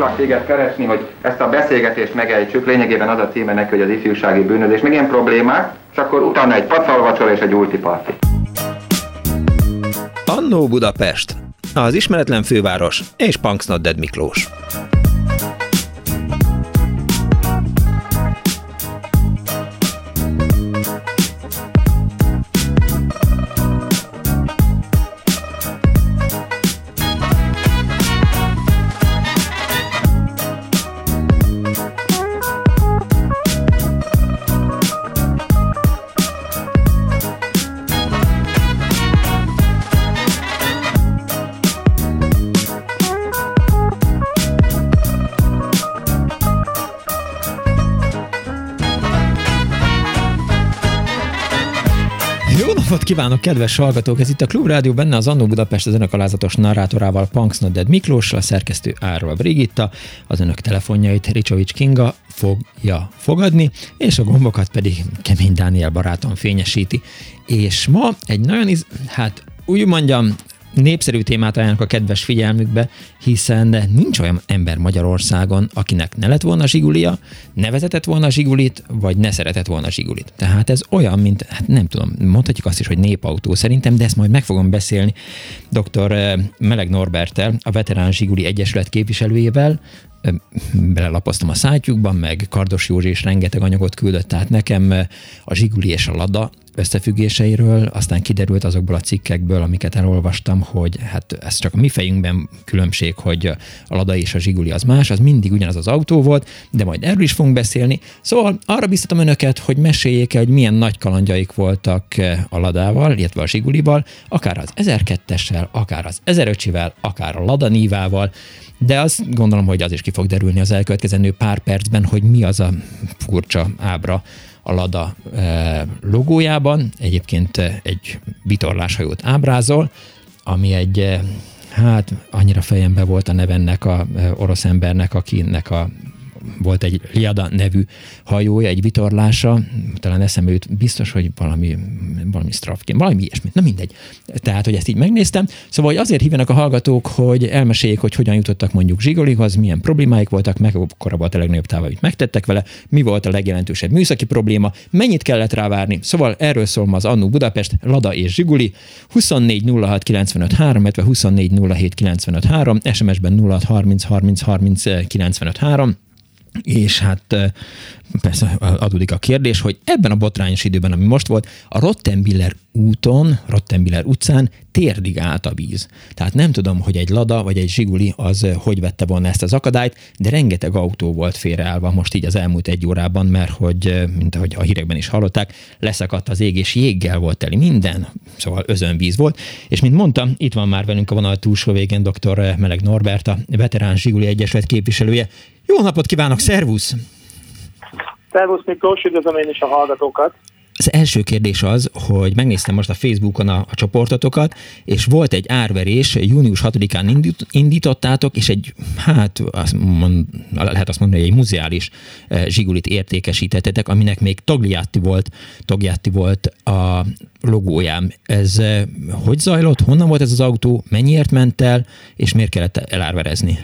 hívlak téged keresni, hogy ezt a beszélgetést megejtsük, lényegében az a címe neki, hogy az ifjúsági bűnözés. Még ilyen problémák, és akkor utána egy pacalvacsora és egy ultiparti. Annó Budapest, az ismeretlen főváros és Punks Not Dead Miklós. Kívánok, kedves hallgatók! Ez itt a Klubrádió, benne az Annó Budapest, az önök alázatos narrátorával, Punks Not Dead Miklóssal, a szerkesztő Árva Brigitta, az önök telefonjait Ricsovics Kinga fogja fogadni, és a gombokat pedig Kemény Dániel barátom fényesíti. És ma egy nagyon úgy mondjam, népszerű témát ajánlok a kedves figyelmükbe, hiszen nincs olyan ember Magyarországon, akinek ne lett volna zsigulia, ne vezetett volna zsigulit, vagy ne szeretett volna zsigulit. Tehát ez olyan, mint, nem tudom, mondhatjuk azt is, hogy népautó szerintem, de ezt majd meg fogom beszélni dr. Meleg Norberttel, a Veterán Zsiguli Egyesület képviselőjével. Belelapoztam a szájtjukban, meg Kardos Józsi is rengeteg anyagot küldött át nekem a zsiguli és a lada összefüggéseiről, aztán kiderült azokból a cikkekből, amiket elolvastam, hogy hát ez csak a mi fejünkben különbség, hogy a lada és a zsiguli az más, az mindig ugyanaz az autó volt, de majd erről is fogunk beszélni. Szóval arra biztatom önöket, hogy meséljék el, hogy milyen nagy kalandjaik voltak a ladával, illetve a zsigulival, akár az 1002-essel, akár az 1005-vel, akár a Lada Nívával, de azt gondolom, hogy az is ki fog derülni az elkövetkezendő pár percben, hogy mi az a furcsa ábra a Lada logójában. Egyébként egy vitorláshajót ábrázol, ami annyira fejembe volt a nevennek a orosz embernek, akinek volt egy Liada nevű hajója, egy vitorlása, talán eszembe jut, biztos, hogy valami Stravkin, valami ilyesmit, na mindegy. Tehát, hogy ezt így megnéztem. Szóval, hogy azért hívnak a hallgatók, hogy elmeséljék, hogy hogyan jutottak mondjuk zsigolihoz, milyen problémáik voltak, mekkora volt a legnagyobb táv, amit megtettek vele, mi volt a legjelentősebb műszaki probléma, mennyit kellett rá várni. Szóval erről szól ma az Annó Budapest, Lada és zsiguli, 24 06 95 3, illetve 24 07 95 3, SMS-ben 06 30 30 30 95 3. És hát persze adódik a kérdés, hogy ebben a botrányos időben, ami most volt, a Rottenbiller utcán térdig állt a víz. Tehát nem tudom, hogy egy Lada vagy egy zsiguli az hogy vette volna ezt az akadályt, de rengeteg autó volt félreállva most így az elmúlt egy órában, mert hogy, mint ahogy a hírekben is hallották, leszakadt az ég, és jéggel volt teli minden, szóval özönvíz volt. És mint mondtam, itt van már velünk a vonal túlsó végén dr. Meleg Norbert, a Veterán Zsiguli Egyesület képviselője. Jó napot kívánok, szervusz! Szervusz Miklós, üdvözlöm én is a hallgatókat! Az első kérdés az, hogy megnéztem most a Facebookon a csoportotokat, és volt egy árverés, június 6-án indítottátok, és lehet azt mondani, hogy egy muzeális zsigulit értékesítettetek, aminek még Togliatti volt a logóján. Ez hogy zajlott? Honnan volt ez az autó? Mennyiért ment el? És miért kellett elárverezni?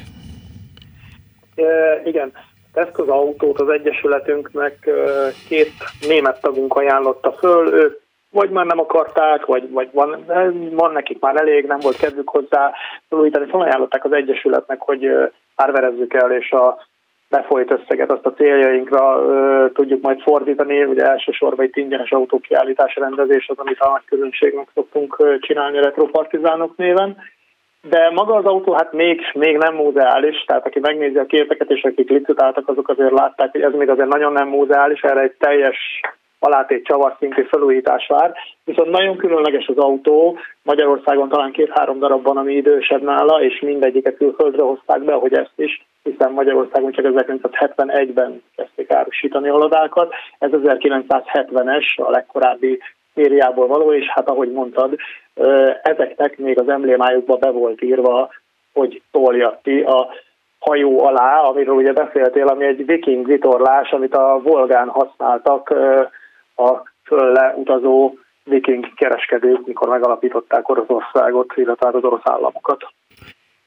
Igen. Ezt az autót az Egyesületünknek két német tagunk ajánlotta föl, ők vagy már nem akarták, vagy van nekik már elég, nem volt kedvük hozzá felújítani, felajánlották az Egyesületnek, hogy árverezzük el, és a befolyt összeget azt a céljainkra tudjuk majd fordítani. Ugye elsősorban itt ingyenes autókiállítás rendezés az, amit a nagy közönségnek szoktunk csinálni retropartizánok néven. De maga az autó még nem múzeális, tehát aki megnézi a képeket, és akik licitáltak, azok azért látták, hogy ez még azért nagyon nem múzeális, erre egy teljes alátét csavar szintű felújítás vár. Viszont nagyon különleges az autó, Magyarországon talán 2-3 darab van, ami idősebb nála, és mindegyiket külföldre hozták be, hogy ezt is, hiszen Magyarországon csak 1971-ben kezdték árusítani a Ladákat. Ez 1970-es, a legkorábbi szériából való, és hát ahogy mondtad, ezeknek még az emblémájukba be volt írva, hogy Togliatti a hajó alá, amiről ugye beszéltél, ami egy viking vitorlás, amit a Volgán használtak a fölle utazó viking kereskedők, mikor megalapították Oroszországot, illetve az orosz államokat.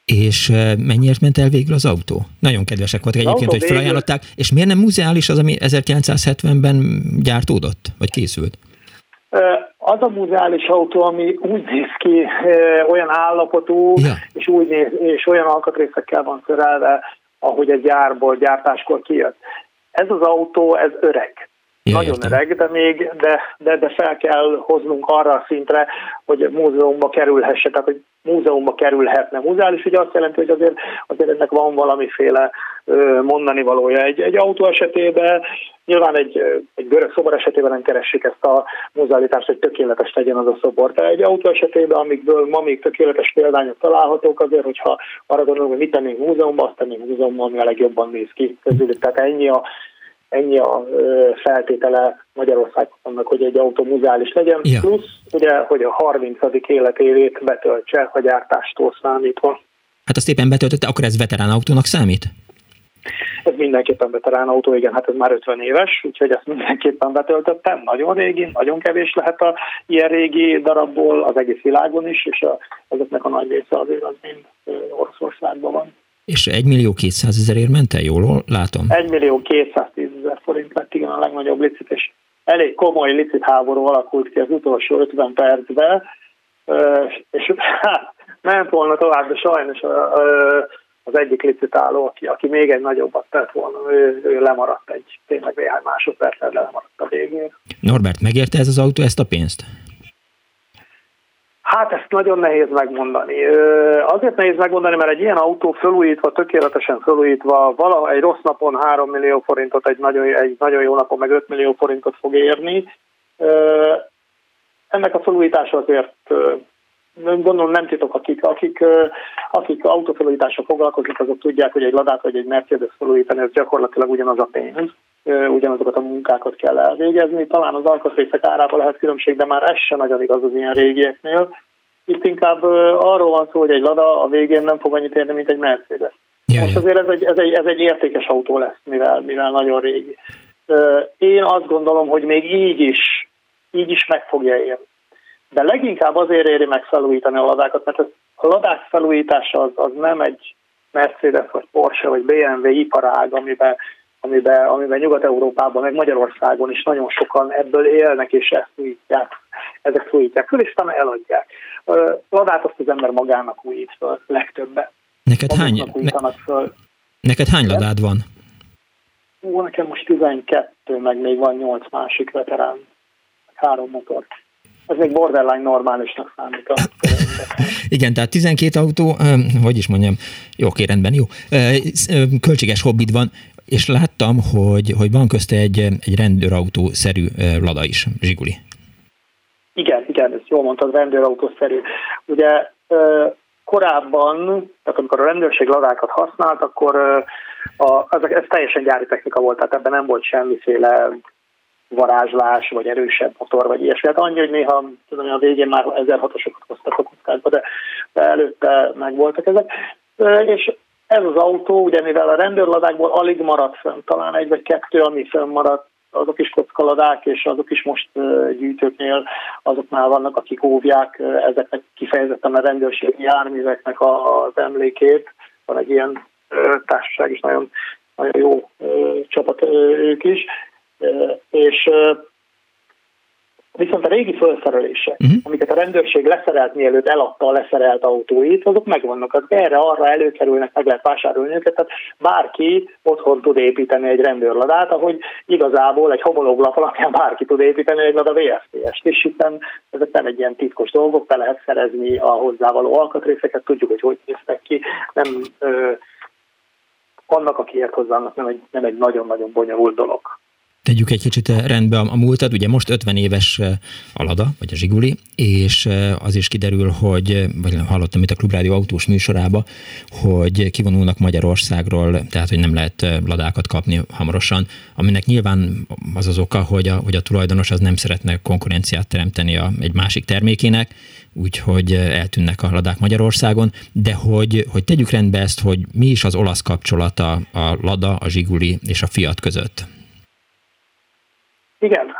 És mennyiért ment el végül az autó? Nagyon kedvesek voltak egyébként, hogy felajánlották. És miért nem muzeális az, ami 1970-ben gyártódott, vagy készült? Az a muzeális autó, ami úgy néz ki, olyan állapotú, és olyan alkatrészekkel van szerelve, ahogy egy gyártáskor kijött. Ez az autó, ez öreg. Nagyon öreg, de fel kell hoznunk arra a szintre, hogy múzeumba kerülhesse, tehát hogy múzeumba kerülhetne. Muzeális ugye azt jelenti, hogy azért ennek van valamiféle mondani valója. Egy autó esetében, nyilván egy görög szobor esetében nem keressük ezt a muzealitást, hogy tökéletes legyen az a szobor. De egy autó esetében, amikből ma még tökéletes példányok találhatók, azért, hogyha arra gondolunk, hogy mit tennénk múzeumban, azt tennénk múzeumban, ami a legjobban néz ki közülük. Tehát ennyi a feltétele Magyarországon annak, hogy egy autó muzeális legyen, plusz ugye, hogy a 30. életévét betöltse a gyártástól számítva. Hát azt éppen betöltötte, akkor ez veterán autónak számít? Ez mindenképpen veterán autó, igen, hát ez már 50 éves, úgyhogy ezt mindenképpen betöltöttem. Nagyon régi, nagyon kevés lehet a ilyen régi darabból az egész világon is, és ezeknek a nagy része azért az mind Oroszországban van. És 1.200.000 ment el, jól látom? 1.210.000 forint lett, igen, a legnagyobb licit, és elég komoly licit háború alakult ki az utolsó 50 percben, és hát ment volna tovább, de sajnos az egyik licitáló, aki még egy nagyobbat tett volna, ő lemaradt tényleg néhány másodperccel lemaradt a végén. Norbert, megérte ez az autó ezt a pénzt? Hát ezt nagyon nehéz megmondani. Azért nehéz megmondani, mert egy ilyen autó fölújítva, tökéletesen fölújítva, valahogy egy rossz napon 3 millió forintot, egy nagyon jó napon meg 5 millió forintot fog érni. Ennek a fölújítása azért gondolom nem titok, akik autófelújítással foglalkoznak, azok tudják, hogy egy Ladát vagy egy Mercedes felújítani, ez gyakorlatilag ugyanaz a pénz. Ugyanazokat a munkákat kell elvégezni. Talán az alkatrészek árában lehet különbség, de már ez sem nagyon igaz az ilyen régieknél. Itt inkább arról van szó, hogy egy Lada a végén nem fog annyit érni, mint egy Mercedes. Most azért ez egy értékes autó lesz, mivel nagyon régi. Én azt gondolom, hogy még így is meg fogja érni. De leginkább azért éri meg felújítani a Ladákat, mert a Ladák felújítása az nem egy Mercedes, vagy Porsche, vagy BMW iparág, amiben Nyugat-Európában, meg Magyarországon is nagyon sokan ebből élnek, és ezek újítják föl, és utána eladják. Ladát azt az ember magának újít föl, legtöbben. Neked hány Ladád van? Nekem most 12, meg még van 8 másik veterán, 3 motor. Ez még borderline normálisnak számít. Igen, tehát 12 autó, hogy is mondjam, jó, oké, rendben, jó. Költséges hobbid van, és láttam, hogy van közte egy rendőrautó-szerű Lada is, Zsiguli. Igen, ezt jól mondtad, rendőrautó-szerű. Ugye korábban, tehát amikor a rendőrség Ladákat használt, akkor ez teljesen gyári technika volt, tehát ebben nem volt semmiféle varázslás, vagy erősebb motor, vagy ilyesmi. Hát annyi, hogy néha tudom, a végén már 1006-osokat hoztak a kockákba, de előtte megvoltak ezek. És ez az autó, ugye mivel a rendőrladákból alig maradt fönn, talán 1 vagy 2, ami fönnmaradt, azok is kockaladák, és azok is most gyűjtőknél, azoknál vannak, akik óvják ezeknek kifejezetten a rendőrségi járműveknek az emlékét. Van egy ilyen társaság is, nagyon, nagyon jó csapat ők is. És viszont a régi felszerelések, amiket a rendőrség leszerelt, mielőtt eladta a leszerelt autóit, azok megvannak, azok erre-arra előkerülnek, meg lehet vásárolni őket, tehát bárki otthon tud építeni egy rendőrladát, ahogy igazából egy homológlap alapján bárki tud építeni egy Lada VST-est, és hiszen ezek nem egy ilyen titkos dolgok, be lehet szerezni a hozzávaló alkatrészeket, tudjuk, hogy néztek ki, nem annak, aki ért hozzá, nem egy nagyon-nagyon bonyolult dolog. Tegyük egy kicsit rendbe a múltat, ugye most 50 éves a Lada, vagy a Zsiguli, és az is kiderül, vagy hallottam itt a Klubrádió autós műsorába, hogy kivonulnak Magyarországról, tehát hogy nem lehet Ladákat kapni hamarosan, aminek nyilván az az oka, hogy a tulajdonos az nem szeretne konkurenciát teremteni egy másik termékének, úgyhogy eltűnnek a Ladák Magyarországon, de hogy tegyük rendbe ezt, hogy mi is az olasz kapcsolata a Lada, a Zsiguli és a Fiat között. Igen,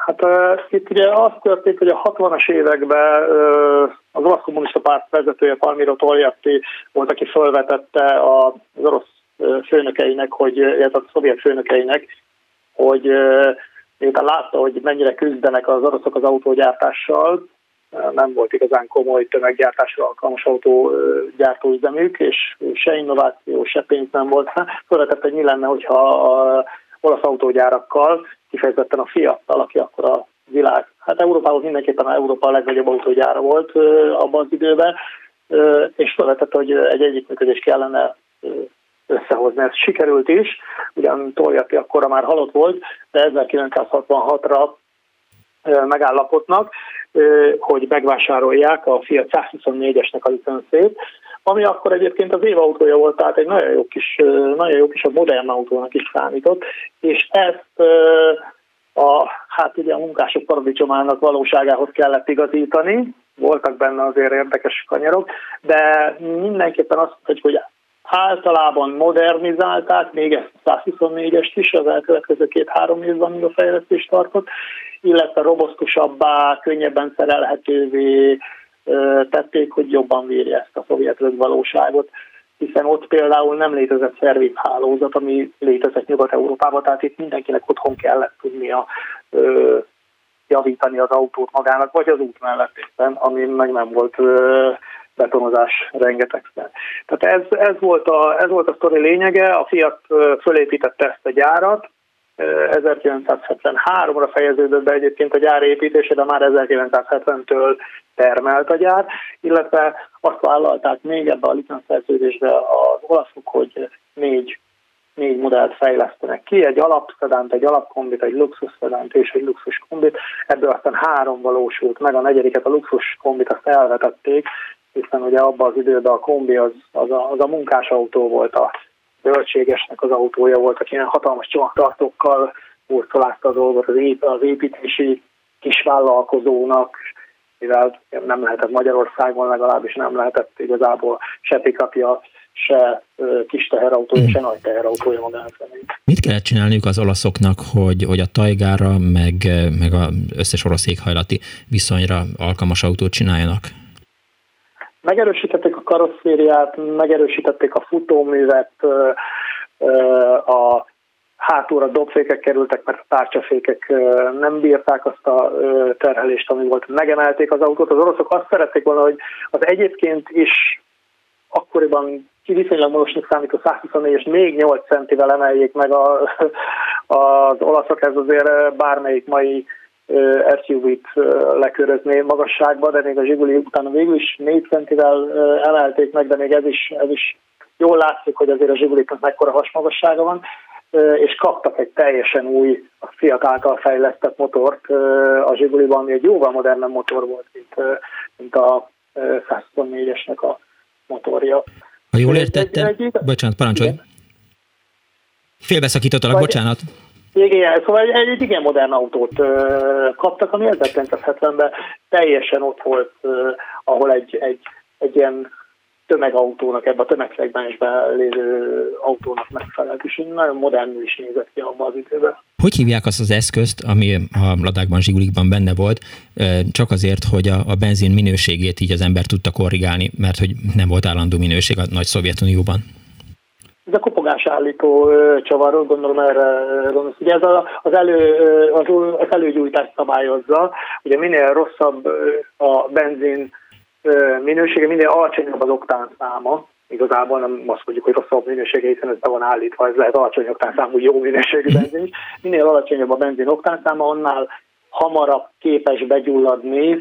Hát itt ugye az történt, hogy a 60-as években az orosz kommunista párt vezetője, Palmiro Togliatti volt, aki felvetette az orosz főnökeinek, illetve a szovjet főnökeinek, hogy miután látta, hogy mennyire küzdenek az oroszok az autógyártással, nem volt igazán komoly tömeggyártásra alkalmas autógyártóüzemük, és se innováció, se pénz nem volt rá. Felvetett, hogy mi lenne, hogyha az olasz autógyárakkal, kifejezetten a Fiattal, aki akkor a világ, hát Európában mindenképpen Európa a legnagyobb autógyára volt abban az időben, és felvetett, hogy egy együttműködést kellene összehozni. Ez sikerült is, ugyan Togliatti akkora már halott volt, de 1966-ra megállapodnak, hogy megvásárolják a Fiat 124-esnek a licenszét, ami akkor egyébként az évautója volt, tehát egy nagyon jó kis a modern autónak is számított, és ezt ugye a munkások paradicsomának valóságához kellett igazítani, voltak benne azért érdekes kanyarok, de mindenképpen azt mondjuk, hogy általában modernizálták, még ezt a 124-est is az elkövetkező 2-3 évben, míg a fejlesztés tartott, illetve robosztusabbá, könnyebben szerelhetővé tették, hogy jobban bírja ezt a szovjet valóságot, hiszen ott például nem létezett szervizhálózat, ami létezett Nyugat-Európában, tehát itt mindenkinek otthon kellett tudnia javítani az autót magának, vagy az út mellett éppen, ami meg nem volt betonozás rengetegszer. Tehát ez volt a sztori lényege, a Fiat fölépítette ezt a gyárat, 1973-ra fejeződött be egyébként a gyár építése, de már 1970-től termelt a gyár, illetve azt vállalták még ebbe a licenszerződésbe az olaszok, hogy négy modellt fejlesztenek ki, egy alapszedánt, egy alapkombit, egy luxusszedánt és egy luxuskombit, ebből aztán 3 valósult meg, a 4. a luxuskombit azt elvetették, hiszen ugye abban az időben a kombi az a munkásautó volt, a böltségesnek az autója volt, aki ilyen hatalmas csomagtartókkal hurcolázta a dolgot az építési kisvállalkozónak, mivel nem lehetett Magyarországon, legalábbis nem lehetett igazából se pick-upja, se kis teherautója, se nagy teherautója magánszemély. Mit kellett csinálniuk az olaszoknak, hogy a tajgára, meg az összes orosz éghajlati viszonyra alkalmas autót csináljanak? Megerősítették a karosszériát, megerősítették a futóművet, a hátulra dobfékek kerültek, mert a tárcsafékek nem bírták azt a terhelést, ami volt. Megemelték az autót. Az oroszok azt szerették volna, hogy az egyébként is akkoriban viszonylag magasnak számító 124-es még 8 centivel emeljék meg az olaszok, ez azért bármelyik mai SUV-t lekörözné magasságba, de még a Zsiguli utána végül is 4 centivel emelték meg, de még ez is jól látszik, hogy azért a Zsiguliknak mekkora hasmagassága van, és kaptak egy teljesen új, a Fiat által fejlesztett motort a Zsiguliban, ami egy jóval modernebb motor volt, mint a 124-esnek a motorja. Ha jól értettem, bocsánat, parancsolj. Félbeszakítottalak, bocsánat. Igen, szóval egy igen modern autót kaptak, ami 1970-ben teljesen ott volt, ahol egy ilyen tömegautónak, ebben a tömegszegmensben lévő autónak megfelelt, és nagyon modernül is nézett ki abban az időben. Hogy hívják azt az eszközt, ami a Ladákban, Zsigulikban benne volt, csak azért, hogy a benzin minőségét így az ember tudta korrigálni, mert hogy nem volt állandó minőség a nagy Szovjetunióban? Ez a kopogásállító csavar, gondolom erre gondolsz. Ugye ez az előgyújtást szabályozza, ugye minél rosszabb a benzin minősége, minél alacsonyabb az oktánszáma. Igazából nem azt mondjuk, hogy rosszabb minősége, hiszen ez be van állítva, ez lehet alacsony oktánszámú jó minőségű benzin is. Minél alacsonyabb a benzin oktánszáma, annál hamarabb képes begyulladni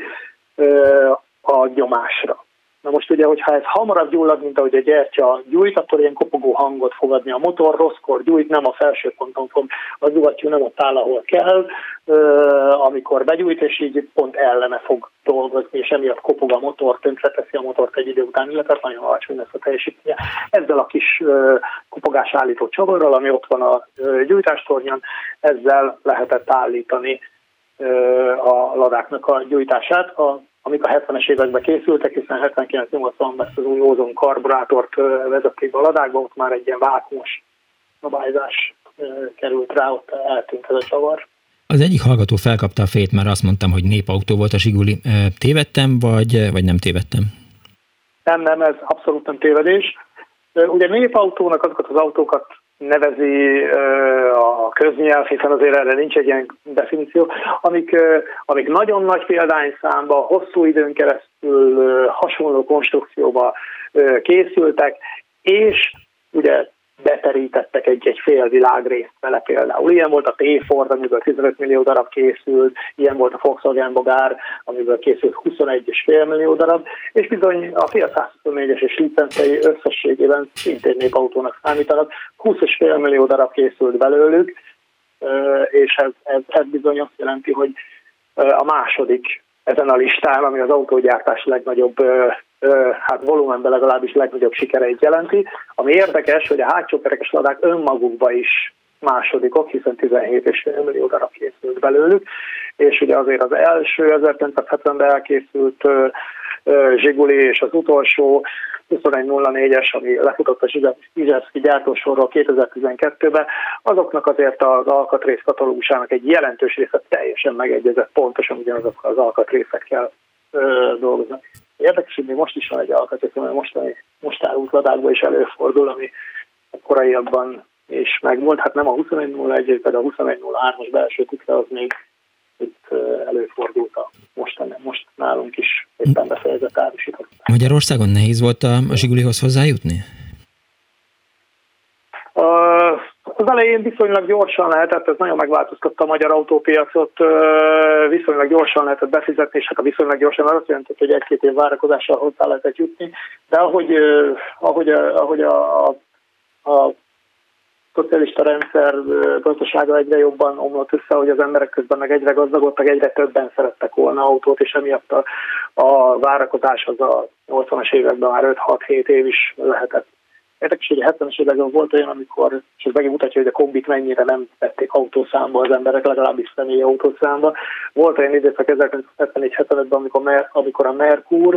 a nyomásra. Na most ugye, hogyha ez hamarabb gyullad, mint ahogy a gyertya gyújt, akkor ilyen kopogó hangot fog adni a motor, rosszkor gyújt, nem a felső ponton fog, a dugattyú nem ott áll, ahol kell, amikor begyújt, és így pont ellene fog dolgozni, és emiatt kopog a motor, tönkreteszi a motort egy idő után, illetve nagyon alacsony lesz a teljesítménye. Ezzel a kis kopogásállító csavarral, ami ott van a gyújtástornyon, ezzel lehetett állítani a ladáknak a gyújtását, amik a 70-es években készültek, hiszen 79-80-ban ezt az új ózon karburátort vezették be a ladákba, ott már egy ilyen vákumos szabályzás került rá, ott eltűnt ez a csavar. Az egyik hallgató felkapta a fejét, mert azt mondtam, hogy népautó volt a Zsiguli. Tévedtem, vagy nem tévedtem? Nem, ez abszolút nem tévedés. Ugye népautónak azokat az autókat nevezi a köznyelv, hiszen azért erre nincs egy ilyen definíció, amik nagyon nagy példányszámban, hosszú időn keresztül hasonló konstrukcióba készültek, és ugye beterítettek egy fél világrészt vele például. Ilyen volt a T-Ford, amiből 15 millió darab készült, ilyen volt a Volkswagen Bogár, amiből készült 21,5 millió darab, és bizony a Fiat 124-es és licencei összességében szintén népautónak számítanak, 20,5 millió darab készült belőlük, és ez bizony azt jelenti, hogy a második ezen a listán, ami az autógyártás legnagyobb, hát volumenben legalábbis legnagyobb sikereit jelenti. Ami érdekes, hogy a hátsó kerekes ladák önmagukban is másodikok, hiszen 17,5 millió darab készült belőlük, és ugye azért az első 1970-ben elkészült Zsiguli és az utolsó 2104-es, ami lefutott a Zsiževszky gyártósorról 2012-ben, azoknak azért az alkatrész katalógusának egy jelentős része teljesen megegyezett, pontosan ugyanazokkal az alkatrészekkel dolgoznak. Érdekes, hogy még most is van egy alkatrész, ami most árult ladákban is előfordul, ami a koraiakban is megvolt. Hát nem a 2101, de a 2103-as belső tükre az még itt előfordult most nálunk is éppen befejezett árusított. Magyarországon nehéz volt a Zsigulihoz hozzájutni? Az elején viszonylag gyorsan lehetett, ez nagyon megváltoztatta a magyar autópiacot, viszonylag gyorsan lehetett befizetni, és hát a viszonylag gyorsan azt jelentett, hogy 1-2 év várakozással hozzá lehetett jutni, de ahogy a szocialista rendszer gazdasága egyre jobban omlott össze, hogy az emberek közben meg egyre gazdagodtak, egyre többen szerettek volna autót, és emiatt a várakozás az a 80-as években már 5-6-7 év is lehetett. Érdekes, hogy a 70-es években volt olyan, amikor, és ez megint mutatja, hogy a kombit mennyire nem vették autószámba az emberek, legalábbis személyi autószámba. Volt olyan időszak 1974-75-ben, amikor a Merkur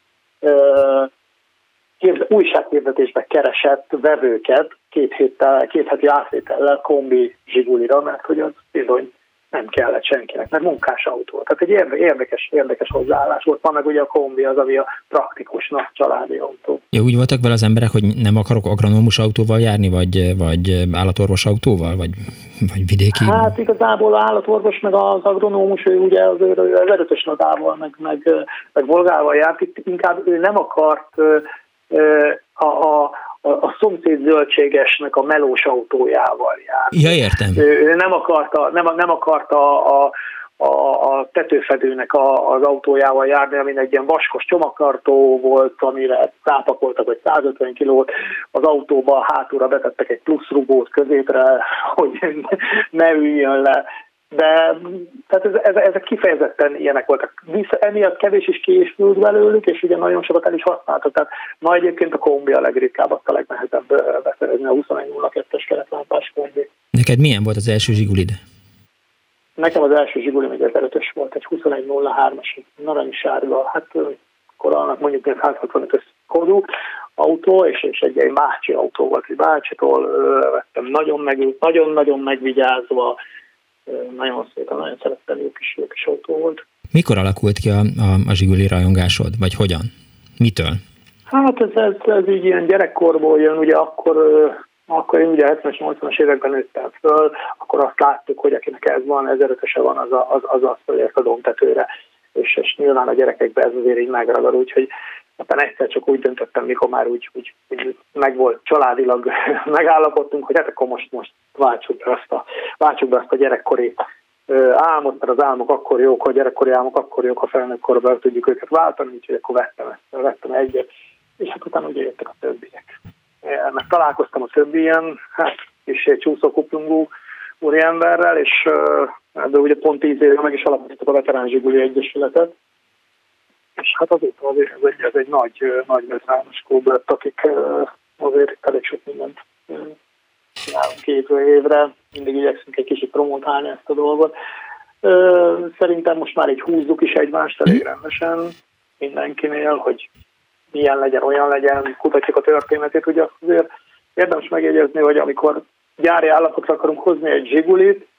újsághirdetésbe keresett vevőket két heti átvétellel kombi Zsigulira, mert hogy az bizony nem kellett senkinek, mert munkás autó. Tehát egy érdekes hozzáállás volt. Van meg ugye a kombi az, ami a praktikus, nagy családi autó. Ja, úgy voltak vele az emberek, hogy nem akarok agronómus autóval járni, vagy állatorvos autóval, vagy vidéki? Hát igazából az állatorvos meg az agronómus, ő ugye az erőtös ladával, meg Volgával járt, itt inkább ő nem akart a szomszéd zöldségesnek a melós autójával járni. Ja, értem. Ő nem akarta a tetőfedőnek az autójával járni, amin egy ilyen vaskos csomagtartó volt, amire rápakoltak, vagy 150 kilót, az autóba hátulra betettek egy plusz rugót középre, hogy ne üljön le. De tehát ezek kifejezetten ilyenek voltak. Emiatt kevés is készült belőlük, és ugye nagyon sokat el is használtak. Tehát ma egyébként a kombi a legritkább, azt a legnehezebb beszerezni, a 2102-es keretlámpás kombi. Neked milyen volt az első Zsigulid? Nekem az első Zsiguli még 2005-ös volt, egy 2103-as, narancssárga, hát korának mondjuk egy 165-ös kodú autó, és egy bácsi autó volt, egy bácsitól vettem, nagyon-nagyon megvigyázva, nagyon szépen, nagyon szerettem, jó kis autó volt. Mikor alakult ki a Zsiguli rajongásod, vagy hogyan? Mitől? Hát ez így ilyen gyerekkorból jön, ugye akkor én ugye 70-80-as években nőttem föl, akkor azt láttuk, hogy akinek ez van, 1500-e van, az azt fölért a domtetőre, és nyilván a gyerekekben ez azért így megragad, úgyhogy egyszer csak úgy döntöttem, mikor már úgy meg volt családilag megállapodtunk, hogy hát akkor most váltsuk be azt a gyerekkori álmot, mert az álmok akkor jók, a gyerekkori álmok akkor jók, ha felnőttkorban tudjuk őket váltani, úgyhogy akkor vettem egyet, és hát utána ugye jöttek a többiek. Meg találkoztam a többi ilyen, hát kis csúszókuplungú úriemberrel, és de ugye pont 10 éve meg is alapítottak a Veterán Zsiguli Egyesületet, és hát azóta azért ez egy nagy veterános klub lett, akik azért elég sok mindent csinálunk évre, mindig igyekszünk egy kicsit promotálni ezt a dolgot. Szerintem most már így húzzuk is egymást elég rendesen mindenkinél, hogy milyen legyen, olyan legyen, kutatjuk a történetét. Ugye azért érdemes megjegyezni, hogy amikor gyári állapotra akarunk hozni egy Zsigulit,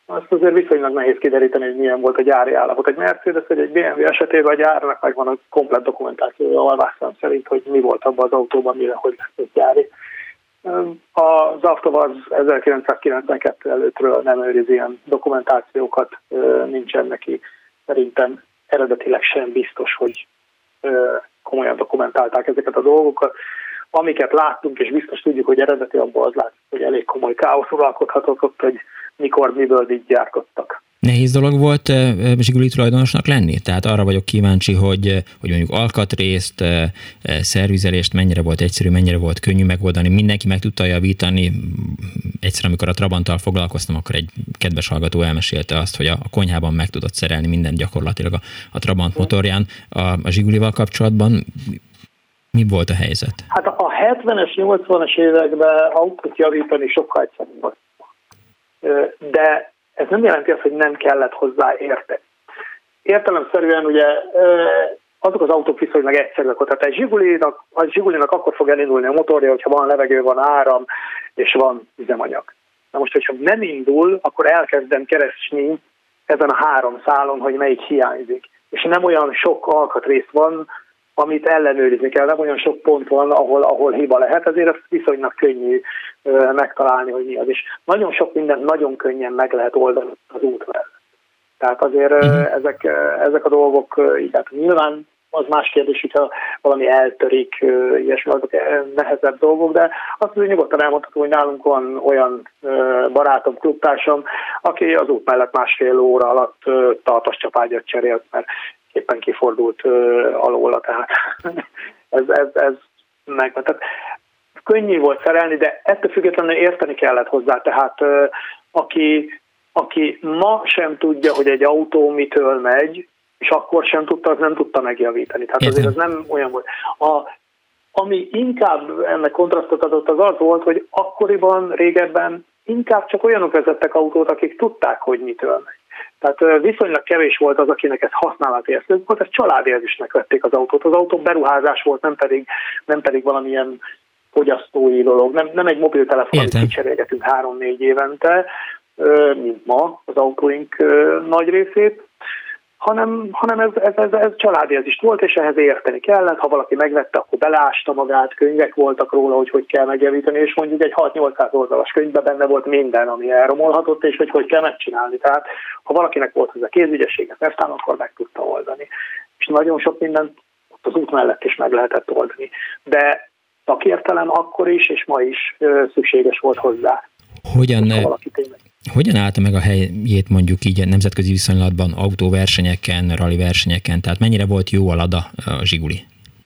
azt azért viszonylag nehéz kideríteni, hogy milyen volt a gyári állapot. Egy Mercedes vagy egy BMW esetében a gyárnak megvan a komplett dokumentációja alvásszám szerint, hogy mi volt abban az autóban, mire, hogy lesz gyári. Az AvtoVAZ 1992 előttről nem őriz ilyen dokumentációkat, nincsen neki szerintem eredetileg sem biztos, hogy komolyan dokumentálták ezeket a dolgokat. Amiket láttunk, és biztos tudjuk, hogy eredeti, abban az látszik, hogy elég komoly káosz uralkodhatott ott, hogy mikor, miből így gyártottak. Nehéz dolog volt Zsiguli tulajdonosnak lenni? Tehát arra vagyok kíváncsi, hogy mondjuk alkatrészt, szervizelést mennyire volt egyszerű, mennyire volt könnyű megoldani, mindenki meg tudta javítani. Egyszer, amikor a Trabanttal foglalkoztam, akkor egy kedves hallgató elmesélte azt, hogy a konyhában meg tudott szerelni mindent gyakorlatilag a Trabant motorján. A Zsigulival kapcsolatban mi volt a helyzet? Hát a 70-es, 80-as években autót javítani sokkal egyszerűbb volt. De ez nem jelenti azt, hogy nem kellett hozzá érteni. Értelemszerűen ugye azok az autók viszonylag egyszerűek. Tehát a Zsigulinak akkor fog elindulni a motorja, hogyha van levegő, van áram, és van üzemanyag. Na most, hogyha nem indul, akkor elkezdem keresni ezen a 3 szálon, hogy melyik hiányzik. És nem olyan sok alkatrész van, amit ellenőrizni kell, nem olyan sok pont van, ahol hiba lehet, ezért ez viszonylag könnyű megtalálni, hogy mi az is. Nagyon sok mindent nagyon könnyen meg lehet oldani az út mellett. Tehát azért ezek a dolgok, hát nyilván az más kérdés, hogyha valami eltörik, ilyesmi, azok nehezebb dolgok, de azt mondjuk nyugodtan elmondhatom, hogy nálunk van olyan barátom, klubtársam, aki az út mellett 1,5 óra alatt talpascsapágyat cserélt, mert éppen kifordult alóla, tehát ez megvan. Tehát könnyű volt szerelni, de ettől függetlenül érteni kellett hozzá, tehát aki ma sem tudja, hogy egy autó mitől megy, és akkor sem tudta, az nem tudta megjavítani. Tehát azért ez nem olyan volt. Ami inkább ennek kontrasztot adott, az volt, hogy akkoriban, régebben inkább csak olyanok vezettek autót, akik tudták, hogy mitől megy. Tehát viszonylag kevés volt az, akinek ez használati eszköz volt, ez családérzésnek vették az autót. Az autó beruházás volt, nem pedig valamilyen fogyasztói dolog. Nem egy mobiltelefon, amit kicserélgetünk 3-4 évente, mint ma az autóink nagy részét, hanem ez családérzést volt, és ehhez érteni kellett. Ha valaki megvette, akkor beleásta magát, könyvek voltak róla, hogy kell megjavítani, és mondjuk egy 6-800 oldalas könyvben benne volt minden, ami elromolhatott, és hogy kell megcsinálni. Tehát ha valakinek volt hozzá kézügyessége, aztán akkor meg tudta oldani. És nagyon sok mindent ott az út mellett is meg lehetett oldani. De szakértelem akkor is, és ma is szükséges volt hozzá. Hogyan állta meg a helyét mondjuk így a nemzetközi viszonylatban, autóversenyeken, rali versenyeken? Tehát mennyire volt jó a Lada, a Zsiguli?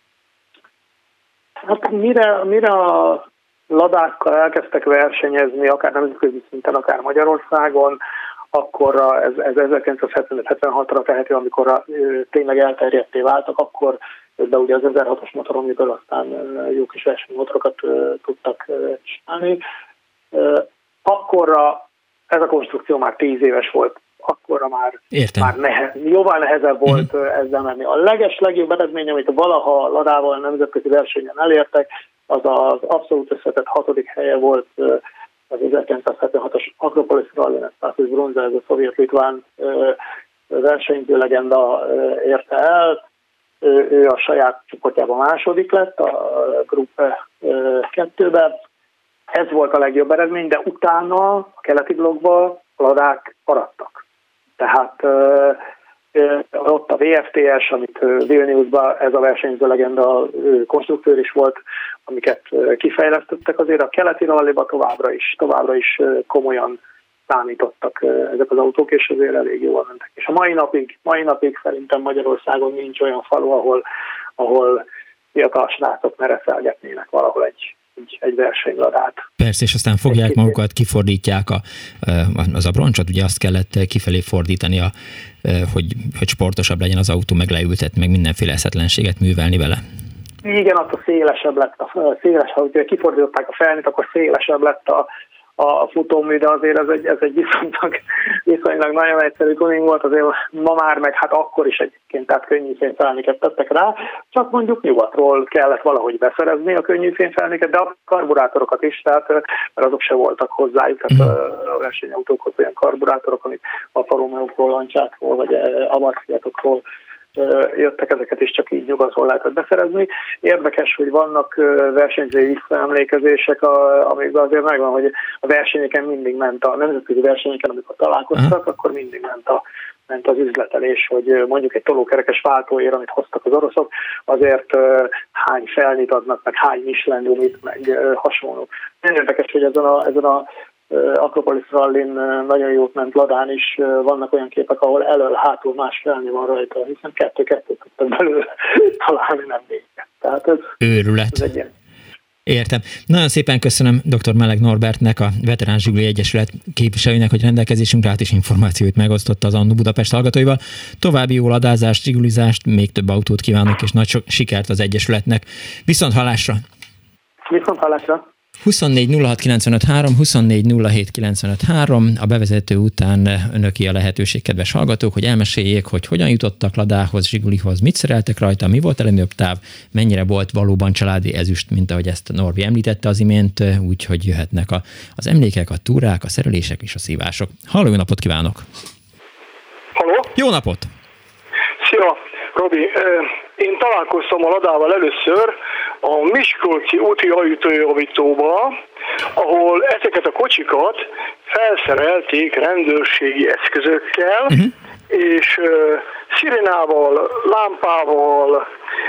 Hát mire a Ladákkal elkezdtek versenyezni, akár nemzetközi szinten, akár Magyarországon, akkor ez 1975-76-ra tehető, amikor tényleg elterjedté váltak, akkor de ugye az 1006-os motoron, amiből aztán jó kis versenymotorokat tudtak csinálni. Akkorra ez a konstrukció már 10 éves volt, akkorra már jóval nehezebb volt ezzel menni. A legjobb eredmény, amit valaha Ladával nemzetközi versenyen elértek, az az abszolút összetett 6. helye volt az 1976-os Akropolis Rally-nek, tehát ez bronza, ez a szovjet-litván versenyző legenda érte el. Ő a saját csoportjában második lett, a Gruppe 2-ben. Ez volt a legjobb eredmény, de utána a keleti blokkban a Ladák maradtak. Tehát ott a VFTS, amit Vilniusban ez a versenyző legenda konstruktőr is volt, amiket kifejlesztettek, azért a keleti ralliba továbbra is komolyan számítottak ezek az autók, és azért elég jól mentek. És a mai napig szerintem Magyarországon nincs olyan falu, ahol fiatal srácok mereszelgetnének valahol egy versenyladát. Persze, és aztán fogják magukat, kifordítják az abroncsot, ugye azt kellett kifelé fordítani, hogy sportosabb legyen az autó, meg leültetni, meg mindenféle eszetlenséget művelni vele. Igen, attól szélesebb lett, ha ugye kifordították a felnit, akkor szélesebb lett a futómű, de azért ez egy viszonylag nagyon egyszerű tuning volt, azért ma már meg hát akkor is egyébként, tehát könnyűfényfelniket tettek rá, csak mondjuk nyugatról kellett valahogy beszerezni a könnyűfényfelniket, de a karburátorokat is, tehát mert azok se voltak hozzájuk, tehát versenyautókhoz olyan karburátorok, amik Alfa Romeo-król, Lanciátról vagy Abarth-Fiatokról jöttek, ezeket is csak így nyugaton lehetett beszerezni. Érdekes, hogy vannak versenyzői visszaemlékezések, amikben azért megvan, hogy a versenyeken mindig ment, a nemzetközi versenyeken, amikor találkoztak, akkor mindig ment az üzletelés, hogy mondjuk egy tolókerekes váltóér, amit hoztak az oroszok, azért hány felnit adnak, meg hány Michelin-gumit, meg hasonló. Nagyon érdekes, hogy ezen a Akropolis Rallyn nagyon jót ment Ladán is, vannak olyan képek, ahol elől-hátul más felni van rajta, hiszen kettőt tudtak belőle találni, nem négyet. Tehát ez őrület. Ez egy ilyen. Értem. Nagyon szépen köszönöm dr. Meleg Norbertnek, a Veterán Zsiguli Egyesület képviselőinek, hogy rendelkezésünkre állt és információit megosztotta az Annu Budapest hallgatóival. További jó ladázást, zsigulizást, még több autót kívánok, és nagy sikert az Egyesületnek. Viszont hallásra! Viszont hallásra! 24 06 95 3, 24 07 95 3. A bevezető után önöké a lehetőség, kedves hallgatók, hogy elmeséljék, hogy hogyan jutottak Ladához, Zsigulihoz, mit szereltek rajta, mi volt a legnagyobb táv, mennyire volt valóban családi ezüst, mint ahogy ezt Norbi említette az imént, úgyhogy jöhetnek az emlékek, a túrák, a szerelések és a szívások. Halló, jó napot kívánok! Halló? Jó napot! Szia, Robi! Én találkoztam a Ladával először a Miskolci úti hajójavítóba, ahol ezeket a kocsikat felszerelték rendőrségi eszközökkel, és szirénával, lámpával,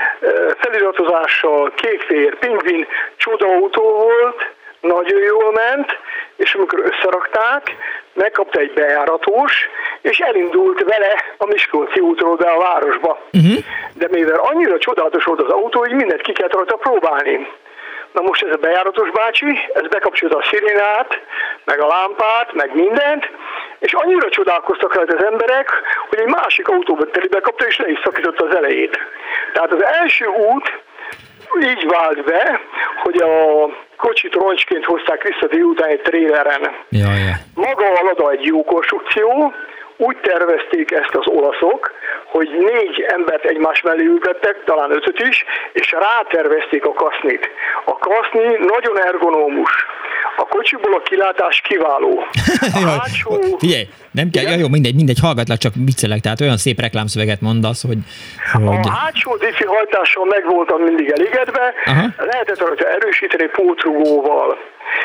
feliratozással, kék-fehér pingvin csodaautó volt, nagyon jól ment, és amikor összerakták, megkapta egy bejáratos, és elindult vele a Miskolci útról be a városba. De mivel annyira csodálatos volt az autó, hogy mindent ki kellett rajta próbálni. Na most ez a bejáratos bácsi, ez bekapcsolta a szirénát, meg a lámpát, meg mindent, és annyira csodálkoztak rajta az emberek, hogy egy másik autóba telibe kapta, és le is szakította az elejét. Tehát az első út így vált be, hogy a kocsit roncsként hozták vissza délután egy tréleren. Maga a Lada egy jó konstrukció, úgy tervezték ezt az olaszok, hogy 4 embert egymás mellé ültettek, talán 5 is, és rátervezték a kasznit. A kaszni nagyon ergonómus. A kocsiból a kilátás kiváló. Figyelj, nem kell, jó, mindegy, hallgatlak, csak viccelek, tehát olyan szép reklámszöveget mondasz, hogy... A hátsó diffi hajtással meg voltam mindig elégedve, lehetett rajta erősíteni pótrugóval.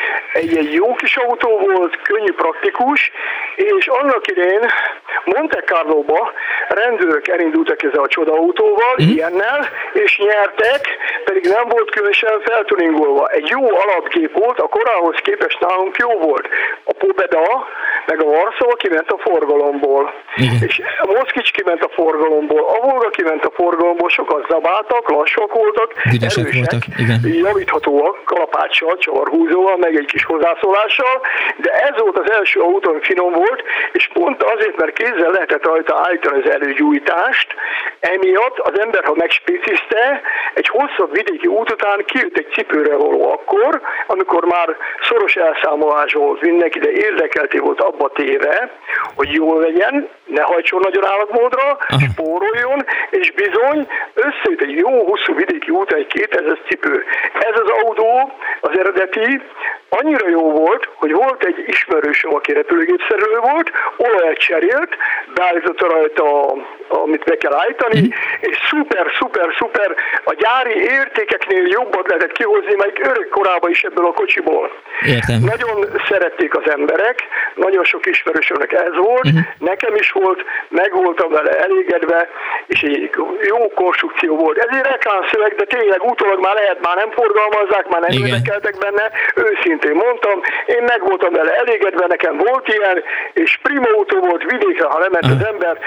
Egy jó kis autó volt, könnyű, praktikus, és annak idején Monte Carlóba rendőrök elindultak ezzel a csodaautóval, ilyennel, és nyertek, pedig nem volt különösen feltuningolva. Egy jó alapgép volt, a korához képest nálunk jó volt. A Pobeda, meg a Warsaw kiment a forgalomból. És a Moszkics kiment a forgalomból, a Volga kiment a forgalomból, sokat zabáltak, lassak voltak, erősek, javíthatóak, kalapáccsal, csavarhúzóval, meg egy kis hozzászólással, de ez volt az első autó, ami finom volt, és pont azért, mert kézzel lehetett rajta állítani az előgyújtást, emiatt az ember, ha megspicizte, egy hosszabb vidéki út után kijött egy cipőre való akkor, amikor már szoros elszámolás volt mindenki, de érdekelté volt abba téve, hogy jól legyen, ne hajtson nagyon állatmódra, spóroljon, és bizony összejött egy jó hosszú vidéki út, egy 2000-es cipő. Ez az autó, az eredeti, annyira jó volt, hogy volt egy ismerősöm, aki repülőgépszerelő volt, olajat cserélt, beállította rajta, amit be kell állítani, és szuper, a gyári értékeknél jobbat lehetett kihozni, meg örök korában is ebből a kocsiból. Értem. Nagyon szerették az emberek, nagyon sok ismerősömnek ez volt, nekem is volt, meg voltam vele elégedve, és egy jó konstrukció volt. Ez egy reklámszöveg, de tényleg utólag már nem forgalmazzák, már nem érdekeltek benne, őszintén mondtam, én meg voltam vele elégedve, nekem volt ilyen, és prima autó volt vidékre, ha lement az ember,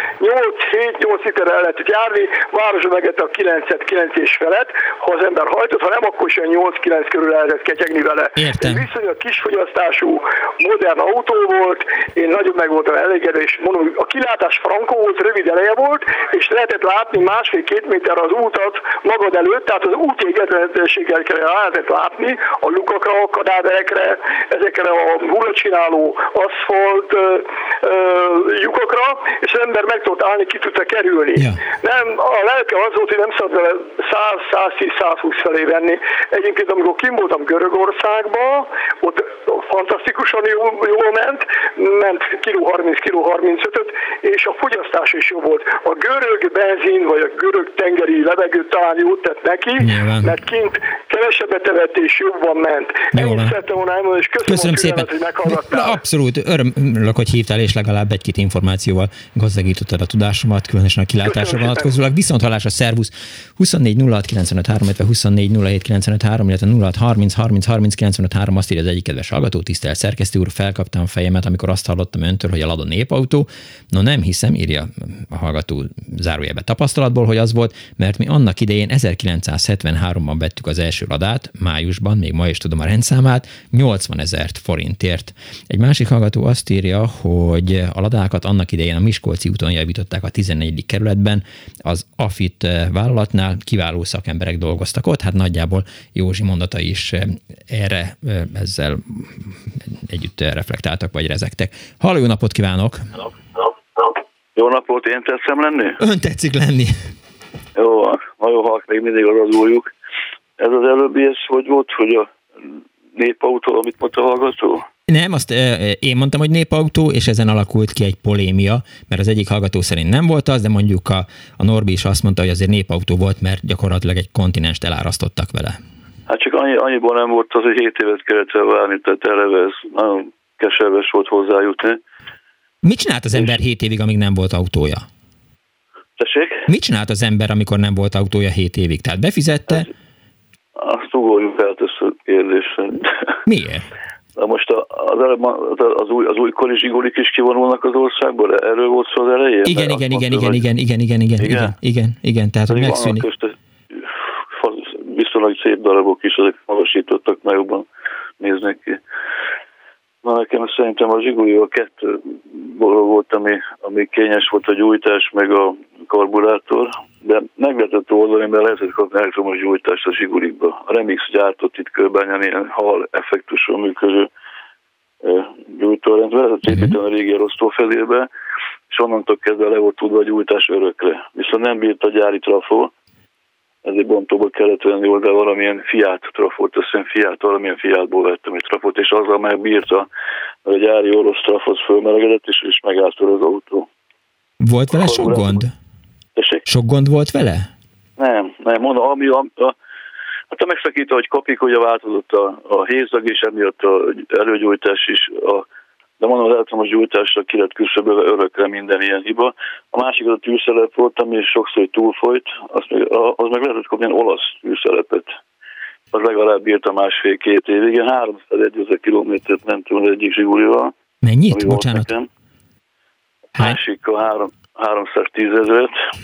8 literre el lehetett járni, városban megette a 9 és felett, ha az ember hajtott, ha nem, akkor is olyan 8-9 körül el lehetett ketyegni vele. Értem. Egy viszonylag kisfogyasztású, modern autó volt, én nagyon meg voltam elégedve, és mondom, a kilátás frankó volt, rövid eleje volt, és lehetett látni 1,5-2 méterre az útat magad előtt, tehát az útégedhetőséggel lehetett látni a lukakra, a kadáverekre, ezekre a hullatcsináló aszfalt lyukakra, és az ember meg tudott állni, ki tudta kerülni. Ja. Nem, a lelke az volt, hogy nem szabad vele 100-110-120 felé venni. Egyébként, amikor kim voltam Görögországba, ott fantasztikusan jól ment kiló 30, kiló 35-öt, és a fogyasztás is jó volt. A görög benzin, vagy a görög tengeri levegő talán jót tett neki, mert kint kevesebbet evett és jobban ment. Ennyit szerettem volna elmondani, és köszönöm szépen, hogy meghallgattál. Abszolút, örömök, hogy hívtál, és legalább egy-két információval gazdagítottad a tudásomat, különösen a kilátásra vonatkozólag. Viszont hallásra, szervusz! 24 06 95 3, illetve 24 07 95 3, illetve 06 30 30 30 95 3, azt írja az egyik kedves hallgató, tisztelt szerkesztő úr, felkaptam fejemet, amikor azt hallottam öntől, hogy a Lada népautó. No nem hiszem, írja a hallgató zárójelbe tapasztalatból, hogy az volt, mert mi annak idején 1973-ban vettük az első Ladát, májusban, még ma is tudom a rendszámát, 80 000 forintért. Egy másik hallgató azt írja, hogy a Ladákat annak idején a Miskolci úton javították a 14. kerületben, az Afit vállalatnál kiváló szakemberek dolgoztak ott, hát nagyjából Józsi mondatai is erre ezzel együtt reflektáltak, vagy rezegtek. Halló, jó napot kívánok! Jó napot, én tetszem lenni? Ön tetszik lenni. Jó, nagyon halk, még mindig aduljuk. Ez az előbbi, ez hogy volt, hogy a népautó, amit mondta a hallgató? Nem, azt én mondtam, hogy népautó, és ezen alakult ki egy polémia, mert az egyik hallgató szerint nem volt az, de mondjuk a Norbi is azt mondta, hogy azért népautó volt, mert gyakorlatilag egy kontinenst elárasztottak vele. Hát csak annyiból nem volt az, hogy 7 évet kellett elvárni, tehát eleve ez nagyon keserves volt hozzájutni. Mit csinált az ember 7 évig, amíg nem volt autója? Tessék? Mit csinált az ember, amikor nem volt autója 7 évig? Tehát befizette? Azt ugorjuk el ezt a kérdést. Miért? Na most az újkori zsigulik is kivonulnak az országból? Erről volt szó az elején? Igen, tehát hogy megszűnik. Viszonylag szép darabok is, ezek magasítottak, már jobban néznek ki. Na, nekem szerintem a zsigulival 2 volt, ami kényes volt, a gyújtás, meg a karburátor, de meg lehetett oldani, mert lehetett kapni elektromos gyújtást a zsigulikba. A Remix gyártott itt Kőbányán ilyen hal effektussal működő gyújtórendszer, lehetett építeni a régi Rostov-fedélbe, és onnantól kezdve le volt tudva a gyújtás örökre. Viszont nem bírt a gyári trafó, ezért bontóból kellett venni oldal valamilyen Fiat trafót, valamilyen Fiatból vettem egy trafót, és azzal megbírta, mert a gyári orosz trafót fölmelegedett, és megállt az autó. Volt vele sok gond? Tessék? Sok gond volt vele? Nem, mondom, hát a megszakító, hogy kapik, hogy változott a hézag, és emiatt az előgyújtás is, de mondom, az elektromos gyújtásra ki lett küszöbölve örökre minden ilyen hiba. A másik az a tűzszelep volt, ami sokszor túlfolyt, az meg lehetett kapni ilyen olasz tűzszelepet. Az legalább bírta 1,5-2 évig, 301 000 kilométert mentünk az egyik zsigulival. Mennyit? Bocsánat. Másikkal 310 000.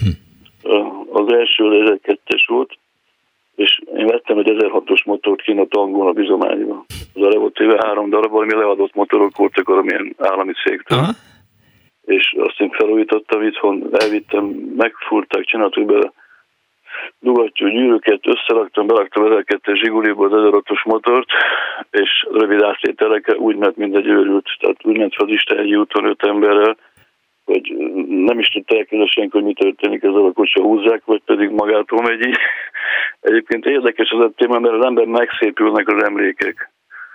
Az első 1002-es volt, és én vettem egy 1006-os motort kint a Tangón a bizományban. Az le volt téve 3 darab, ami leadott motorok voltak valamilyen állami cégtől. Aha. És azt én felújítottam itthon, elvittem, megfúrták, csináltuk bele dugattyú gyűrűket, összeraktam, belaktam 1002-es Zsiguliba az 1006-os motort, és rövid áttételekkel úgy ment, mint egy őrült. Tehát úgy ment az Istenhegyi úton 5 emberrel, hogy nem is tudta elképzelni senki, hogy mi történik ezzel a kocsa, húzzák, vagy pedig magától megy így. Egyébként érdekes az a téma, mert az ember megszépülnek az emlékek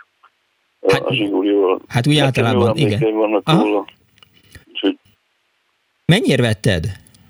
a Zsigulival. Hát úgy általában, igen. Vannak róla. Úgyhogy... Mennyire vetted?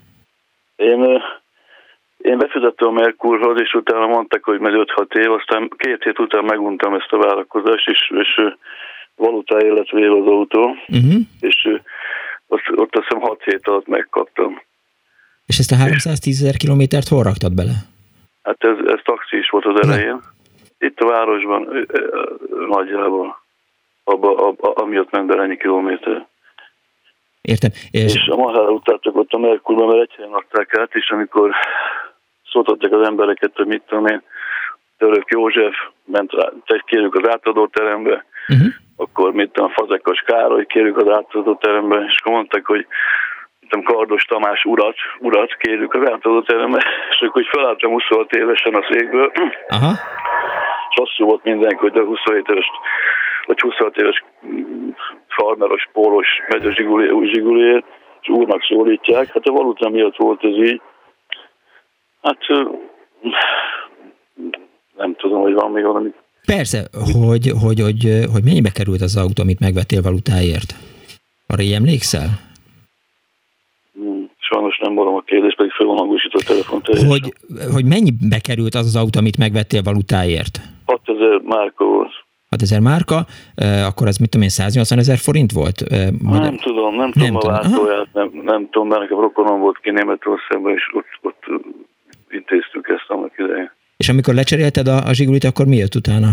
Én befizettem a Merkurhoz, és utána mondták, hogy meg 5-6 év, aztán 2 hét után meguntam ezt a várakozást, és valutáért lett véve az autó, és ott azt hiszem 6 hét alatt megkaptam. És ezt a 310 000 kilométert hol raktad bele? Hát ez taxi is volt az elején. Itt a városban nagyjából. Amiatt ment bele ennyi kilométer. Értem. És a Mahára utáltak ott a Merkurban, mert egy helyen adták át, és amikor szóltatták az embereket, hogy mit tudom én, Török József ment, kérjük az átadóterembe, akkor mit tudom, Fazekas Károly, kérjük az átadóterembe, és akkor mondták, hogy Kardos Tamás urat kérjük az átadóterembe, és akkor felálltam 26 évesen a székből, és azt volt mindenki, hogy a 27 éves vagy 26 éves farmeros, pólos megy a új Zsiguliért, és úrnak szólítják. Hát a valuta miatt volt ez így. Hát nem tudom, hogy van még valami. Persze, hogy mennyibe került az autó, amit megvettél valutáért? Arra így emlékszel? Sajnos nem valam a kérdés, pedig fel van hangosítva a telefon teljesen. Hogy mennyibe került az autó, amit megvettél valutáért? 6000 márka volt. 6000 márka, akkor az mit tudom én, 180 000 forint volt? Nem tudom a váltóját, nem tudom, mert nekem rokonom volt ki Németországban, és ott intéztük ezt annak idején. És amikor lecserélted a Zsigulit, akkor mi jött utána?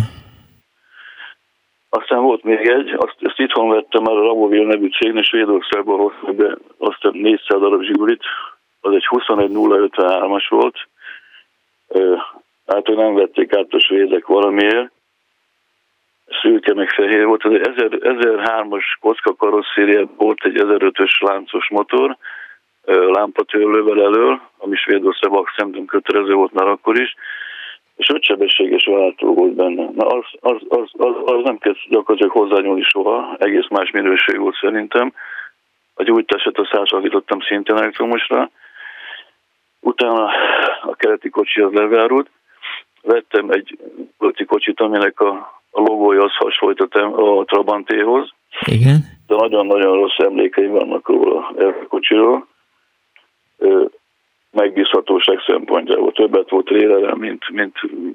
Aztán volt még egy, ezt itthon vettem már a Rabovil nevű cégnél, Svédországban hoztam be aztán 400 darab Zsigulit, az egy 21053-as volt, hát nem vették át a svédek valamiért, szürke meg fehér volt, ez egy 1003-as kocka karosszériában volt egy 1005-ös láncos motor, lámpatörlővel elől, ami Svédországban szerintem kötelező volt már akkor is, és 5 sebességes váltó volt benne. Na az nem kezd gyakorlatilag hozzányúlni soha, egész más minőség volt szerintem. A gyújtását azt átalakítottam szintén elektromosra. Utána a keleti kocsi az levárult. Vettem egy keleti kocsit, aminek a logója az hasonlít a Trabantéhoz. Igen. De nagyon-nagyon rossz emlékeim vannak róla a kocsiról. Megbízhatóság szempontjából többet volt trailerem, mint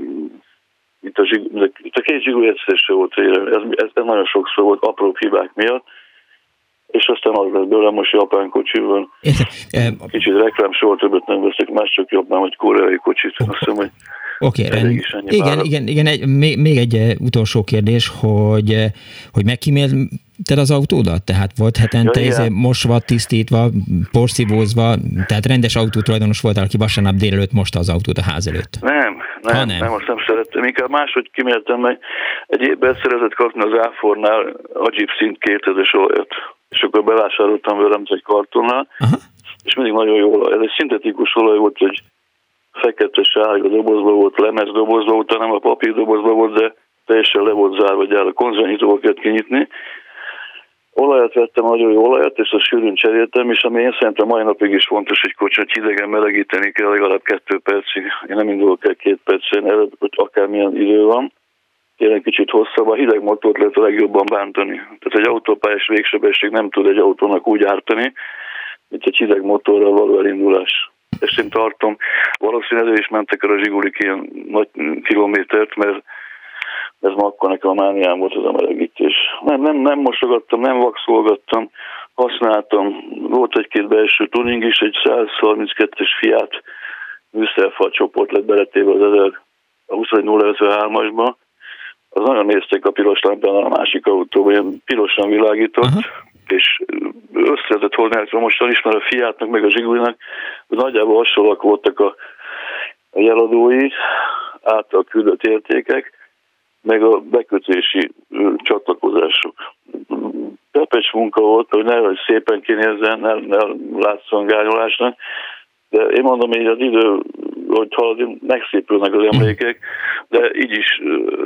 a két Zsiguli egyszer se volt trailer. Ez nagyon sokszor volt apró hibák miatt, és aztán az lett belőle most japán kocsival. Kicsit reklám, soha többet nem veszek, más csak jobbnám, hogy koreai kocsit. Azt hiszem, hogy Igen, még egy utolsó kérdés, hogy megkímélted az autódat? Tehát volt hetente mosva, tisztítva, porszívózva, tehát rendes autótulajdonos voltál, aki vasárnap délelőtt mosta az autót a ház előtt? Nem, azt nem szerettem. Inkább máshogy kíméltem meg. Egy évben szeretett kapni az Áfornál a Jeep Szint 2000-es olajat. És akkor bevásároltam velem egy kartonnal, és mindig nagyon jó olaj. Ez egy szintetikus olaj volt, hogy fekete-sárga dobozban volt, lemezdobozban volt, nem a papírdobozban volt, de teljesen le volt zárva, hogy a konzervnyitóval kellett kinyitni. Olajat vettem, nagyon jó olajat, és azt sűrűn cseréltem, és ami én szerintem mai napig is fontos, hogy kocsit hidegen melegíteni kell legalább 2 percig. Én nem indulok el 2 percen előbb, hogy akármilyen idő van. Kérem kicsit hosszabb, a hideg motort lehet a legjobban bántani. Tehát egy autópályás végsebesség nem tud egy autónak úgy ártani, mint egy hideg motorral való elindulás. Ezt én tartom. Valószínűleg ezért is mentek el a Zsigulik ilyen nagy kilométert, mert ez ma akkor nekem a mániám volt az a melegítés. Nem mosogattam, nem vaxolgattam, használtam. Volt egy-két belső tuning is, egy 132-es Fiat műszerfal csoport lett beletéve a 21053-asba. Az nagyon nézték a piros lámpán a másik autóban, ilyen pirosan világított, és össze lehetett hozni elektromosan is, mert a Fiatnak meg a Zsigulinak nagyjából hasonlóak voltak a jeladói által küldött értékek, meg a bekötési csatlakozások. Pepecs munka volt, hogy ne szépen kinézzen, ne látszon gányolásnak, de én mondom, hogy az idő, hogy halad, megszépülnek az emlékek, de így is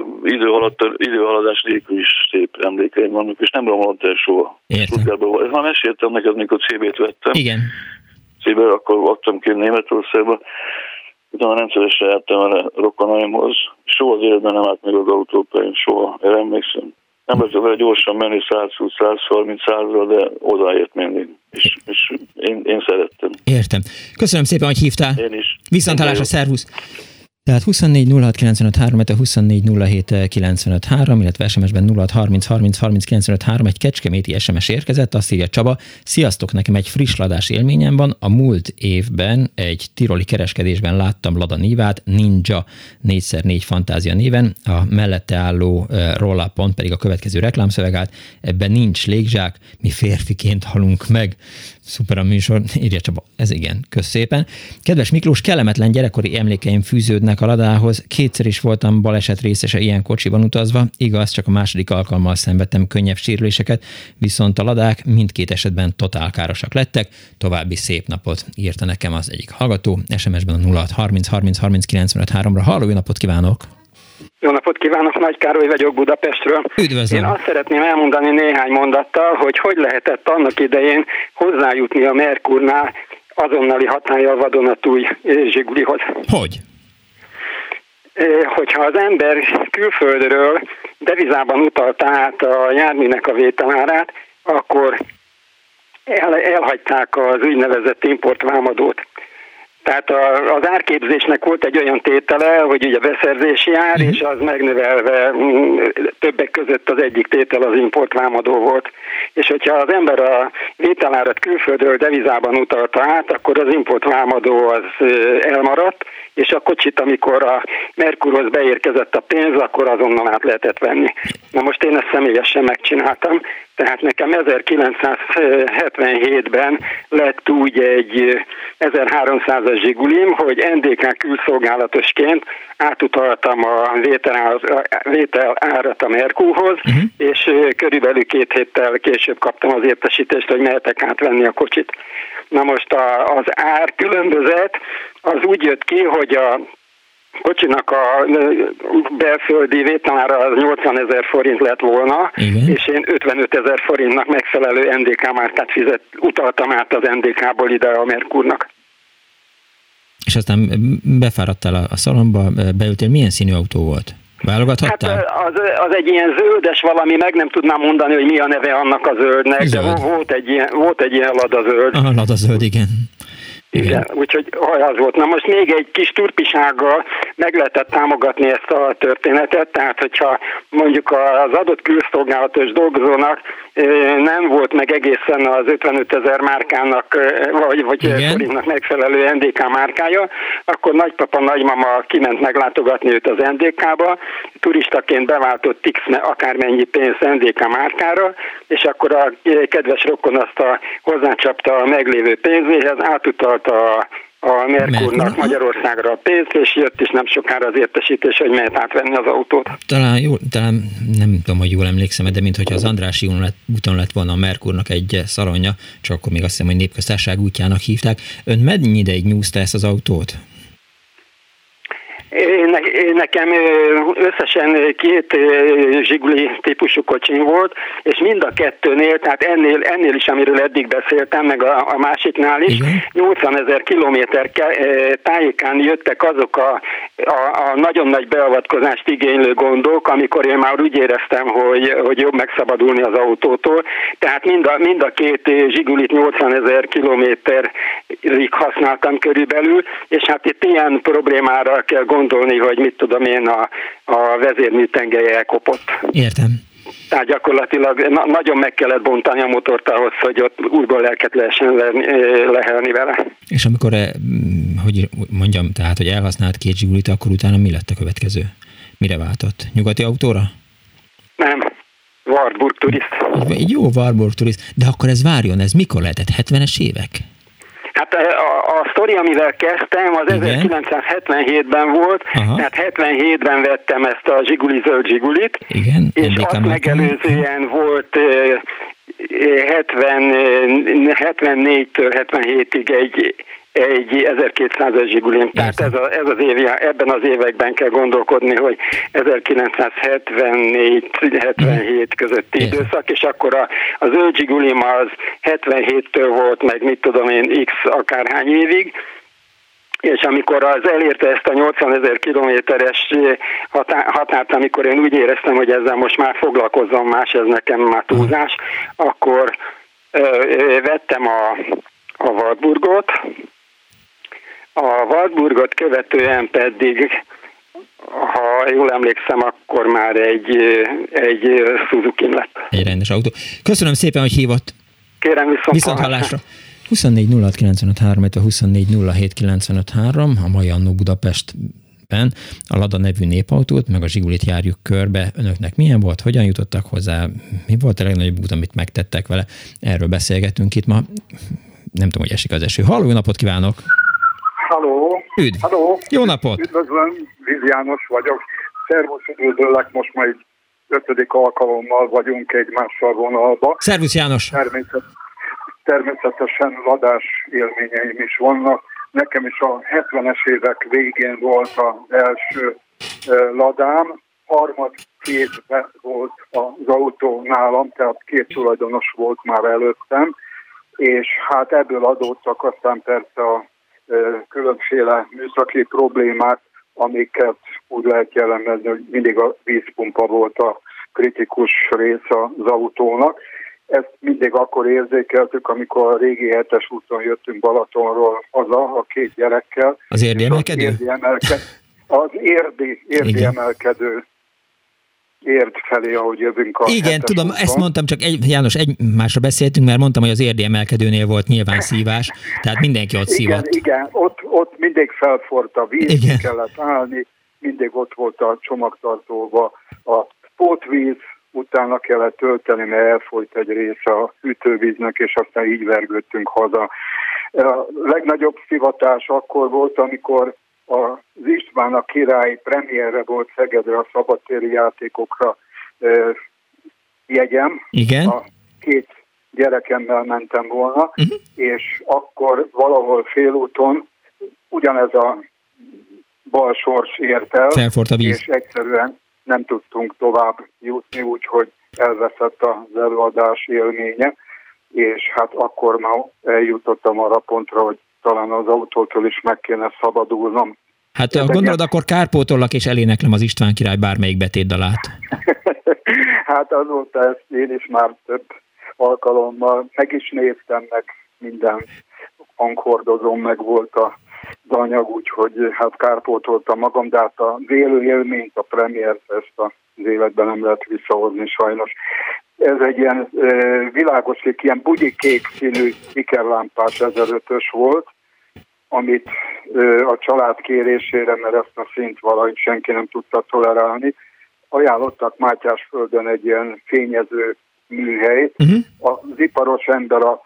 időhaladás nélkül is szép emlékeim vannak, és nem romlott el soha. Értem. Ez már meséltem neked, mikor CB-t vettem. Igen. CB-t akkor adtam ki Németországba, utána rendszeresen jártam el a rokonaimhoz. Soha az életben nem állt meg az autópályán, soha. Én emlékszem. Nem lehet vele gyorsan menni 120-130-100-ra, de odaért mindig. És én szerettem. Értem. Köszönöm szépen, hogy hívtál. Én is. Viszontlátásra, szervusz! Tehát 24 06 95 3, 24 07 95 3, illetve SMS-ben 06 30 30 30 95 3, egy kecskeméti SMS érkezett, azt írja Csaba: sziasztok, nekem egy friss ladás élményem van, a múlt évben egy tiroli kereskedésben láttam Lada Nivát, Ninja 4x4 Fantázia néven, a mellette álló rollapon pedig a következő reklámszöveg állt: ebben nincs légzsák, mi férfiként halunk meg. Szuper a műsor, írja Csaba. Ez igen, kösz szépen. Kedves Miklós, kellemetlen gyerekkori emlékeim fűződnek a Ladához. 2-szer is voltam baleset részese ilyen kocsiban utazva. Igaz, csak a második alkalommal szenvedtem könnyebb sérüléseket, viszont a Ladák mindkét esetben totál károsak lettek. További szép napot írta nekem az egyik hallgató. SMS-ben a 06 30 30 30 95 3-ra. Halló, jó napot kívánok! Jó napot kívánok, Nagy Károly vagyok Budapestről. Üdvözlöm. Én azt szeretném elmondani néhány mondattal, hogy lehetett annak idején hozzájutni a Merkurnál azonnali hatállyal vadonatúj Zsigulihoz. Hogy? Hogyha az ember külföldről devizában utalta át a járműnek a vételárát, akkor elhagyták az úgynevezett importvámadót. Tehát az árképzésnek volt egy olyan tétele, hogy ugye beszerzési ár, és az megnövelve többek között az egyik tétel az importvámadó volt. És hogyha az ember a vételárat külföldről devizában utalta át, akkor az importvámadó az elmaradt, és a kocsit, amikor a Merkurhoz beérkezett a pénz, akkor azonnal át lehetett venni. Na most én ezt személyesen megcsináltam, tehát nekem 1977-ben lett úgy egy 1300-as Zsigulim, hogy NDK külszolgálatosként átutaltam a vételárat a Merkurhoz, és körülbelül 2 héttel később kaptam az értesítést, hogy mehetek átvenni a kocsit. Na most az ár különbözet az úgy jött ki, hogy a kocsinak a belföldi vételára az 80 000 forint lett volna, és én 55 000 forintnak megfelelő NDK márkát utaltam át az NDK-ból ide a Merkurnak. És aztán befáradtál a szalomba, beültél, milyen színű autó volt? Válogathattál? Hát az egy ilyen zöldes valami, meg nem tudnám mondani, hogy mi a neve annak a zöldnek, de volt egy ilyen ladazöld. Aha, ladazöld, igen. Igen, úgyhogy az volt. Na most még egy kis turpisággal meg lehetett támogatni ezt a történetet, tehát hogyha mondjuk az adott külszolgálatos dolgozónak nem volt meg egészen az 55 000 márkának, vagy forintnak megfelelő NDK márkája, akkor nagypapa, nagymama kiment meglátogatni őt az NDK-ba, turistaként beváltott X akármennyi pénzt NDK márkára, és akkor a kedves rokon azt hozzácsapta a meglévő pénzéhez, átutalta a Merkurnak Magyarországra a pénzt, és jött is nem sokára az értesítés, hogy mehet átvenni az autót. Talán nem tudom, hogy jól emlékszem, de minthogyha az Andrássy úton lett volna a Merkurnak egy szalonja, csak akkor még azt hiszem, hogy Népköztársaság útjának hívták. Ön mennyi ideig nyúzta ezt az autót? Nekem összesen 2 Zsiguli típusú kocsim volt, és mind a kettőnél, tehát ennél is, amiről eddig beszéltem, meg a másiknál is, 80 000 kilométer tájékán jöttek azok a nagyon nagy beavatkozást igénylő gondok, amikor én már úgy éreztem, hogy jobb megszabadulni az autótól. Tehát mind a 2 Zsigulit 80 000 kilométerig használtam körülbelül, és hát itt ilyen problémára kell gondolni, hogy mit tudom én, a vezérműtengelye elkopott. Értem. Tehát gyakorlatilag nagyon meg kellett bontani a motort ahhoz, hogy ott újból lelket lehessen lehelni vele. És amikor, hogy mondjam, tehát, hogy elhasznált 2 Zsigulit, akkor utána mi lett a következő? Mire váltott? Nyugati autóra? Nem. Wartburg Tourist. Egy jó Wartburg Tourist. De akkor ez várjon, ez mikor lehetett? 70-es évek? Hát a sztori, amivel kezdtem, az 1977-ben volt, tehát 77-ben vettem ezt a Zsiguli zöld Zsigulit, és azt megelőzően volt 74-től 77-ig egy 1200-as Zsigulim. Tehát ez az év, ebben az években kell gondolkodni, hogy 1974-77 közötti időszak, és akkor a zöld Zsigulim az 77-től volt meg, mit tudom én, x akárhány évig, és amikor az elérte ezt a 80 000 kilométeres határt, amikor én úgy éreztem, hogy ezzel most már foglalkozzam más, ez nekem már túlzás, akkor vettem a Wartburgot. A Wartburgot követően pedig, ha jól emlékszem, akkor már egy Suzuki lett. Egy rendes autó. Köszönöm szépen, hogy hívott. Kérem, viszont hallásra. 24 06 953, 24 07 953, a mai Annó Budapestben a Lada nevű népautót, meg a Zsigulit járjuk körbe. Önöknek milyen volt, hogyan jutottak hozzá, mi volt a legnagyobb út, amit megtettek vele? Erről beszélgetünk itt ma. Nem tudom, hogy esik az eső. Halló, jó napot kívánok! Halló! Üdv! Halló! Jó napot! Üdvözlöm, Víz János vagyok. Szervusz, üdvözöllek, most már egy 5. alkalommal vagyunk egymással vonalba. Szervusz János! Természetesen ladás élményeim is vannak. Nekem is a 70-es évek végén volt az első ladám, harmad kézben volt az autó nálam, tehát 2 tulajdonos volt már előttem, és hát ebből adódtak aztán persze a különféle műszaki problémák, amiket úgy lehet jellemezni, hogy mindig a vízpumpa volt a kritikus rész az autónak. Ezt mindig akkor érzékeltük, amikor a régi 7-es úton jöttünk Balatonról haza a 2 gyerekkel. Az érdi emelkedő? Az érdi emelkedő érd felé, ahogy jövünk a igen, tudom, úton. Ezt mondtam, csak János, egymásra beszéltünk, mert mondtam, hogy az érdi emelkedőnél volt nyilván szívás, tehát mindenki ott szívott. Igen, ott mindig felforrt a víz, igen. Kellett állni, mindig ott volt a csomagtartóba a pótvíz, utána kellett tölteni, mert elfolyt egy része a hűtővíznek, és aztán így vergődtünk haza. A legnagyobb szivatás akkor volt, amikor az István a király premierre volt Szegedre a szabadtéri játékokra jegyem. Igen. A 2 gyerekemmel mentem volna, és akkor valahol félúton ugyanez a bal sors ért el, és egyszerűen nem tudtunk tovább jutni, úgyhogy elveszett az előadás élménye, és hát akkor már eljutottam arra pontra, hogy talán az autótól is meg kéne szabadulnom. Hát gondolod, akkor kárpótollak és eléneklem az István király bármelyik betétdalát. Hát azóta ezt én is már több alkalommal meg is néztem, meg minden hanghordozón meg volt az anyag, úgyhogy hát kárpótoltam magam, de hát az élő élményt, a premiért ezt az életben nem lehet visszahozni sajnos. Ez egy ilyen világos, ilyen bugyi-kék színű ikerlámpás 1005-ös volt, amit a család kérésére, mert ezt a színt valahogy senki nem tudta tolerálni, ajánlottak Mátyásföldön egy ilyen fényező műhelyt. Az iparos ember a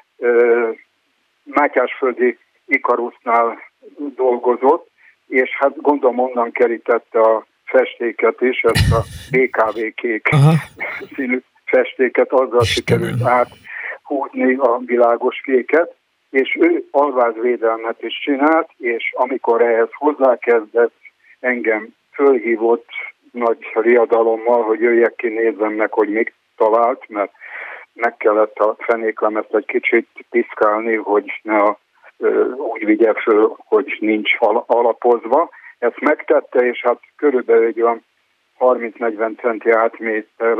Mátyásföldi Ikarusznál dolgozott, és hát gondolom onnan kerítette a festéket is, ezt a BKV kék színű festéket, azzal sikerült áthúzni a világos kéket, és ő alvázvédelmet is csinált, és amikor ehhez hozzákezdett, engem fölhívott nagy riadalommal, hogy jöjjek ki, nézzem meg, hogy mit talált, mert meg kellett a fenéklemezt egy kicsit piszkálni, hogy ne úgy vigye föl, hogy nincs alapozva. Ezt megtette, és hát körülbelül egy olyan 30-40 centi átméter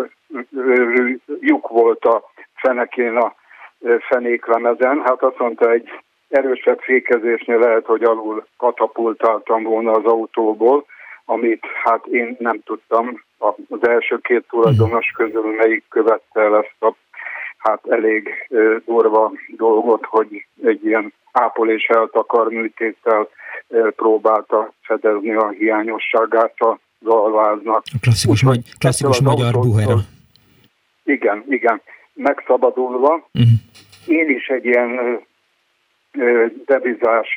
lyuk volt a fenekén a fenéklemezen. Hát azt mondta, egy erősebb fékezésnél lehet, hogy alul katapultáltam volna az autóból, amit hát én nem tudtam. Az első 2 tulajdonos közül melyik követte el ezt a hát elég durva dolgot, hogy egy ilyen ápolés eltakar műtéttel próbálta fedezni a hiányosságát az alváznak. Klasszikus magyar buhera. Igen. Megszabadulva. Én is egy ilyen devizás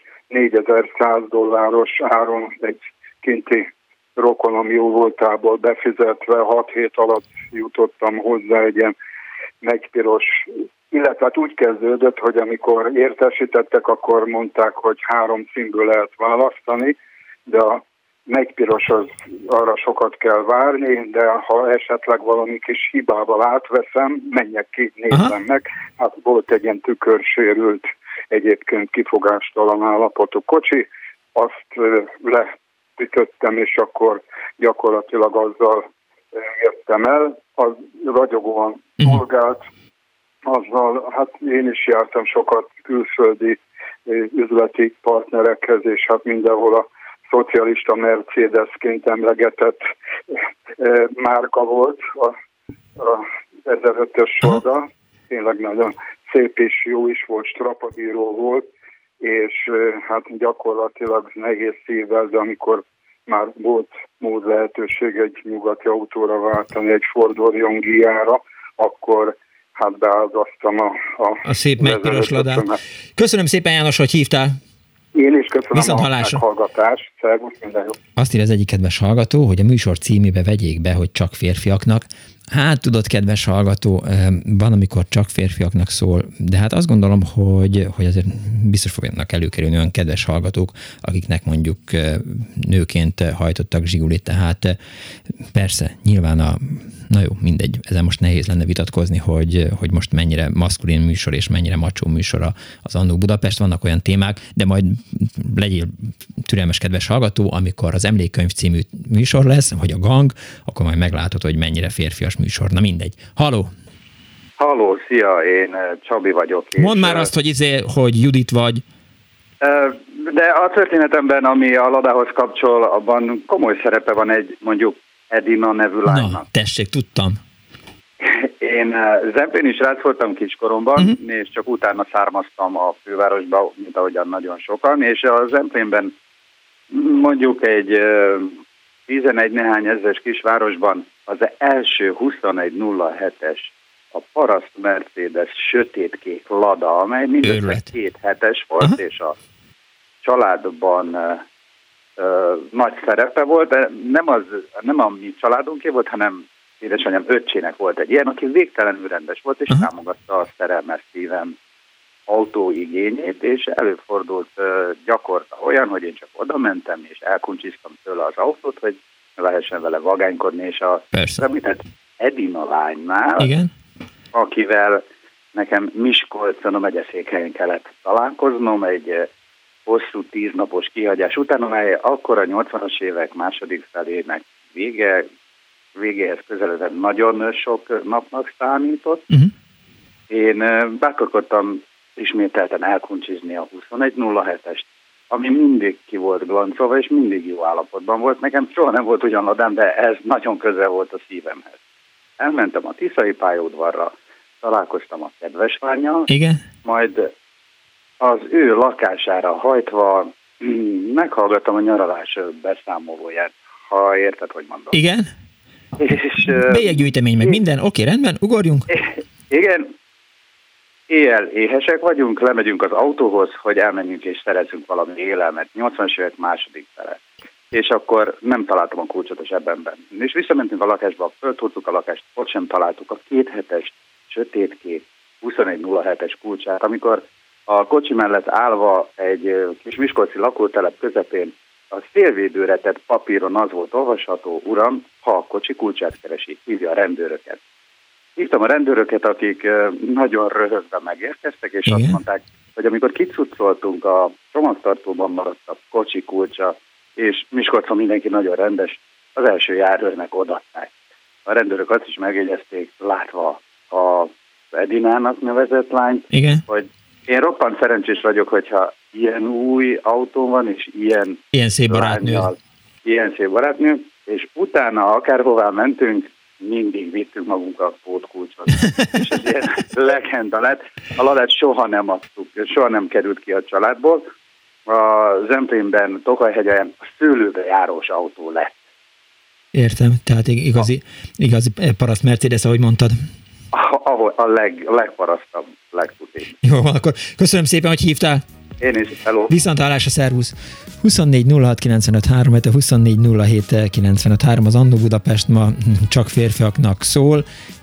$4100 áron egy kinti rokonom jó voltából befizetve 6 hét alatt jutottam hozzá egy ilyen megypiros, illetve hát úgy kezdődött, hogy amikor értesítettek, akkor mondták, hogy 3 színből lehet választani, de a megypiros az arra sokat kell várni, de ha esetleg valami kis hibával átveszem, menjek ki, nézzem meg. Hát volt egy ilyen tükörsérült, egyébként kifogástalan állapotú kocsi, azt leütöttem, és akkor gyakorlatilag azzal jöttem el, az ragyogóan szolgált, azzal, hát én is jártam sokat külföldi üzleti partnerekhez, és hát mindenhol a szocialista Mercedesként emlegetett márka volt a 1005-ös sorda. Tényleg nagyon szép és jó is volt, strapabíró volt, és hát gyakorlatilag nehéz szívvel, de amikor már volt mód lehetőség egy nyugati autóra váltani, egy Ford Orion Gia-ra, akkor hát beáldoztam a szép megpiros ladát. Köszönöm szépen, János, hogy hívtál. Én is köszönöm Viszont a hallásra. meghallgatást. Szervusz, minden jó. Azt írja az egyik kedves hallgató, hogy a műsor címébe vegyék be, hogy csak férfiaknak. Hát tudod, kedves hallgató, van, amikor csak férfiaknak szól, de hát azt gondolom, hogy azért biztos fognak előkerülni olyan kedves hallgatók, akiknek mondjuk nőként hajtottak zsigulit, tehát persze, nyilván na jó, mindegy, ezen most nehéz lenne vitatkozni, hogy most mennyire maszkulin műsor és mennyire macsó műsor az Annó Budapest, vannak olyan témák, de majd legyél türelmes, kedves hallgató, amikor az Emlékkönyv című műsor lesz, vagy a Gang, akkor majd meglátod, hogy mennyire férfias műsor. Na mindegy. Halló! Halló, szia, én Csabi vagyok. Mondd már azt, hogy Judit vagy. De a történetemben, ami a Ladához kapcsol, abban komoly szerepe van egy, mondjuk, Edina nevű lánynak. Na, tessék, tudtam. Én zempléni srác voltam kiskoromban, és csak utána származtam a fővárosba, mint ahogyan nagyon sokan, és a Zemplénben mondjuk egy 11 néhány ezeres kisvárosban az első 2107-es a paraszt Mercedes sötétkék Lada, amely mindössze 2 hetes volt, és a családban nagy szerepe volt, de nem a mi családunké volt, hanem édesanyám öccsének volt egy ilyen, aki végtelenül rendes volt, és támogatta a szerelmes szívem autóigényét, és előfordult gyakorta olyan, hogy én csak oda mentem, és elkuncsiztam tőle az autót, hogy lehessen vele vagánykodni, és a említett Edina lánynál, igen, akivel nekem Miskolcon a megyeszékhelyen kellett találkoznom egy hosszú 10 napos kihagyás után, amely akkor a 80-as évek második felének végéhez közeledett nagyon sok napnak számított. Én bátorkodtam ismételten elkuncsizni a 2107-est, ami mindig ki volt glancolva, és mindig jó állapotban volt. Nekem soha nem volt ugyan Ladám, de ez nagyon közel volt a szívemhez. Elmentem a Tiszai pályaudvarra, találkoztam a kedves lánnyal, majd az ő lakására hajtva meghallgattam a nyaralás beszámolóját, ha érted, hogy mondom. Igen? És bélyeggyűjtemény meg minden, oké, rendben, ugorjunk. Igen, éjjel éhesek vagyunk, lemegyünk az autóhoz, hogy elmenjünk és szerezzünk valami élelmet. 80-as évek második fele. És akkor nem találtam a kulcsot a zsebemben. És visszamentünk a lakásba, föltúrtuk a lakást, ott sem találtuk a 2 hetes sötétkék 2107-es kulcsát, amikor a kocsi mellett állva egy kis miskolci lakótelep közepén a szélvédőre tett papíron az volt olvasható: uram, ha a kocsi kulcsát keresi, hívja a rendőröket. Hívtam a rendőröket, akik nagyon röhögve megérkeztek, és azt mondták, hogy amikor kicucoltunk, a csomagtartóban maradt a kocsi kulcsa, és Miskolcon mindenki nagyon rendes, az első járőrnek odaadták. A rendőrök azt is megjegyezték, látva az Edinának nevezett lányt, hogy én roppant szerencsés vagyok, hogyha ilyen új autó van, és ilyen szép barátnő. Ilyen szép barátnő, és utána akárhová mentünk, mindig vittünk magunkkal pótkulcsot. És ez ilyen legenda lett. A Ladát soha nem adtuk, soha nem került ki a családból. A Zemplénben, Tokajhegyen a szőlőbe járós autó lett. Értem, tehát igazi paraszt Mercedes, ahogy mondtad. A legparasztabb, legputébb. Jó van, akkor köszönöm szépen, hogy hívtál. Én is, hello. Viszontlátásra, szervusz. 24 06 95 3, 24 07 95 3, az Annó Budapest ma csak férfiaknak szól.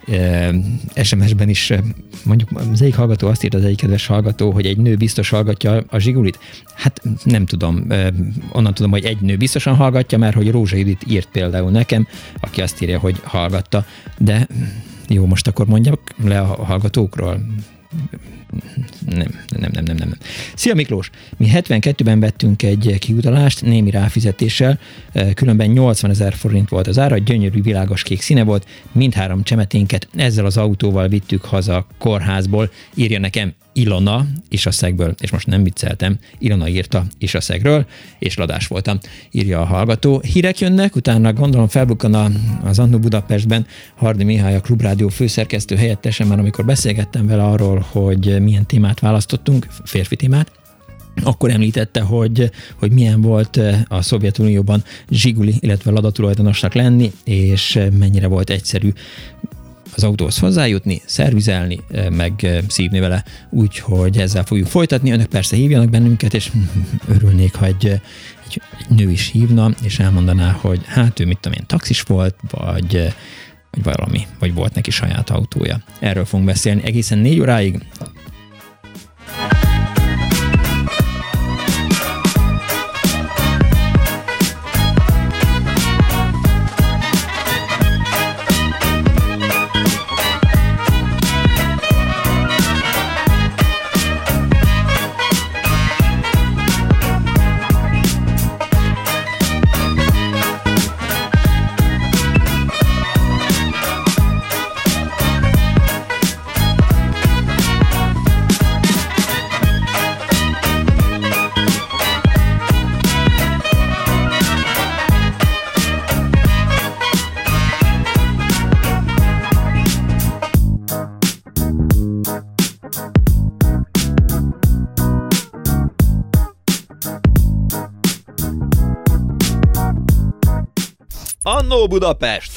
SMS-ben is mondjuk az egyik hallgató azt írt, az egyik kedves hallgató, hogy egy nő biztos hallgatja a zsigulit. Hát nem tudom, onnan tudom, hogy egy nő biztosan hallgatja, mert hogy Rózsa Judit írt például nekem, aki azt írja, hogy hallgatta. De jó, most akkor mondjak le a hallgatókról. Nem. Szia Miklós! Mi 72-ben vettünk egy kiutalást némi ráfizetéssel, különben 80 000 forint volt az ára, gyönyörű világos kék színe volt, mindhárom csemeténket ezzel az autóval vittük haza a kórházból, írja nekem Ilona Isaszegből, és most nem vicceltem, Ilona írta Isaszegről, és ladás voltam, írja a hallgató. Hírek jönnek, utána gondolom felbukkan az Annó Budapestben Hardy Mihály, a Klubrádió főszerkesztő helyettese, mert amikor beszélgettem vele arról, hogy milyen témát választottunk, férfi témát, akkor említette, hogy milyen volt a Szovjetunióban zsiguli, illetve Lada tulajdonosnak lenni, és mennyire volt egyszerű az autóhoz hozzájutni, szervizelni, meg szívni vele, úgyhogy ezzel fogjuk folytatni. Önök persze hívjanak bennünket, és örülnék, ha egy nő is hívna, és elmondaná, hogy hát ő mit tudom én, taxis volt, vagy valami, vagy volt neki saját autója. Erről fogunk beszélni egészen 4 óráig. Annó Budapest!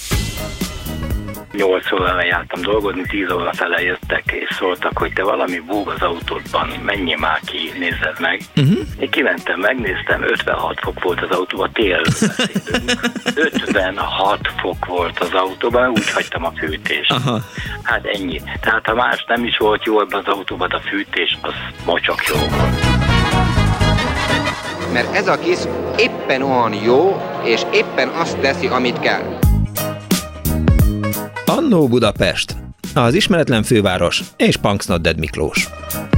8 órán jártam dolgozni, 10 óra fele jöttek, és szóltak, hogy te valami búg az autódban, menjél már ki, nézzed meg. Én kimentem, megnéztem, 56 fok volt az autóban, télről beszélünk. 56 fok volt az autóban, úgy hagytam a fűtést. Aha. Hát ennyi. Tehát ha más nem is volt jó ebben az autóban, a fűtés az mocsak jó volt. Mert ez a kis éppen olyan jó, és éppen azt teszi, amit kell. Annó Budapest, az ismeretlen főváros és Punksnodded Miklós.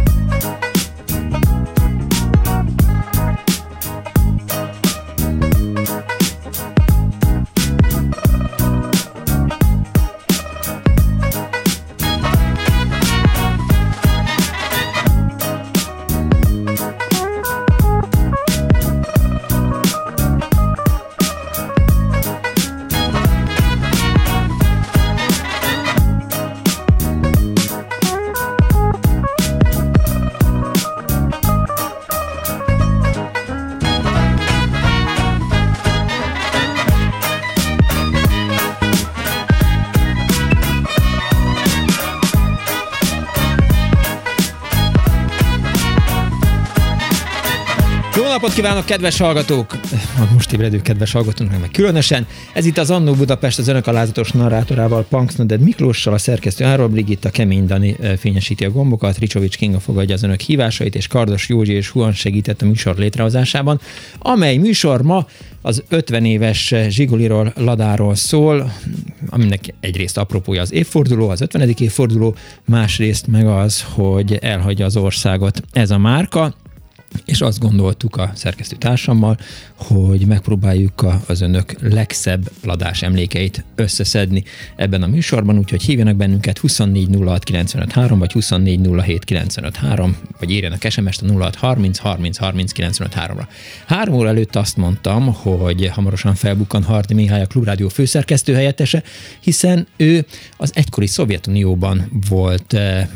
Jó napot kívánok, kedves hallgatók! A most ébredő kedves hallgatóknak meg különösen. Ez itt az Annó Budapest az önök alázatos narrátorával, Punksnodded Miklóssal, a szerkesztő Árva Brigitta, Kemény Dani fényesíti a gombokat, Ricsovics Kinga fogadja az önök hívásait, és Kardos Józsi és Huan segített a műsor létrehozásában, amely műsor ma az 50 éves Zsiguliról, Ladáról szól, aminek egyrészt apropója az évforduló, az 50. évforduló, másrészt meg az, hogy elhagyja az országot ez a márka, és azt gondoltuk a szerkesztőtársammal, hogy megpróbáljuk az önök legszebb Ladás emlékeit összeszedni ebben a műsorban, úgyhogy hívjanak bennünket 24 06 953 vagy 24 07 953, vagy írjanak SMS-t a 06 30 30 30 953-ra. 3 óra előtt azt mondtam, hogy hamarosan felbukkan Hardy Mihály, a Klubrádió főszerkesztő helyettese, hiszen ő az egykori Szovjetunióban volt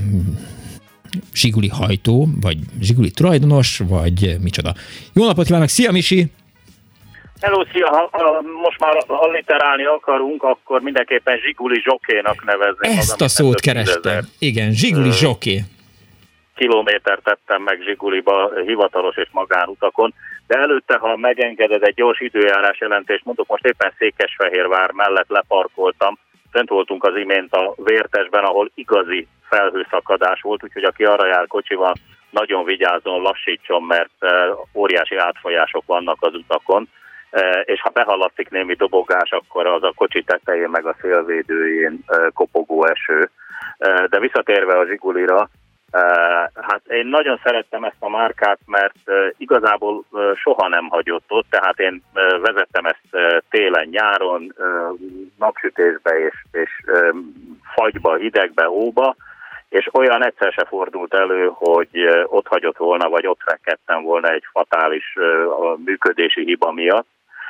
zsiguli hajtó, vagy zsiguli tulajdonos, vagy micsoda. Jó napot kívánok, szia Misi! Hello, szia! Ha most már alliterálni akarunk, akkor mindenképpen zsiguli zsokénak nevezni. Ezt a szót kerestem. Igen, zsiguli zsoké. Kilométert tettem meg Zsiguliba hivatalos és magánutakon, de előtte, ha megengeded, egy gyors időjárás jelentést mondok, most éppen Székesfehérvár mellett leparkoltam, fent voltunk az imént a Vértesben, ahol igazi felhőszakadás volt, úgyhogy aki arra jár kocsival, nagyon vigyázzon, lassítson, mert óriási átfolyások vannak az utakon, és ha behallatszik némi dobogás, akkor az a kocsi tetején meg a szélvédőjén kopogó eső. De visszatérve a Zsigulira, hát én nagyon szerettem ezt a márkát, mert igazából soha nem hagyott ott, tehát én vezettem ezt télen-nyáron, napsütésbe és fagyba, hidegbe, hóba, és olyan egyszer se fordult elő, hogy ott hagyott volna, vagy ott rekedtem volna egy fatális működési hiba miatt.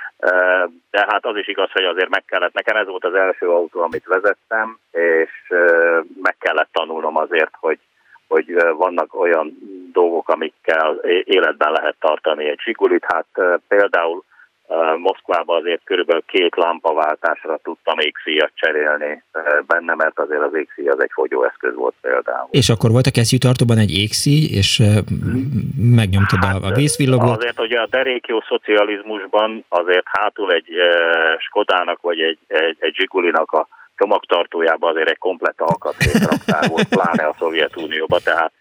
De hát az is igaz, hogy azért meg kellett, nekem ez volt az első autó, amit vezettem, és meg kellett tanulnom azért, hogy vannak olyan dolgok, amikkel életben lehet tartani egy Zsigulit. Hát például Moszkvában azért körülbelül 2 lámpaváltásra tudtam égszíjat cserélni benne, mert azért az égszíj az egy fogyóeszköz volt például. És akkor volt a kesztyűtartóban egy égszíj, és megnyomtad a vészvillogót? Azért, hogy a derékjó szocializmusban azért hátul egy Skodának vagy egy Zsigulinak a csomagtartójában azért egy komplett alkatrészraktár volt, pláne a Szovjetunióban, tehát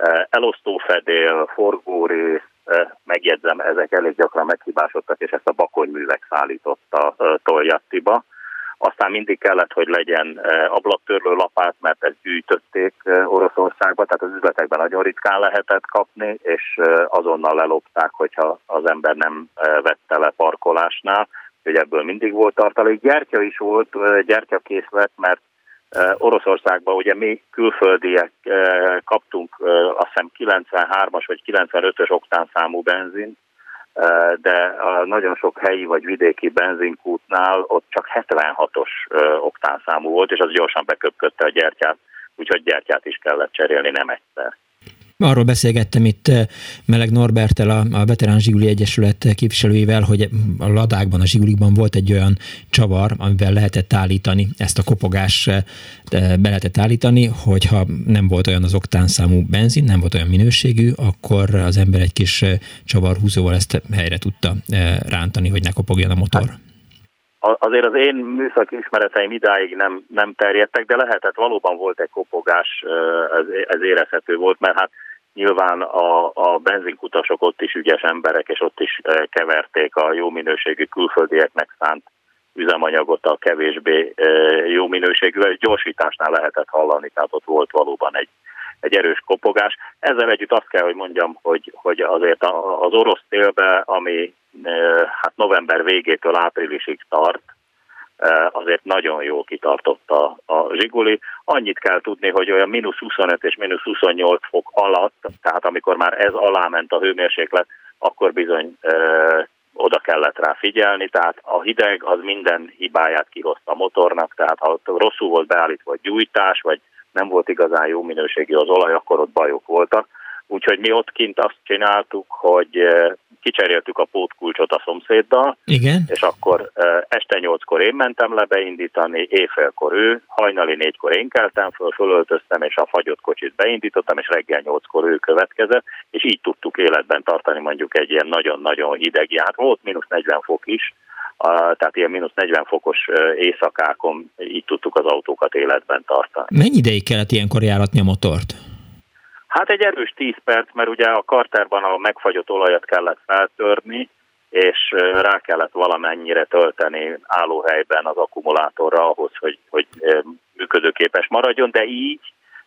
elosztófedél, forgórész, megjegyzem, ezek elég gyakran meghibásodtak, és ezt a bakonyművek szállította Toljattiba. Aztán mindig kellett, hogy legyen ablaktörlő lapát, mert ezt gyűjtötték Oroszországba, tehát az üzletekben nagyon ritkán lehetett kapni, és azonnal lelopták, hogyha az ember nem vette le parkolásnál, hogy ebből mindig volt tartalék. Gyertya is volt, gyertyakészlet, mert Oroszországban ugye mi külföldiek kaptunk azt hiszem 93-as vagy 95-ös oktánszámú benzin, de a nagyon sok helyi vagy vidéki benzinkútnál ott csak 76-os oktánszámú volt, és az gyorsan beköpködte a gyertyát, úgyhogy gyertyát is kellett cserélni, nem egyszer. Arról beszélgettem itt Meleg Norberttel, a Veterán Zsiguli Egyesület képviselőjével, hogy a ladákban, a Zsigulikban volt egy olyan csavar, amivel lehetett állítani, ezt a kopogás be lehetett állítani, hogyha nem volt olyan az oktánszámú benzin, nem volt olyan minőségű, akkor az ember egy kis csavarhúzóval ezt helyre tudta rántani, hogy ne kopogjon a motor. Azért az én műszaki ismereteim idáig nem terjedtek, de lehetett, valóban volt egy kopogás, ez érezhető volt, mert hát nyilván a benzinkutasok ott is ügyes emberek, és ott is keverték a jó minőségű külföldieknek szánt üzemanyagot a kevésbé jó minőségűvel, és gyorsításnál lehetett hallani, tehát ott volt valóban egy erős kopogás. Ezzel együtt azt kell, hogy mondjam, hogy azért az orosz télbe, ami hát november végétől áprilisig tart, azért nagyon jól kitartott a Zsiguli. Annyit kell tudni, hogy olyan -25 és -28 fok alatt, tehát amikor már ez alá ment a hőmérséklet, akkor bizony oda kellett rá figyelni, tehát a hideg az minden hibáját kihozta a motornak, tehát ha rosszul volt beállítva a gyújtás, vagy nem volt igazán jó minőségű az olaj, akkor ott bajok voltak. Úgyhogy mi ott kint azt csináltuk, hogy kicseréltük a pótkulcsot a szomszéddal, igen. És akkor este 8-kor én mentem le beindítani, éjfélkor ő, hajnali 4-kor én keltem föl, fölöltöztem, és a fagyott kocsit beindítottam, és reggel 8-kor ő következett, és így tudtuk életben tartani mondjuk egy ilyen nagyon-nagyon hideg jár. Volt -40 fok is, tehát ilyen -40 fokos éjszakákon így tudtuk az autókat életben tartani. Mennyi ideig kellett ilyenkor járatni a motort? Hát egy erős 10 perc, mert ugye a karterban a megfagyott olajat kellett feltörni, és rá kellett valamennyire tölteni állóhelyben az akkumulátorra ahhoz, hogy működőképes maradjon, de így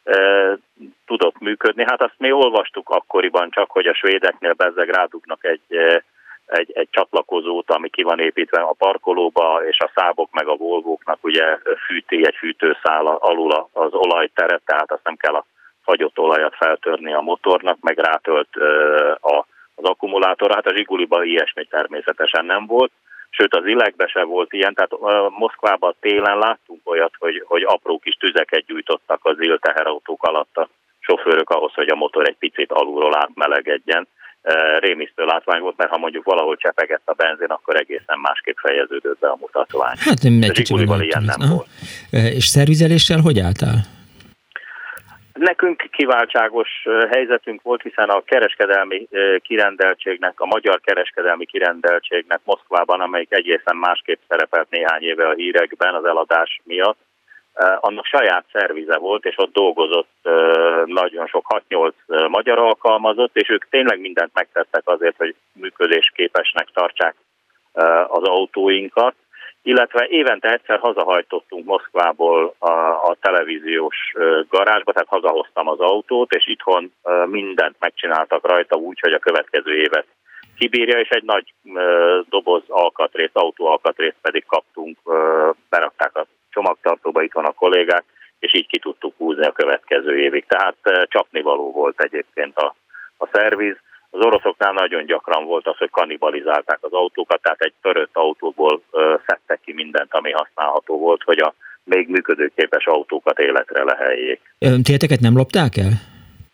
tudott működni. Hát azt mi olvastuk akkoriban csak, hogy a svédeknél bezzeg rádugnak egy csatlakozót, ami ki van építve a parkolóba, és a Szábok meg a Volvóknak ugye fűti egy fűtőszál alul az olajteret, tehát azt nem kell a fagyott olajat feltörni a motornak, meg rátölt az akkumulátorra. Hát a Zsiguliban ilyesmi természetesen nem volt, sőt az Ilekben se volt ilyen, tehát Moszkvában télen láttunk olyat, hogy apró kis tüzeket gyújtottak az IL teherautók alatt a sofőrök ahhoz, hogy a motor egy picit alulról átmelegedjen. Rémisztő látvány volt, mert ha mondjuk valahol csepegett a benzin, akkor egészen másképp fejeződött be a mutatvány. Hát egy Zsiguliban ilyen nem volt. És szervizeléssel hogy álltál? Nekünk kiváltságos helyzetünk volt, hiszen a kereskedelmi kirendeltségnek, a magyar kereskedelmi kirendeltségnek Moszkvában, amelyik egészen másképp szerepelt néhány éve a hírekben az eladás miatt, annak saját szervize volt, és ott dolgozott nagyon sok 6-8 magyar alkalmazott, és ők tényleg mindent megtettek azért, hogy működésképesnek tartsák az autóinkat, illetve évente egyszer hazahajtottunk Moszkvából a televíziós garázsba, tehát hazahoztam az autót, és itthon mindent megcsináltak rajta úgy, hogy a következő évet kibírja, és egy nagy doboz alkatrészt, autóalkatrészt pedig kaptunk, berakták a csomagtartóba, itt van a kollégák, és így ki tudtuk húzni a következő évig. Tehát csapnivaló volt egyébként a szerviz. Az oroszoknál nagyon gyakran volt az, hogy kannibalizálták az autókat, tehát egy törött autóból szedtek ki mindent, ami használható volt, hogy a még működőképes autókat életre leheljék. Téleteket nem lopták el?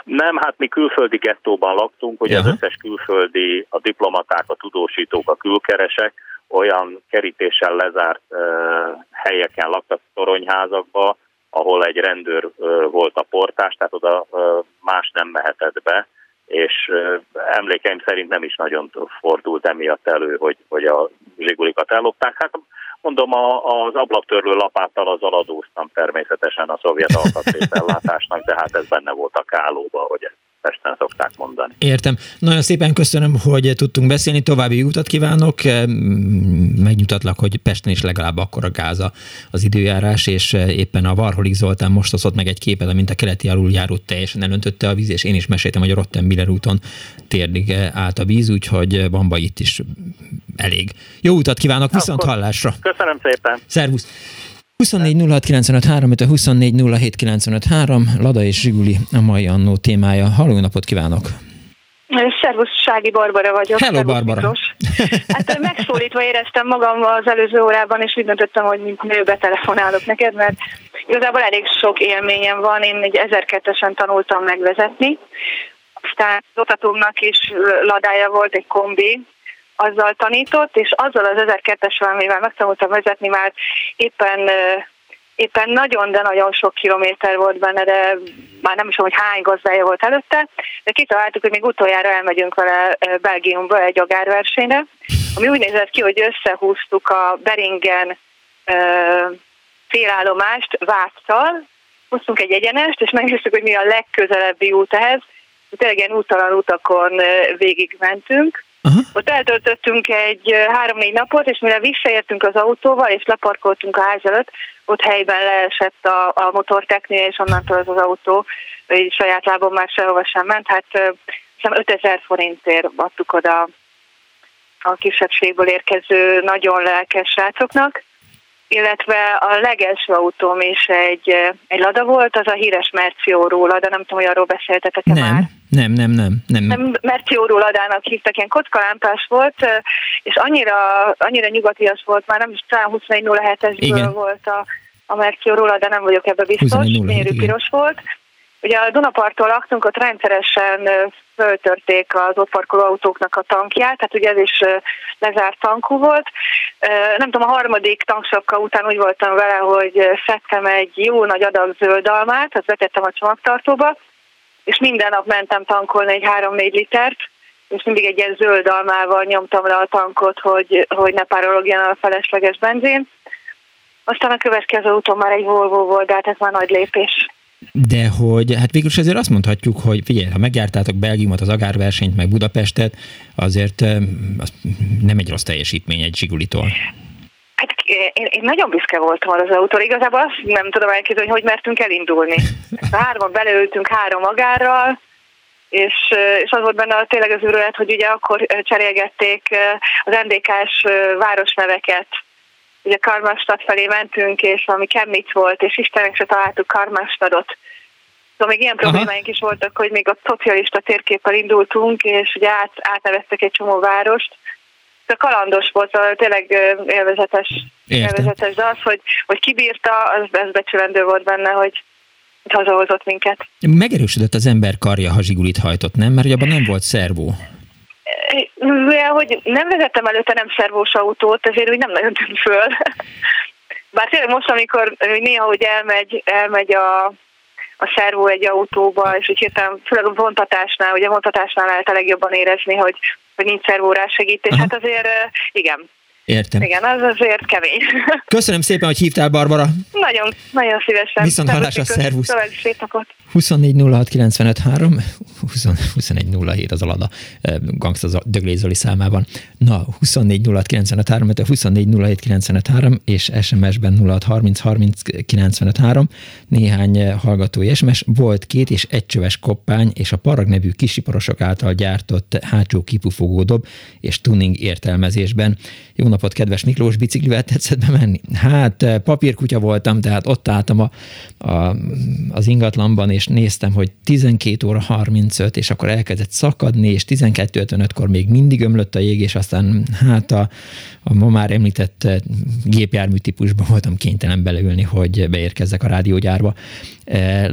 Nem, hát mi külföldi gettóban laktunk, hogy az összes külföldi, a diplomaták, a tudósítók, a külkeresek olyan kerítéssel lezárt helyeken laktak, toronyházakba, ahol egy rendőr volt a portás, tehát oda más nem mehetett be, és emlékeim szerint nem is nagyon fordult emiatt elő, hogy a zsigulikat ellopták. Hát mondom, az ablaktörlő lapáttal azzal adóztam természetesen a szovjet alkatrészellátásnak, de hát ez benne volt a kálóba, hogy ezt Pesten szokták mondani. Értem. Nagyon szépen köszönöm, hogy tudtunk beszélni, további jó utat kívánok. Megnyugtatlak, hogy Pesten is legalább akkora gáz az időjárás, és éppen a Varholik Zoltán most osztott meg egy képet, amint a keleti aluljárót teljesen elöntötte a víz, és én is meséltem, hogy a Rottenbiller úton térdig állt a víz, úgyhogy van itt is elég. Jó utat kívánok, viszont hallásra! Köszönöm szépen! Szervusz! 24 06 95 3, 24 07 95 3, Lada és Zsiguli a mai Annó témája. Halló, napot kívánok! Szervusz, Sági Barbara vagyok. Hello, Szervusz, Barbara! Miklós. Hát megszólítva éreztem magam az előző órában, és úgy döntöttem, hogy mint nő betelefonálok neked, mert igazából elég sok élményem van. Én egy 1002-esen tanultam megvezetni, aztán az oktatómnak is ladája volt, egy kombi, azzal tanított, és azzal az 1002-essel, amivel megtanultam vezetni, már éppen nagyon, de nagyon sok kilométer volt benne, de már nem is tudom, hogy hány gazdája volt előtte, de kitaláltuk, hogy még utoljára elmegyünk vele Belgiumba egy agárversenyre, ami úgy nézett ki, hogy összehúztuk a Beringen félállomást Váccal, húztunk egy egyenest, és megnéztük, hogy mi a legközelebbi út ehhez. Tényleg ilyen úttalan utakon végigmentünk. Ott eltöltöttünk egy 3-4 napot, és mire visszaértünk az autóval, és leparkoltunk a ház előtt, ott helyben leesett a motorteknél, és onnantól az autó így saját lábon már sehova sem ment. Hát 5000 forintért adtuk oda a kisebbségből érkező nagyon lelkes srácoknak, illetve a legelső autóm is egy Lada volt, az a híres Mercioró Lada, nem tudom, hogy arról beszéltetek-e már. Nem. Mercioró Ladának hívtak, ilyen kockalámpás volt, és annyira nyugatias volt, már nem is talán 2107-esből volt a Mercioró Lada, nem vagyok ebbe biztos, gyönyörű piros volt. Ugye a Dunaparton laktunk, ott rendszeresen föltörték az ott parkoló autóknak a tankját, tehát ugye ez is lezárt tankú volt. Nem tudom, a harmadik tanksapka után úgy voltam vele, hogy szedtem egy jó nagy adag zöld almát, azt vetettem a csomagtartóba, és minden nap mentem tankolni egy 3-4 litert, és mindig egy ilyen zöld almával nyomtam le a tankot, hogy ne párologjon a felesleges benzin. Aztán a következő úton már egy Volvo volt, de hát ez már nagy lépés. De hogy, hát végülis azért azt mondhatjuk, hogy figyelj, ha megjártátok Belgiumot, az agárversenyt, meg Budapestet, azért az nem egy rossz teljesítmény egy Zsigulitól. Hát én nagyon büszke voltam az autóra. Igazából azt nem tudom elképzelni, hogy mertünk elindulni. Hárman beleültünk 3 agárral, és az volt benne tényleg az őrület, hogy ugye akkor cserélgették az NDK-s városneveket. Ugye Karmastad felé mentünk, és valami Chemnitz volt, és Istenek se találtuk Karmastadot. Szóval még ilyen problémáink is voltak, hogy még a szocialista térképpel indultunk, és ugye átneveztek egy csomó várost. De kalandos volt, szóval tényleg élvezetes, de az, hogy kibírta, az becsülendő volt benne, hogy hazahozott minket. Megerősödött az ember karja, ha Zsigulit hajtott, nem? Mert abban nem volt szervó. Hogy nem vezettem előtte nem szervós autót, ezért úgy nem nagyon tűnt föl. Bár tényleg most, amikor néha hogy elmegy a szervó egy autóba, és úgy hirtelen, főleg a vontatásnál, ugye a vontatásnál lehet a legjobban érezni, hogy nincs szervórás segítés, hát azért igen. Értem. Igen, az azért kemény. Köszönöm szépen, hogy hívtál, Barbara. Nagyon, nagyon szívesen. Viszont hallásra, szervusz. További szép napot. 24 06 95 3, 21 07 az a Lada Gangsta Döglé Zoli számában. Na, 24 06 95 3, 24 07 95 3, és SMS-ben 06 30 30 95 3. Néhány hallgatói SMS. Volt 2 és 1 csöves koppány, és a Parag nevű kisiparosok által gyártott hátsó kipufogó dob és tuning értelmezésben. Jó napot, kedves Miklós, biciklivel tetszett bemenni? Hát papírkutya voltam, tehát ott álltam az ingatlanban, és néztem, hogy 12 óra 35, és akkor elkezdett szakadni, és 12:55-kor még mindig ömlött a jég, és aztán hát a ma már említett gépjármű típusban voltam kénytelen beleülni, hogy beérkezzek a rádiógyárba. Lányok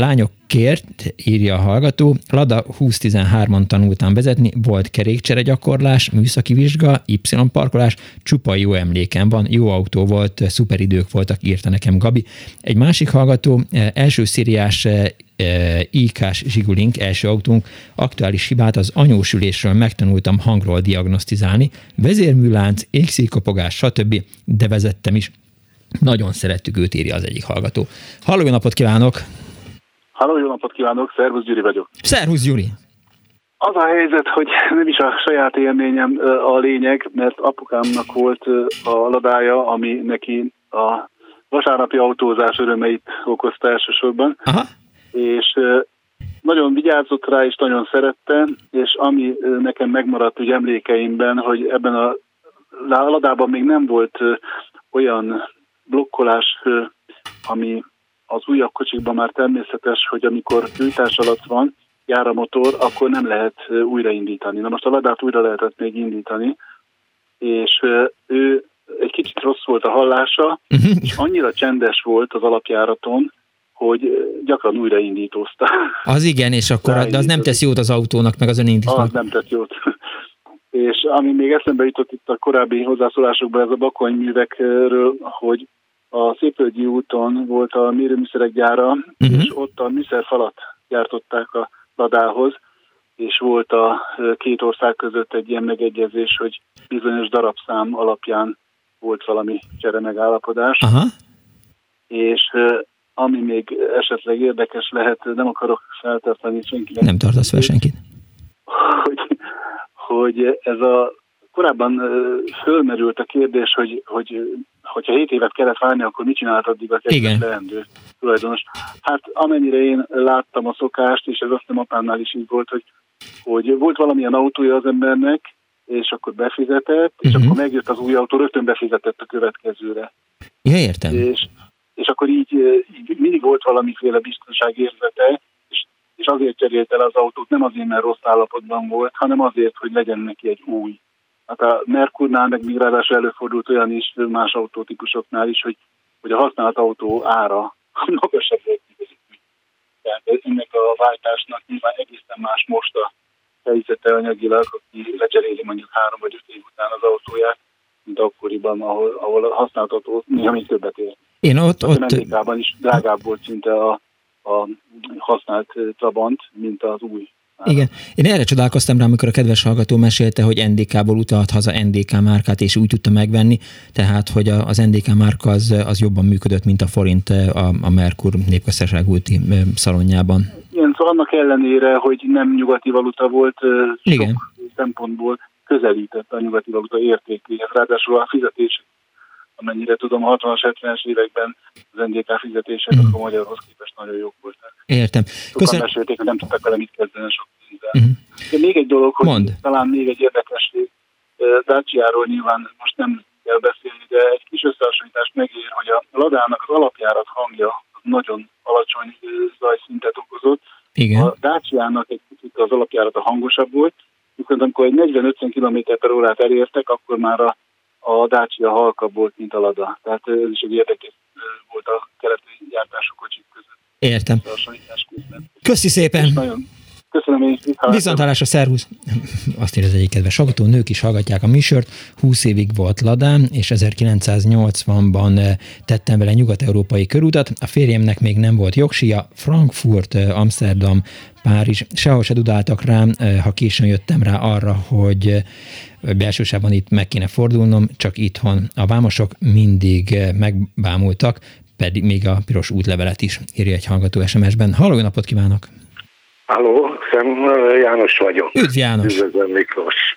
kért, írja a hallgató, Lada 2013-an tanultam vezetni, volt kerékcsere gyakorlás, műszaki vizsga, Y-parkolás, csupa jó emlékem van, jó autó volt, szuper idők voltak, írta nekem Gabi. Egy másik hallgató, első szériás IK-s Zsigulink, első autónk, aktuális hibát az anyósülésről megtanultam hangról diagnosztizálni, vezérműlánc, égszíjkopogás, stb., de vezettem is. Nagyon szerettük őt, írja az egyik hallgató. Halló, jó napot kívánok! Halló, jó napot kívánok! Szervusz, Gyuri vagyok. Szervusz, Gyuri! Az a helyzet, hogy nem is a saját élményem a lényeg, mert apukámnak volt a Ladája, ami neki a vasárnapi autózás örömeit okozta elsősorban. Aha. És nagyon vigyázott rá, és nagyon szerette, és ami nekem megmaradt úgy emlékeimben, hogy ebben a Ladában még nem volt olyan blokkolás, ami az újabb kocsikban már természetes, hogy amikor gyújtás alatt van, jár a motor, akkor nem lehet újraindítani. Na most a Ladát újra lehetett még indítani, és ő egy kicsit rossz volt a hallása, és annyira csendes volt az alapjáraton, hogy gyakran újraindítózta. Az igen, és akkor de az nem tesz jót az autónak, meg az önindítónak. Az nem tett jót. És ami még eszembe jutott itt a korábbi hozzászólásokban, ez a bakonyművekről, hogy a Szépvölgyi úton volt a mérőműszerek gyára, és ott a műszerfalat gyártották a Ladához, és volt a két ország között egy ilyen megegyezés, hogy bizonyos darabszám alapján volt valami csere megállapodás. Aha. És ami még esetleg érdekes lehet, nem akarok feltartani senkinek. Nem tartasz fel senkit. Hogy ez a korábban fölmerült a kérdés, hogyha 7 évet kellett várni, akkor mit csinált addig a kezdet leendő tulajdonos. Hát amennyire én láttam a szokást, és ez azt hiszem apámnál is így volt, hogy volt valamilyen autója az embernek, és akkor befizetett, és akkor megjött az új autó, rögtön befizetett a következőre. Ja, értem. És akkor így mindig volt valamiféle biztonságérzete, és azért cserélt el az autót, nem azért, mert rossz állapotban volt, hanem azért, hogy legyen neki egy új. Hát a Mercurnál meg még ráadásul előfordult olyan is, más autótípusoknál is, hogy a használt autó ára magasabb volt, mint az új. Tehát ennek a váltásnak nyilván egészen más most a helyzete anyagilag, aki lecseréli mondjuk 3 vagy 5 év után az autóját, mint akkoriban, ahol a használt autó néha még többet ér. Én ott Amerikában is drágább volt szinte a használt Trabant, mint az új. Igen. Én erre csodálkoztam rá, amikor a kedves hallgató mesélte, hogy NDK-ból utalt haza NDK márkát, és úgy tudta megvenni, tehát, hogy az NDK márka az jobban működött, mint a forint a Merkur népköztársaság úti szalonjában. Igen, szóval annak ellenére, hogy nem nyugati valuta volt, sok szempontból közelített a nyugati valuta értékéhez. Ráadásul a fizetés, amennyire tudom, a 60-as, 70-es években az NDK fizetések akkor Magyarhoz képest nagyon jók voltak. Értem. Sokan mesélték, hogy nem tudtak vele mit kezdeni sok pénzzel. Még egy dolog, hogy talán még egy érdekesség, Dacia-ról nyilván most nem kell beszélni, de egy kis összehasonlítást megér, hogy a Ladának az alapjárat hangja nagyon alacsony zajszintet okozott. Igen. A Dacia-nak egy kicsit az alapjárata hangosabb volt, viszont amikor egy 40-50 km/h elértek, akkor már a Dacia halkabb volt, mint a Lada. Tehát ez is egy érdekes volt a keleti gyártású kocsik között. Értem. Köszi szépen! Köszönöm én. Viszontlátásra, szervusz! Azt írja az egyik kedves hallgató, nők is hallgatják a műsort. 20 évig volt Ladám, és 1980-ban tettem vele nyugat-európai körutat. A férjemnek még nem volt jogsia. Frankfurt, Amsterdam, Párizs. Sehol se dudáltak rám, ha későn jöttem rá arra, hogy belsősában itt meg kéne fordulnom, csak itthon. A vámosok mindig megbámultak, pedig még a piros útlevelet is, írja egy hallgató SMS-ben. Halló, jó napot kívánok! Halló, János vagyok. Üdv, János! Üdvözlöm, Miklós!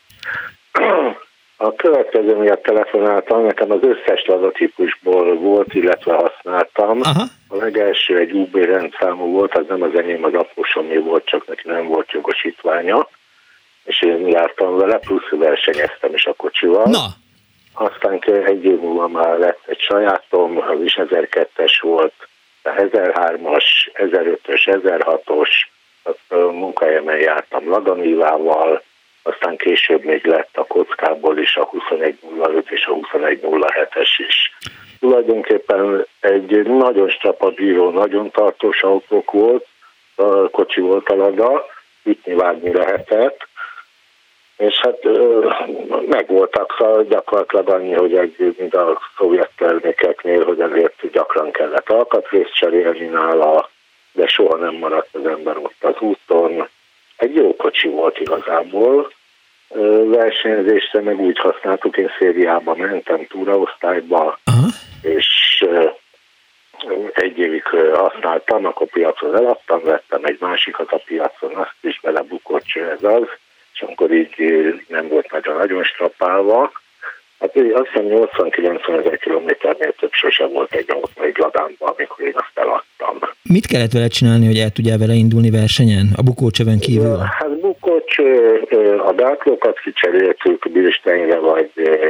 A következő miatt telefonáltam, nekem az összes Lada-típusból volt, illetve használtam. Aha. A legelső egy UB rendszámú volt, az nem az enyém, az apósomé volt, csak neki nem volt jogosítványa, és én jártam vele, plusz versenyeztem is a kocsival. Na! Aztán egy év múlva már lett egy sajátom, az is 1002-es volt, 1003-as, 1005-ös, 1006-os, munkahelyemen jártam Lada Nívával, aztán később még lett a kockából is a 2105 és a 2107-es is. Tulajdonképpen egy nagyon strapabíró, nagyon tartós autók volt, kocsi volt a Lada, ütni-vágni lehetett, és hát megvoltak gyakorlatilag annyi, hogy mint a szovjet termékeknél, hogy azért gyakran kellett alkatrészt cserélni nála, de soha nem maradt az ember ott az úton. Egy jó kocsi volt igazából, versenyzésre meg úgy használtuk, én szériába mentem, túraosztályba, és egy évig használtam, akkor piacon eladtam, vettem egy másikat a piacon, azt is belebukott, ez az, és akkor így nem volt nagyon strapálva. Hát azt hiszem 80-90 ezer kilométernél több sosem volt egy autó egy Ladámban, amikor én azt eladtam. Mit kellett vele csinálni, hogy el tudjál vele indulni versenyen, a bukócsövön kívül? Hát bukócső, a dátlókat kicseréltük Bilsteinre, vagy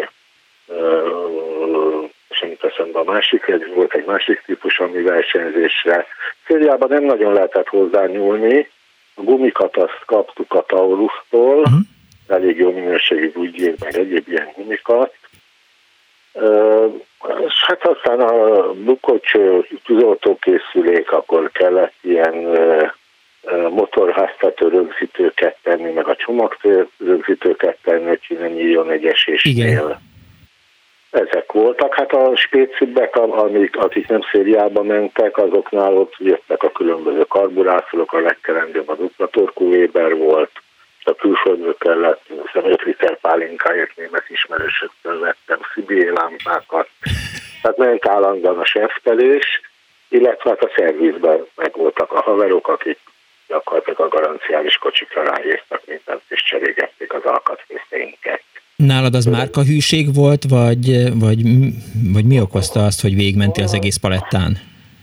semmit eszembe a másik, volt egy másik típus, ami versenyzésre. Szériában nem nagyon lehetett hozzányúlni, a gumikat azt kaptuk a Taurustól, elég jó minőségű Goodyear, meg egyéb ilyen gumikat. És hát aztán a bukócső tűzoltókészülék, akkor kellett ilyen motorháztető rögzítőket tenni, meg a csomagtér rögzítőket tenni, hogy ki ne nyíljon egy esésnél. Igen. Ezek voltak. Hát a spécibbek, akik nem szériába mentek, azoknál ott jöttek a különböző karburátorok, a legkerendőbb a dupla torkú Weber volt, a külföldről kellett, 5 liter pálinkáért német ismerősöktől vettem CBA lámpákat. Tehát ment állandóan a seftelés, illetve hát a szervizben megvoltak a haverok, akik gyakorlatilag a garanciális kocsikra ráírtak mindent, és cserégették az alkatrészeinket. Nálad az márkahűség volt, vagy mi okozta azt, hogy végigmentél az egész palettán?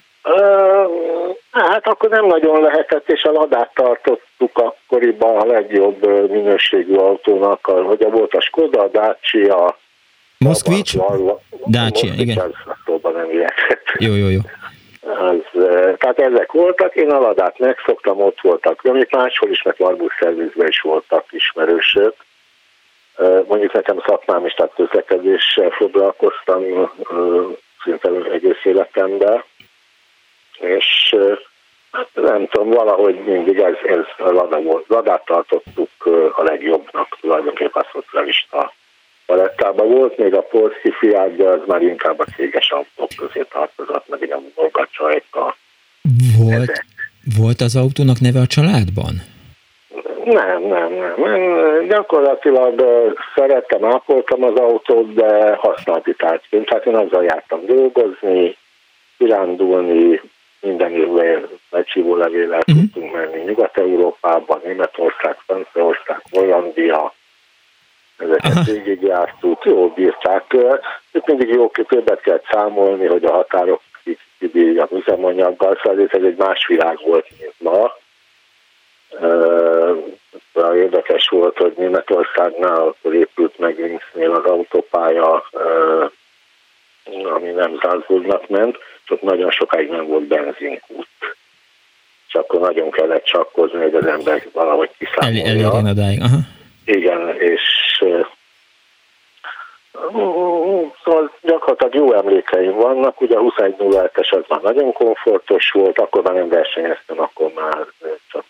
Hát akkor nem nagyon lehetett, és a Ladát tartottuk akkoriban a legjobb minőségű autónak, hogy volt a Skoda, a Dacia, Moszkvics? Dacia, igen. Az szóban nem lehetett. Jó. Tehát ezek voltak, én a Ladát megszoktam, ott voltak, amit máshol is, mert Largus szervizben is voltak ismerősök. Mondjuk nekem szakmám is, tehát közlekedéssel foglalkoztam szinte egész életemben, és hát nem tudom, valahogy mindig ez a Lada volt. Ladát tartottuk a legjobbnak, tulajdonképpen a szocialista palettában. Volt még a Polski Fiat, de az már inkább a céges autók közé tartozott, meg ilyen Volga-Csajka. Volt az autónak neve a családban? Nem. Gyakorlatilag szerettem, ápoltam az autót, de használati tárgyként. Tehát én azzal jártam dolgozni, kirándulni, minden évben meghívó levéllel tudtunk menni Nyugat-Európában, Németország, Franciaország, Hollandia, ezeket végigjártuk, jól bírták. Itt mindig jó, többet kellett számolni, hogy a határok kibírjak üzemanyaggal, szóval ez egy más világ volt, mint ma. Érdekes volt, hogy Németországnál akkor épült meg Linznél az autópálya, ami nem Salzburgnak ment, és ott nagyon sokáig nem volt benzinkút. És akkor nagyon kellett csakkozni, hogy az ember valahogy kiszámolja. Elérjen odáig. Igen, és szóval gyakorlatilag jó emlékeim vannak, ugye a 2107-es az már nagyon komfortos volt, akkor már nem versenyeztem, akkor már csak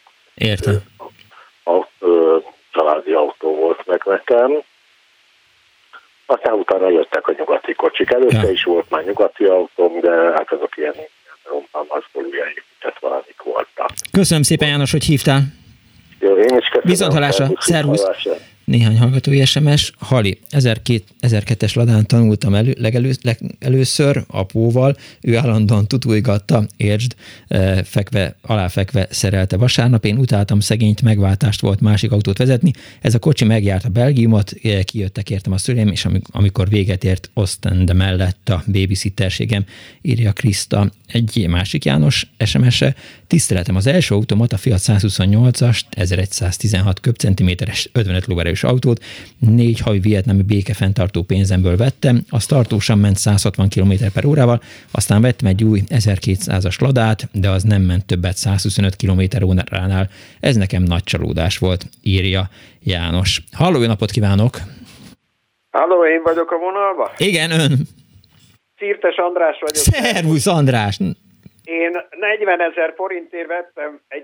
családi autó volt meg nekem. Aztán utána jöttek a nyugati kocsik. Előtte is volt már nyugati autóm, de hát azok ilyen rompalmazból épített valamik voltak. Köszönöm szépen, János, hogy hívtál. Jó, én is köszönöm. Viszonthallásra, szervusz! Néhány hallgatói SMS. Hali, 1002-es Ladán tanultam legelőször apóval, ő állandóan tutulgatta, értsd, aláfekve szerelte vasárnap, én utáltam szegényt, megváltást volt másik autót vezetni, ez a kocsi megjárta Belgiumot, kijöttek értem a szüleim, és amikor véget ért Ostende mellett a babysitterségem, írja Kriszta. Egy másik János SMS-e, tiszteletem, az első automat, a Fiat 128-ast, 1116 köbcentiméteres, 55 lóerős autót, 4 havi vietnámi békefenntartó pénzemből vettem, az tartósan ment 160 km/h, aztán vettem egy új 1200-as Ladát, de az nem ment többet 125 km/h-nál. Ez nekem nagy csalódás volt, írja János. Halló, jó napot kívánok! Halló, én vagyok a vonalban? Igen, ön. Szirtes András vagyok. Szervusz, András! Én 40 000 forintért vettem egy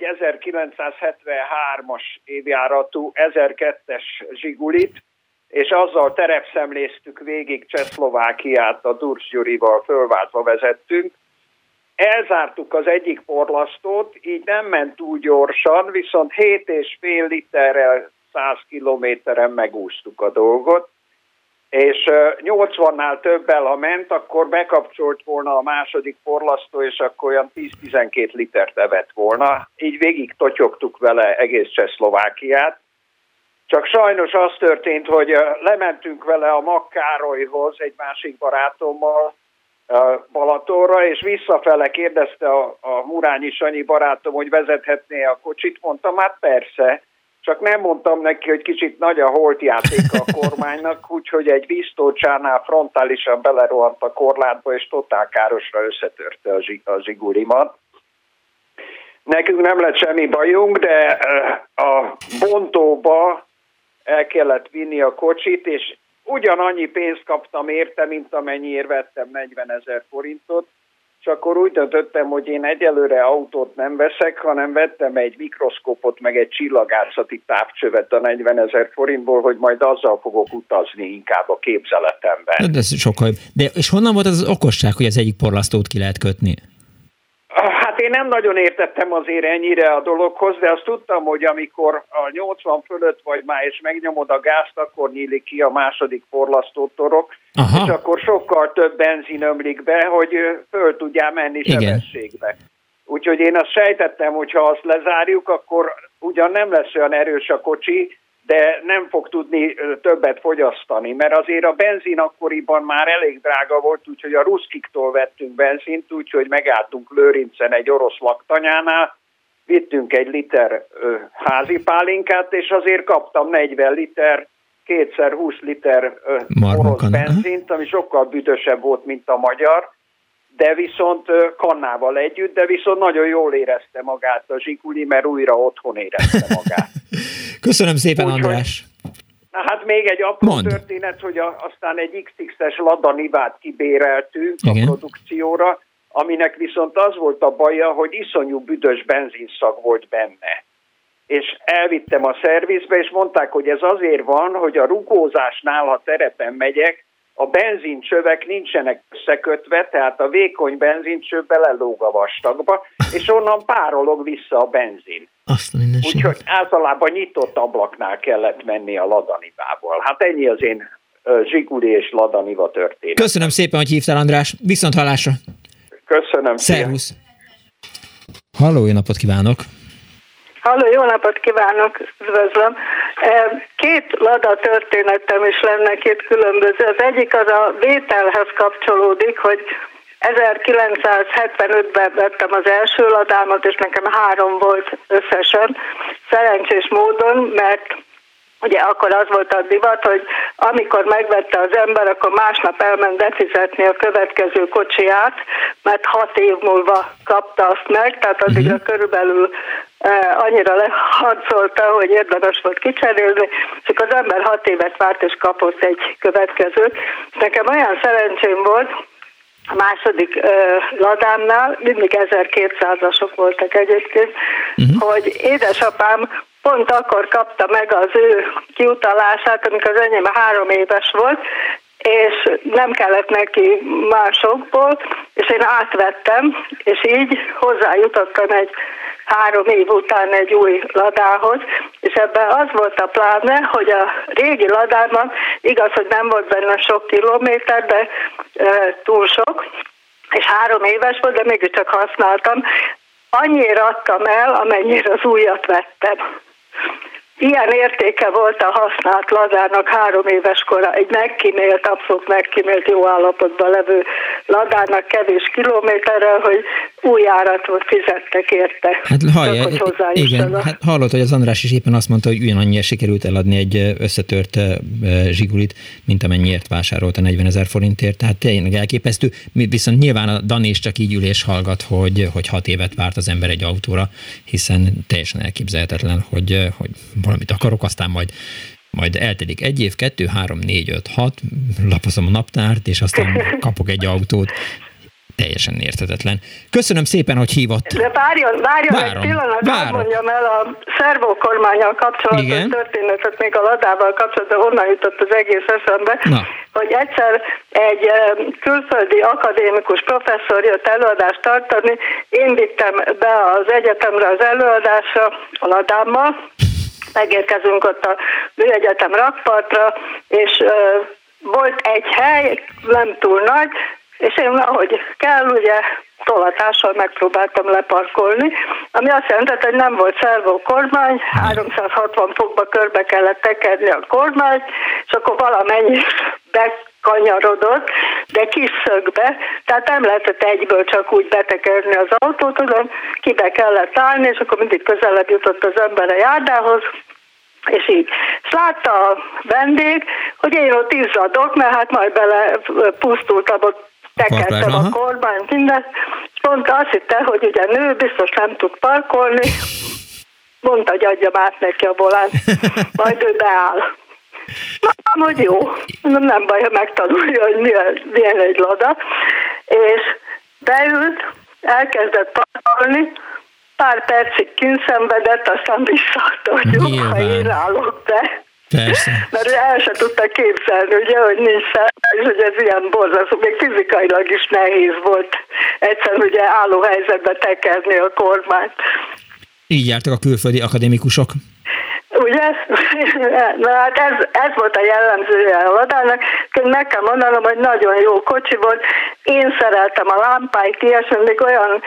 1973-as évjáratú 1002-es Zsigulit, és azzal terepszemléztük végig Csehszlovákiát, a Durcs Gyurival fölváltva vezettünk. Elzártuk az egyik porlasztót, így nem ment túl gyorsan, viszont 7,5 literrel 100 kilométeren megúsztuk a dolgot, és 80-nál többel, ha ment, akkor bekapcsolt volna a második porlasztó, és akkor olyan 10-12 litert evett volna. Így végig totyogtuk vele egész Csehszlovákiát. Csak sajnos az történt, hogy lementünk vele a Makkárolyhoz egy másik barátommal Balatonra, és visszafele kérdezte a Murányi Sanyi barátom, hogy vezethetné a kocsit. Mondtam, hát persze. Csak nem mondtam neki, hogy kicsit nagy a holtjátéka a kormánynak, úgyhogy egy víztócsánál frontálisan belerohant a korlátba, és totál károsra összetörte a Zsigulimat. Nekünk nem lett semmi bajunk, de a bontóba el kellett vinni a kocsit, és ugyanannyi pénzt kaptam érte, mint amennyiért vettem 40 000 forintot, és akkor úgy döntöttem, hogy én egyelőre autót nem veszek, hanem vettem egy mikroszkópot, meg egy csillagászati távcsövet a 40 000 forintból, hogy majd azzal fogok utazni inkább a képzeletemben. De ez sokkal jobb. De és honnan volt az okosság, hogy az egyik porlasztót ki lehet kötni? Hát én nem nagyon értettem azért ennyire a dologhoz, de azt tudtam, hogy amikor a 80 fölött vagy már, és megnyomod a gázt, akkor nyílik ki a második porlasztótorok, és akkor sokkal több benzin ömlik be, hogy föl tudjál menni sebességbe. Úgyhogy én azt sejtettem, hogy ha azt lezárjuk, akkor ugyan nem lesz olyan erős a kocsi, de nem fog tudni többet fogyasztani, mert azért a benzin akkoriban már elég drága volt, úgyhogy a Ruszkiktól vettünk benzint, úgyhogy megálltunk Lőrincen egy orosz laktanyánál, vittünk egy liter házi pálinkát, és azért kaptam 40 liter, 2x20 liter orosz benzint, ami sokkal büdösebb volt, mint a magyar, de viszont kannával együtt, de viszont nagyon jól érezte magát a Zsiguli, mert újra otthon érezte magát. Köszönöm szépen, András! Na hát még egy apró történet, hogy aztán egy XX-es Lada Nivát kibéreltünk a produkcióra, aminek viszont az volt a baja, hogy iszonyú büdös benzinszag volt benne. És elvittem a szervizbe, és mondták, hogy ez azért van, hogy a rugózásnál, ha terepen megyek, a benzincsövek nincsenek összekötve, tehát a vékony benzincső belelóg a vastagba, és onnan párolog vissza a benzin. Úgyhogy általában nyitott ablaknál kellett menni a Lada Nivából. Hát ennyi az én Zsiguli és Lada Niva történet. Köszönöm szépen, hogy hívtál, András. Viszont hallásra. Köszönöm. Szervusz. Halló, jó napot kívánok. Halló, jó napot kívánok, üdvözlöm. Két Lada történetem is lenne, két különböző. Az egyik az a vételhez kapcsolódik, hogy 1975-ben vettem az első Ladámat, és nekem 3 volt összesen, szerencsés módon, mert ugye akkor az volt a divat, hogy amikor megvette az ember, akkor másnap elment befizetni a következő kocsiját, mert 6 év múlva kapta azt meg, tehát addigra körülbelül annyira leharcolta, hogy érdemes volt kicserélni, csak az ember 6 évet várt, és kapott egy következőt. Nekem olyan szerencsém volt, a második Ladámnál, mindig 1200-asok voltak egyébként, hogy édesapám pont akkor kapta meg az ő kiutalását, amikor az enyém 3 éves volt, és nem kellett neki másokból, és én átvettem, és így hozzájutottam egy 3 év után egy új Ladához, és ebben az volt a pláne, hogy a régi Ladában igaz, hogy nem volt benne sok kilométer, de túl sok, és 3 éves volt, de mégiscsak használtam. Annyira adtam el, amennyire az újat vettem. Ilyen értéke volt a használt Ladának 3 éves kora, egy megkímélt, abszolút megkímélt, jó állapotban levő Ladának kevés kilométerrel, hogy új áratot fizettek érte. Hát igen, hát hallott, hogy az András is éppen azt mondta, hogy ugyanannyiért sikerült eladni egy összetört Zsigulit, mint amennyiért vásárolta 40 000 forintért, tehát tényleg elképesztő. Viszont nyilván a Dani is csak így ülés hallgat, hogy 6 évet várt az ember egy autóra, hiszen teljesen elképzelhetetlen, hogy valamit akarok, aztán majd eltelik 1 év, 2, 3, 4, 5, 6, lapozom a naptárt, és aztán kapok egy autót. Teljesen érthetetlen. Köszönöm szépen, hogy hívott. De várjon egy pillanat, mondjam el a szervó kormánnyal kapcsolatos történetet, még a Ladával kapcsolatban, onnan jutott az egész eszembe, hogy egyszer egy külföldi akadémikus professzor jött előadást tartani, én vittem be az egyetemre az előadásra a Ladámmal, megérkezünk ott a Műegyetem rakpartra, és volt egy hely, nem túl nagy, és én ahogy kell, ugye tolatással megpróbáltam leparkolni, ami azt jelentett, hogy nem volt szervó kormány, 360 fokba körbe kellett tekerni a kormányt, és akkor valamennyi bekanyarodott, de kis szögbe, tehát nem lehetett egyből csak úgy betekerni az autót, hanem kibe kellett állni, és akkor mindig közelebb jutott az ember a járdához, és így. És látta a vendég, hogy én ott izzadok, mert hát majd bele pusztultam, ott tekertem a kormányt, mindent, és mondta, azt hitte, hogy ugye nő biztos nem tud parkolni, mondta, hogy adjam át neki a volánt, majd ő beáll. Mondom, hogy jó, nem baj, ha megtanulja, hogy milyen egy Lada, és beült, elkezdett parkolni, pár percig kínszenvedett, aztán visszaadta, hogy jó, ha én állok be. Persze. Mert el se tudta képzelni, ugye, hogy nincs szerve, és hogy ez ilyen borzasztó, még fizikailag is nehéz volt egyszerűen ugye álló helyzetbe tekerni a kormányt. Így jártak a külföldi akadémikusok. Ugye? Na hát ez volt a jellemzője a Ladának. Meg kell mondanom, hogy nagyon jó kocsi volt. Én szereltem a lámpáit, ilyesmi, még olyan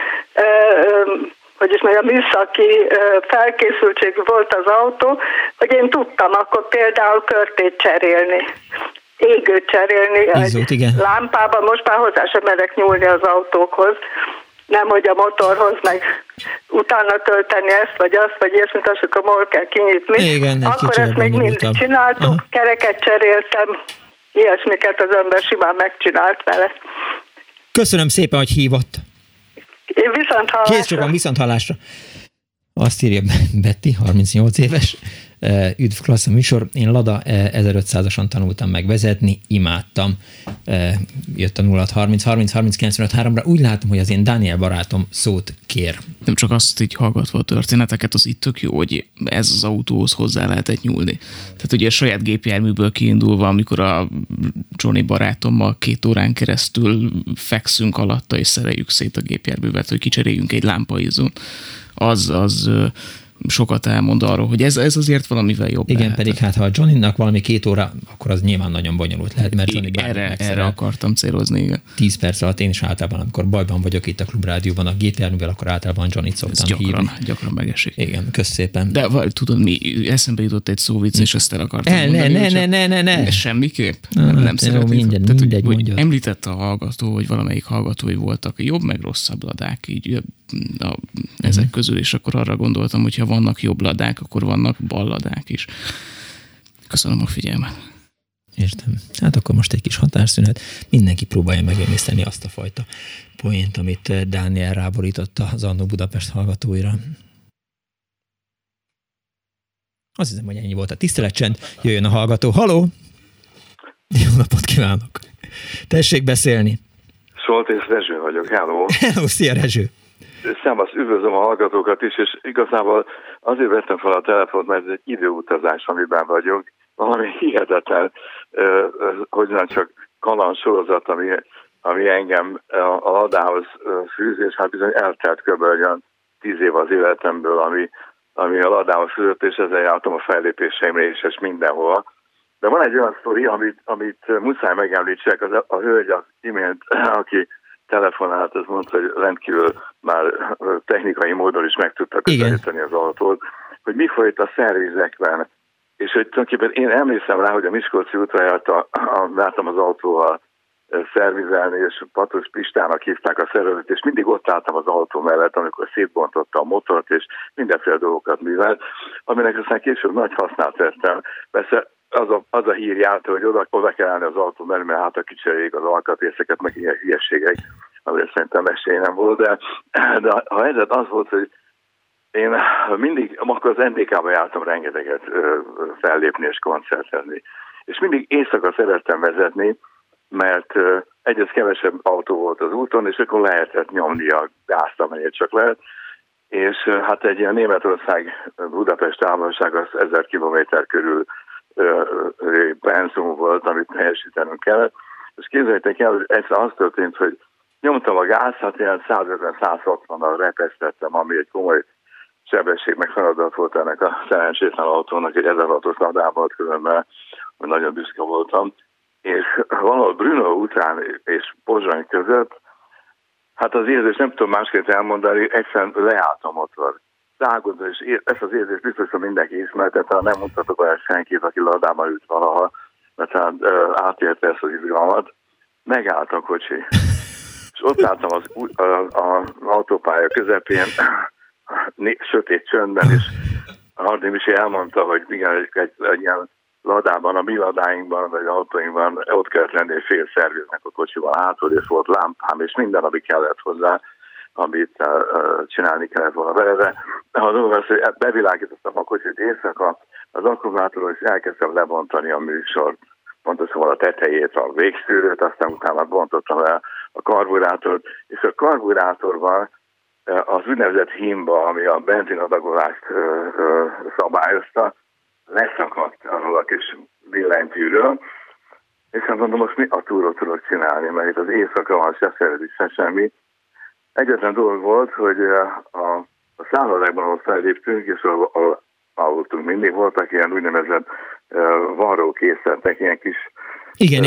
hogy is mondjam, műszaki felkészültségű volt az autó, hogy én tudtam akkor például körtét cserélni, égőt cserélni Izzót, egy lámpában. Most már hozzá sem merek nyúlni az autókhoz, nem hogy a motorhoz, meg utána tölteni ezt, vagy azt, vagy ilyesmit, azt, akkor mol kell kinyitni. Igen, akkor ezt még mindig csináltuk, kereket cseréltem, ilyesmiket az ember simán megcsinált vele. Köszönöm szépen, hogy hívott. Én viszonthallásra. Kész sokan, viszonthallásra. Azt írja Betty, 38 éves. Üdv Klassza műsor. Én Lada 1500-asan tanultam meg vezetni, imádtam. Jött a 0630 ra. Úgy látom, hogy az én Dániel barátom szót kér. Nem csak azt így hallgatva a történeteket, az itt tök jó, hogy ez az autóhoz hozzá lehetett nyúlni. Tehát ugye a saját gépjárműből kiindulva, amikor a Johnny barátommal 2 órán keresztül fekszünk alatta és szereljük szét a gépjárművet, hogy kicseréljünk egy lámpaizón, az sokat elmond arról, hogy ez azért valamivel jobb. Igen, pedig hát ha a Johnnynak valami 2 óra, akkor az nyilván nagyon bonyolult lehet, mert Johnny erre akartam célozni, igen. 10 perc alatt én is általában, amikor bajban vagyok itt a Klubrádióban a gépjárművel, akkor általában Johnnyt szoktam hívni. Gyakran megesik. Igen, kösz szépen. De tudod mi, eszembe jutott egy szóvic, és ezt el akartam mondani. Ne. Semmiképp? Nem szeretném. Mindegy, említette a hallgató, hogy valamelyik hallgatói voltak jobb meg rosszabb Ladák, így ezek közül, és akkor arra gondoltam, hogy ha vannak jobb Ladák, akkor vannak bal Ladák is. Köszönöm a figyelmet. Értem. Hát akkor most egy kis határszünet. Mindenki próbálja megemészteni azt a fajta poént, amit Dániel ráborította az Annó Budapest hallgatóira. Azt hiszem, hogy ennyi volt a tiszteletcsend. Jöjjön a hallgató. Haló! Jó napot kívánok! Tessék beszélni! Soltész Rezső vagyok. Hello! Hello, szia Rezső! Szevasz, üdvözlöm a hallgatókat is, és igazából azért vettem fel a telefont, mert ez egy időutazás, amiben vagyok. Valami hihetetlen, hogy nem csak kalandsorozat, ami engem a Ladához fűz, és hát bizony eltelt kb. 10 év az életemből, ami a Ladához fűzött, és ezzel jártam a fellépéseimre is, és mindenhol. De van egy olyan sztori, amit muszáj megemlítsek, a hölgy az imént, aki telefonált, az mondta, hogy rendkívül már technikai módon is meg tudtak közelíteni az autót, hogy mi folyt a szervizekben, és hogy tulajdonképpen én emlékszem rá, hogy a Miskolci útra jártam az autóval szervizelni, és Patos Pistának hívták a szerelőt, és mindig ott álltam az autó mellett, amikor szétbontotta a motort, és mindenféle dolgokat művelt, aminek aztán később nagy hasznát vettem. Persze az a hír járta, hogy oda kell állni az autó mellett, mert hát a kicseréljék az alkatrészeket, meg ilyen hülyeségek, amire szerintem esély nem volt, de a helyzet az volt, hogy én mindig, akkor az NDK-ba jártam rengeteget fellépni és koncertezni, és mindig éjszaka szerettem vezetni, mert egyrészt kevesebb autó volt az úton, és akkor lehetett nyomni a gázt, amennyit csak lehet, és hát egy ilyen Németország-Budapest távolság az 1000 kilométer körül benzum volt, amit helyesítenünk kellett, és képzeljétek el, hogy egyszer az történt, hogy nyomtam a gázt, hát ilyen 150-160-nal repesztettem, ami egy komoly sebesség, meg feladat volt ennek a szerencsétlen autónak, egy 1006-os ladám volt különben, hogy nagyon büszke voltam, és valahol Brno után és Pozsony között, hát az érzés nem tudom másként elmondani, egyszerűen leállt a motor. Szágod, és ezt az érzést biztos, hogy mindenki ismertette, nem mutatok olyan senkit, aki ladában ült valaha, mert hát átérte ezt az izgalmat, megállt a kocsi. És ott álltam az autópálya közepén, sötét csöndben, és Hardi Misi elmondta, hogy igen, egy ilyen ladában, a mi ladáinkban, vagy autóinkban ott kellett lenni fél szerviznek a kocsival hátul, és volt lámpám, és minden, ami kellett hozzá, amit csinálni kellett volna vele. De a dolog az, hogy bevilágítottam a kocsit éjszaka, az akkumulátorról, és elkezdtem lebontani a műsort, pontosabban a tetejét, a végszűrőt, aztán utána bontottam le a karburátort, és a karburátorban az úgynevezett hímba, ami a benzinadagolást szabályozta, leszakadt arról a kis villanytűről, és hát mondom, most mi a túrót tudok csinálni, mert itt az éjszaka van, se szerelés, se semmi. Egyetlen dolog volt, hogy a szállodákban, ahol felléptünk, és ahol aludtunk, mindig voltak ilyen úgynevezett varrókészletek, ilyen kis... Igen.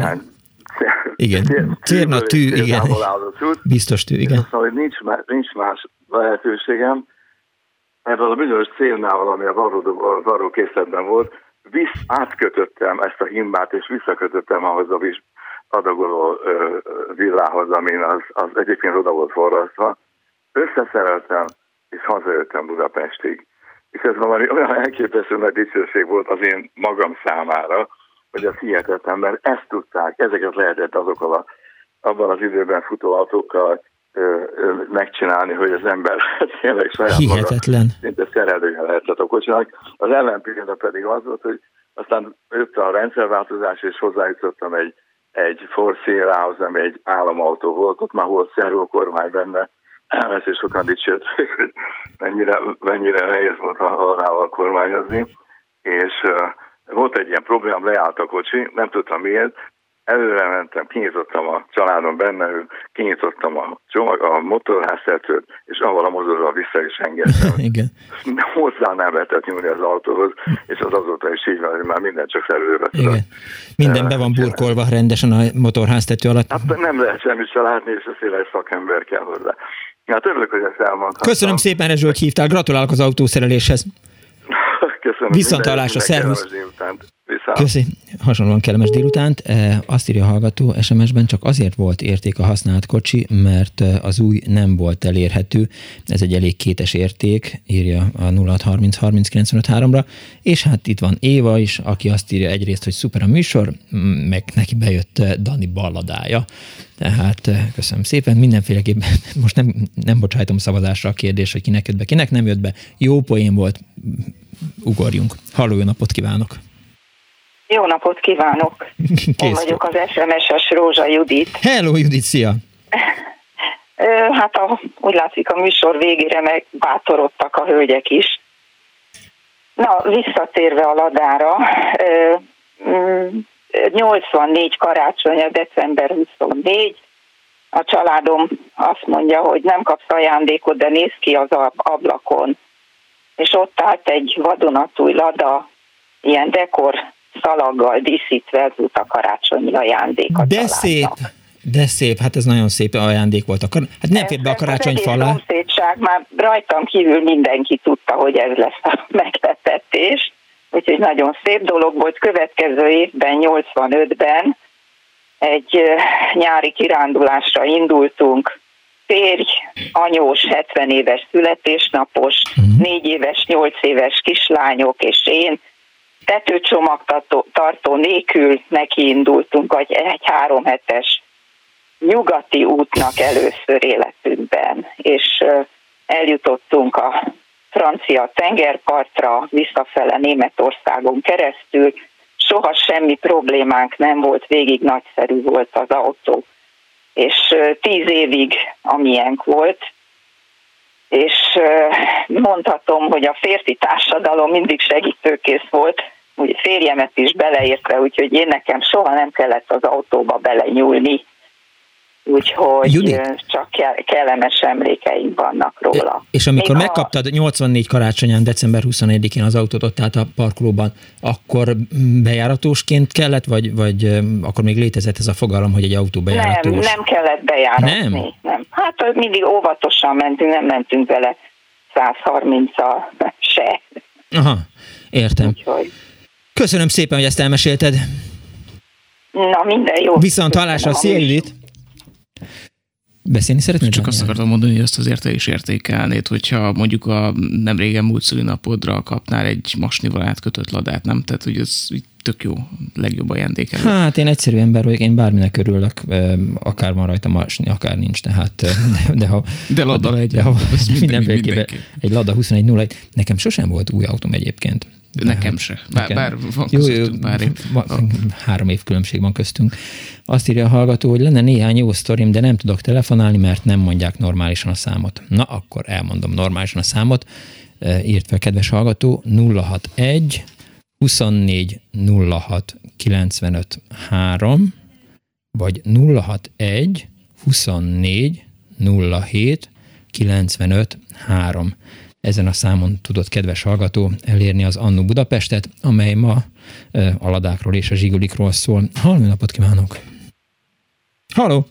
Igen, cérna tű, igen. Biztos tű, igen. Szóval, hogy nincs más lehetőségem. Ebből a bizonyos célnával, ami a varrókészletben volt, átkötöttem ezt a himbát, és visszakötöttem ahhoz a adagoló villához, amin az egyébként oda volt forrasztva. Összeszereltem, és hazajöttem Budapestig. És ez valami olyan elképesztő nagy dicsőség volt az én magam számára, hogy ez hihetetlen, mert ezt tudták, ezeket lehetett azokkal abban az időben futó autókkal megcsinálni, hogy az ember tényleg saját hihetetlen. Maga szinte szerelője lehetett a kocsinak. Az ellenpélda pedig az volt, hogy aztán jött a rendszerváltozás, és hozzájutottam egy Ford Sierra-hoz, ami egy államautó volt, ott már volt szervokormány benne, ezt is sokan dicsérték, hogy mennyire nehéz volt arrával kormányozni, és volt egy ilyen problémám, leállt a kocsi, nem tudtam miért, előre mentem, kinyitottam a családon benne, kinyitottam a motorháztetőt, és avval a motorral vissza is engedtem. Igen. Hozzá nem lehetett nyúlni az autóhoz, és az azóta is így van, hogy már minden csak előre tudod. Minden be van burkolva rendesen a motorháztető alatt. Hát nem lehet semmit se látni, és a széles szakember kell hozzá. Hát örülök, hogy ezt elmondhattam. Köszönöm szépen, Rezső, hogy hívtál, gratulálok az autószereléshez. Köszönöm. Viszontlátásra, szervusz. Köszi. Hasonlóan kellemes délutánt. Azt írja a hallgató SMS-ben, csak azért volt érték a használt kocsi, mert az új nem volt elérhető. Ez egy elég kétes érték, írja a 0630 ra és hát itt van Éva is, aki azt írja egyrészt, hogy szuper a műsor, meg neki bejött Dani balladája. Tehát köszönöm szépen, mindenféleképpen most nem bocsájtom szavazásra a kérdés, hogy kinek jött be, kinek nem jött be. Jó poén volt, ugorjunk. Halló, jó napot kívánok! Jó napot kívánok! Én vagyok az SMS-es Rózsa Judit. Hello Judit, szia! Hát úgy látszik a műsor végére megbátorodtak a hölgyek is. Na, visszatérve a Ladára, 84 karácsonya, december 24, a családom azt mondja, hogy nem kapsz ajándékot, de néz ki az ablakon. És ott állt egy vadonatúj Lada, ilyen dekor szalaggal díszítve, ez volt a karácsonyi ajándék a családnak. De szép, hát ez nagyon szép ajándék volt. Hát nem fér be a karácsonyfa alá. Az szomszédság, már rajtam kívül mindenki tudta, hogy ez lesz a meglepetés, úgyhogy nagyon szép dolog volt. Következő évben, 85-ben egy nyári kirándulásra indultunk, férj, anyós, 70 éves születésnapos, 4 éves, 8 éves kislányok és én, tetőcsomagtartó nélkül nekiindultunk egy 3 hetes nyugati útnak először életünkben, és eljutottunk a francia tengerpartra, visszafele Németországon keresztül, soha semmi problémánk nem volt, végig nagyszerű volt az autó. És 10 évig amilyenk volt, és mondhatom, hogy a férfi társadalom mindig segítőkész volt, úgy férjemet is beleértve, úgyhogy én nekem soha nem kellett az autóba belenyúlni, úgyhogy Judit, csak kellemes emlékeim vannak róla. És amikor megkaptad 84 karácsonyán, december 21-én az autót ott állt a parkolóban, akkor bejáratósként kellett, vagy akkor még létezett ez a fogalom, hogy egy autó bejáratós? Nem kellett bejáratni. Nem. Hát mindig óvatosan mentünk, nem mentünk vele 130-al se. Aha, értem. Úgyhogy. Köszönöm szépen, hogy ezt elmesélted. Na, minden jó. Viszont hallásra, szia Judit! Beszélni szeretnéd? Csak azt akartam mondani, hogy azt azért te is értékelnéd, hogyha mondjuk a nem régen múlt szülinapodra kapnál egy masnival átkötött ladát, nem? Tehát, hogy ez tök jó, legjobb ajándék előtt. Hát én egyszerű ember vagyok, én bárminek örülök, akár van rajta masni, akár nincs, tehát de Lada legyen. Mindenféleképpen egy Lada 2101. Nekem sosem volt új autóm egyébként. Nekem se. Bár van közöttünk pár év. 3 év különbség van köztünk. Azt írja a hallgató, hogy lenne néhány jó sztorim, de nem tudok telefonálni, mert nem mondják normálisan a számot. Na, akkor elmondom normálisan a számot. Írt fel kedves hallgató, 061 24 06 95 3, vagy 061 24 07 95 3. Ezen a számon tudott kedves hallgató elérni az Annu Budapestet, amely ma a Ladákról és a Zsigulikról szól. Halló, napot kívánok! Halló!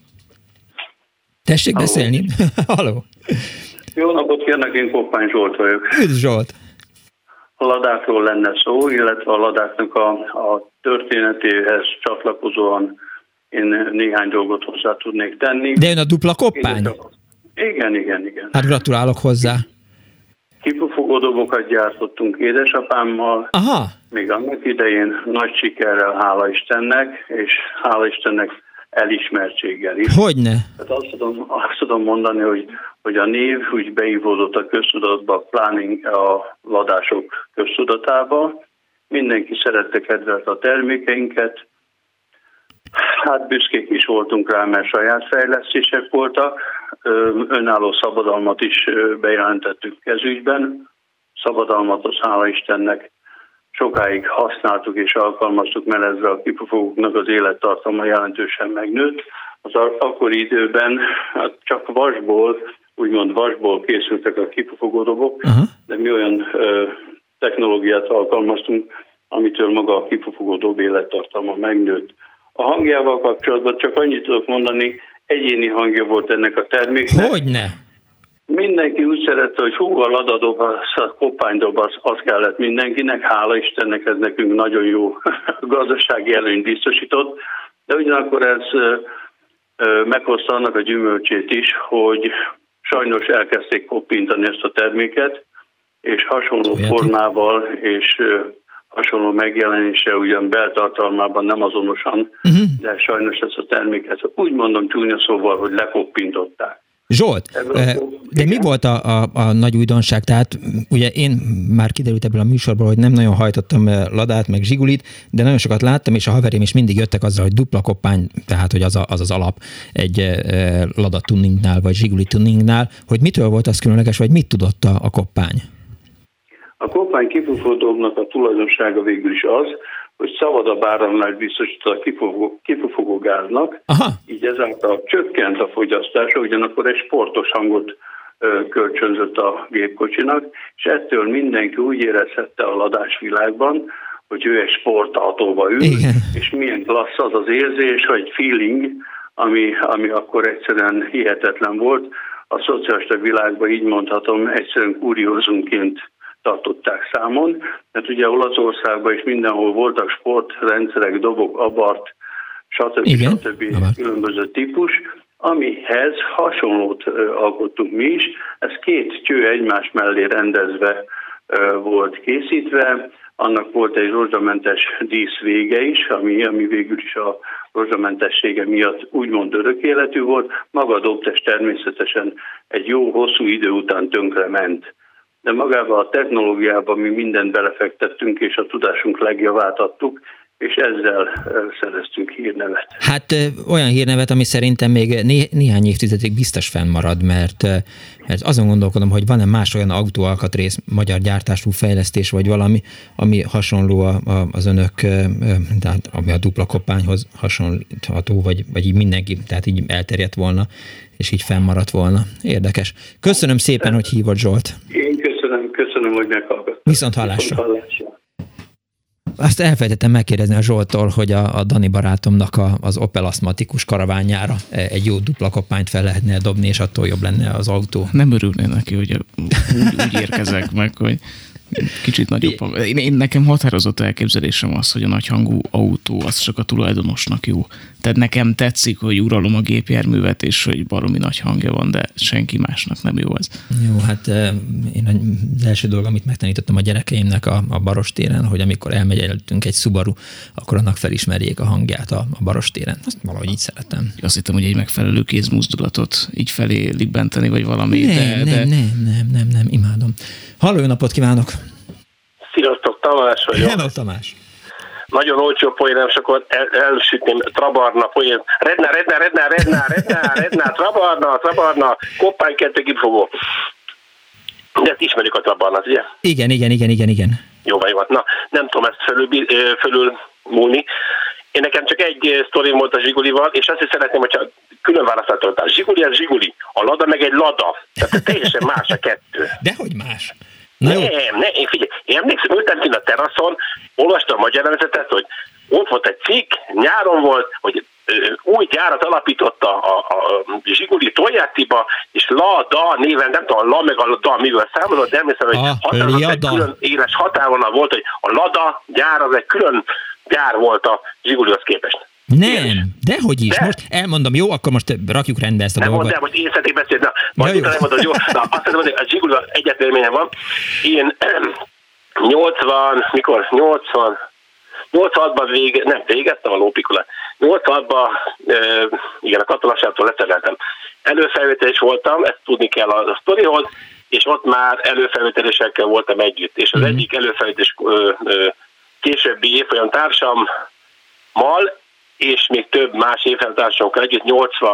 Tessék beszélni! Halló! Jó napot kérnek, én Koppány Zsolt vagyok. Üdv Zsolt! A Ladákról lenne szó, illetve a Ladáknak a történetéhez csatlakozóan én néhány dolgot hozzá tudnék tenni. De ön a dupla Koppány? Igen. Hát gratulálok hozzá! Kipufogó dobokat gyártottunk édesapámmal. Aha. Még annak idején nagy sikerrel, hála Istennek, és hála Istennek elismertséggel is. Hogyne? Hát azt tudom mondani, hogy a név úgy beívódott a köztudatba, pláne a ladások köztudatába. Mindenki szerette, kedvelte a termékeinket. Hát büszkék is voltunk rá, mert saját fejlesztések voltak. Önálló szabadalmat is bejelentettük kezügyben. Szabadalmat, az hála Istennek sokáig használtuk és alkalmaztuk, mert ezzel a kipufogóknak az élettartama jelentősen megnőtt. Az akkori időben hát csak úgymond vasból készültek a kipufogó dobok, de mi olyan technológiát alkalmaztunk, amitől maga a kipufogó dob élettartama megnőtt. A hangjával kapcsolatban csak annyit tudok mondani, egyéni hangja volt ennek a terméknek. Hogyne? Mindenki úgy szerette, hogy a ladadob, a koppánydob, az kellett mindenkinek. Hála Istennek, ez nekünk nagyon jó gazdasági előnyt biztosított. De ugyanakkor ez meghozta annak a gyümölcsét is, hogy sajnos elkezdték koppintani ezt a terméket, és hasonló formával és hasonló megjelenése, ugyan beltartalmában nem azonosan, de sajnos ezt a terméket úgy mondom csúnya szóval, hogy lekoppintották. Zsolt, de mi volt a nagy újdonság? Tehát ugye én már kiderült ebből a műsorból, hogy nem nagyon hajtottam Ladát, meg Zsigulit, de nagyon sokat láttam, és a haverém is mindig jöttek azzal, hogy dupla koppány, tehát hogy az alap egy Lada tuningnál, vagy Zsiguli tuningnál, hogy mitől volt az különleges, vagy mit tudott a koppány? A koppány kipufogódobnak a tulajdonsága végül is az, hogy szabadabb áramlást biztosít a kipufogó gáznak, így ezáltal csökkent a fogyasztása, ugyanakkor egy sportos hangot kölcsönzött a gépkocsinak, és ettől mindenki úgy érezhette a ladás világban, hogy ő egy sportautóba ül, és milyen klassz az az érzés, vagy feeling, ami akkor egyszerűen hihetetlen volt. A szocialista világban így mondhatom, egyszerűen kuriózumként tartották számon, mert ugye Olaszországban is mindenhol voltak sportrendszerek, dobok, abart, stb. Különböző típus, amihez hasonlót alkottunk mi is. Ez 2 cső egymás mellé rendezve volt készítve, annak volt egy rozsdamentes dísz vége is, ami végül is a rozsdamentessége miatt úgymond örök életű volt. Maga a dobtest természetesen egy jó hosszú idő után tönkrement. De magában a technológiában mi mindent belefektettünk, és a tudásunk legjavát adtuk, és ezzel szereztünk hírnevet. Hát olyan hírnevet, ami szerintem még néhány évtizedig biztos fennmarad, mert azon gondolkodom, hogy van-e más olyan autóalkatrész, magyar gyártású fejlesztés, vagy valami, ami hasonló az önök, tehát ami a dupla koppányhoz hasonlítható, vagy így mindenki, tehát így elterjedt volna, és így fennmaradt volna. Érdekes. Köszönöm szépen, hogy hívott, Zsolt. Én köszönöm, hogy meghallgattam. Viszont hallásra. Azt elfelejtettem megkérdezni a Zsolttól, hogy a Dani barátomnak az Opel asztmatikus karavánjára egy jó dupla koppányt fel lehetne dobni, és attól jobb lenne az autó. Nem örülnél neki, hogy úgy érkezek meg, hogy kicsit nagyobb. Nekem határozott elképzelésem az, hogy a nagyhangú autó az csak a tulajdonosnak jó. Tehát nekem tetszik, hogy uralom a gépjárművet, és hogy baromi nagy hangja van, de senki másnak nem jó az. Jó, hát én az első dolog, amit megtanítottam a gyerekeimnek a Barostéren, hogy amikor elmegy előttünk egy Subaru, akkor annak felismerjék a hangját a Barostéren. Azt valahogy így szeretem. Azt hittem, hogy egy megfelelő kézmozdulatot így felé libbenteni, vagy valami. Nem, imádom. Halló, jó napot kívánok! Sziasztok, Tamás vagyok. Hello, Tamás! Nagyon olcsó poén, és akkor elsütném Trabarna poén. Redná, Trabarna, koppány 2 kifogó. De ezt ismerjük a Trabarnát, ugye? Igen. Jó van. Na, nem tudom ezt fölül múlni. Én nekem csak egy sztorim volt a Zsigulival, és azt is szeretném, hogyha külön választhatod. A Zsiguli az Zsiguli, a Lada meg egy Lada. Tehát teljesen más a kettő. Dehogy más? Nem, én figyelj, én emlékszem, ültem kint a teraszon, olvastam a magyarázatot, hogy ott volt egy cikk, nyáron volt, hogy új gyárat alapított a Zsiguli Toyottiba, és Lada néven, nem tudom, a La meg a Lada mivel számozott, de emlékszem, hogy határozott egy külön éles határvonal volt, hogy a Lada gyár az egy külön gyár volt a Zsigulihoz képest. Nem, dehogy is. De. Most elmondom, jó, akkor most rakjuk rendbe ezt a dolgot. Nem mondd el, most én szeretnék beszélni. Majd utána mondod, jó. Na, azt hiszem, hogy a Zsigulival egyetérményem van. Én 86-ban végeztem a lópikulát. 86-ban igen, a katonaságtól leszereltem. Előfelvételés voltam, ezt tudni kell a sztorihoz, és ott már előfelvételésekkel voltam együtt. És az egyik előfelvételés későbbi évfolyam társammal, és még több más évfolyamtársamokkal együtt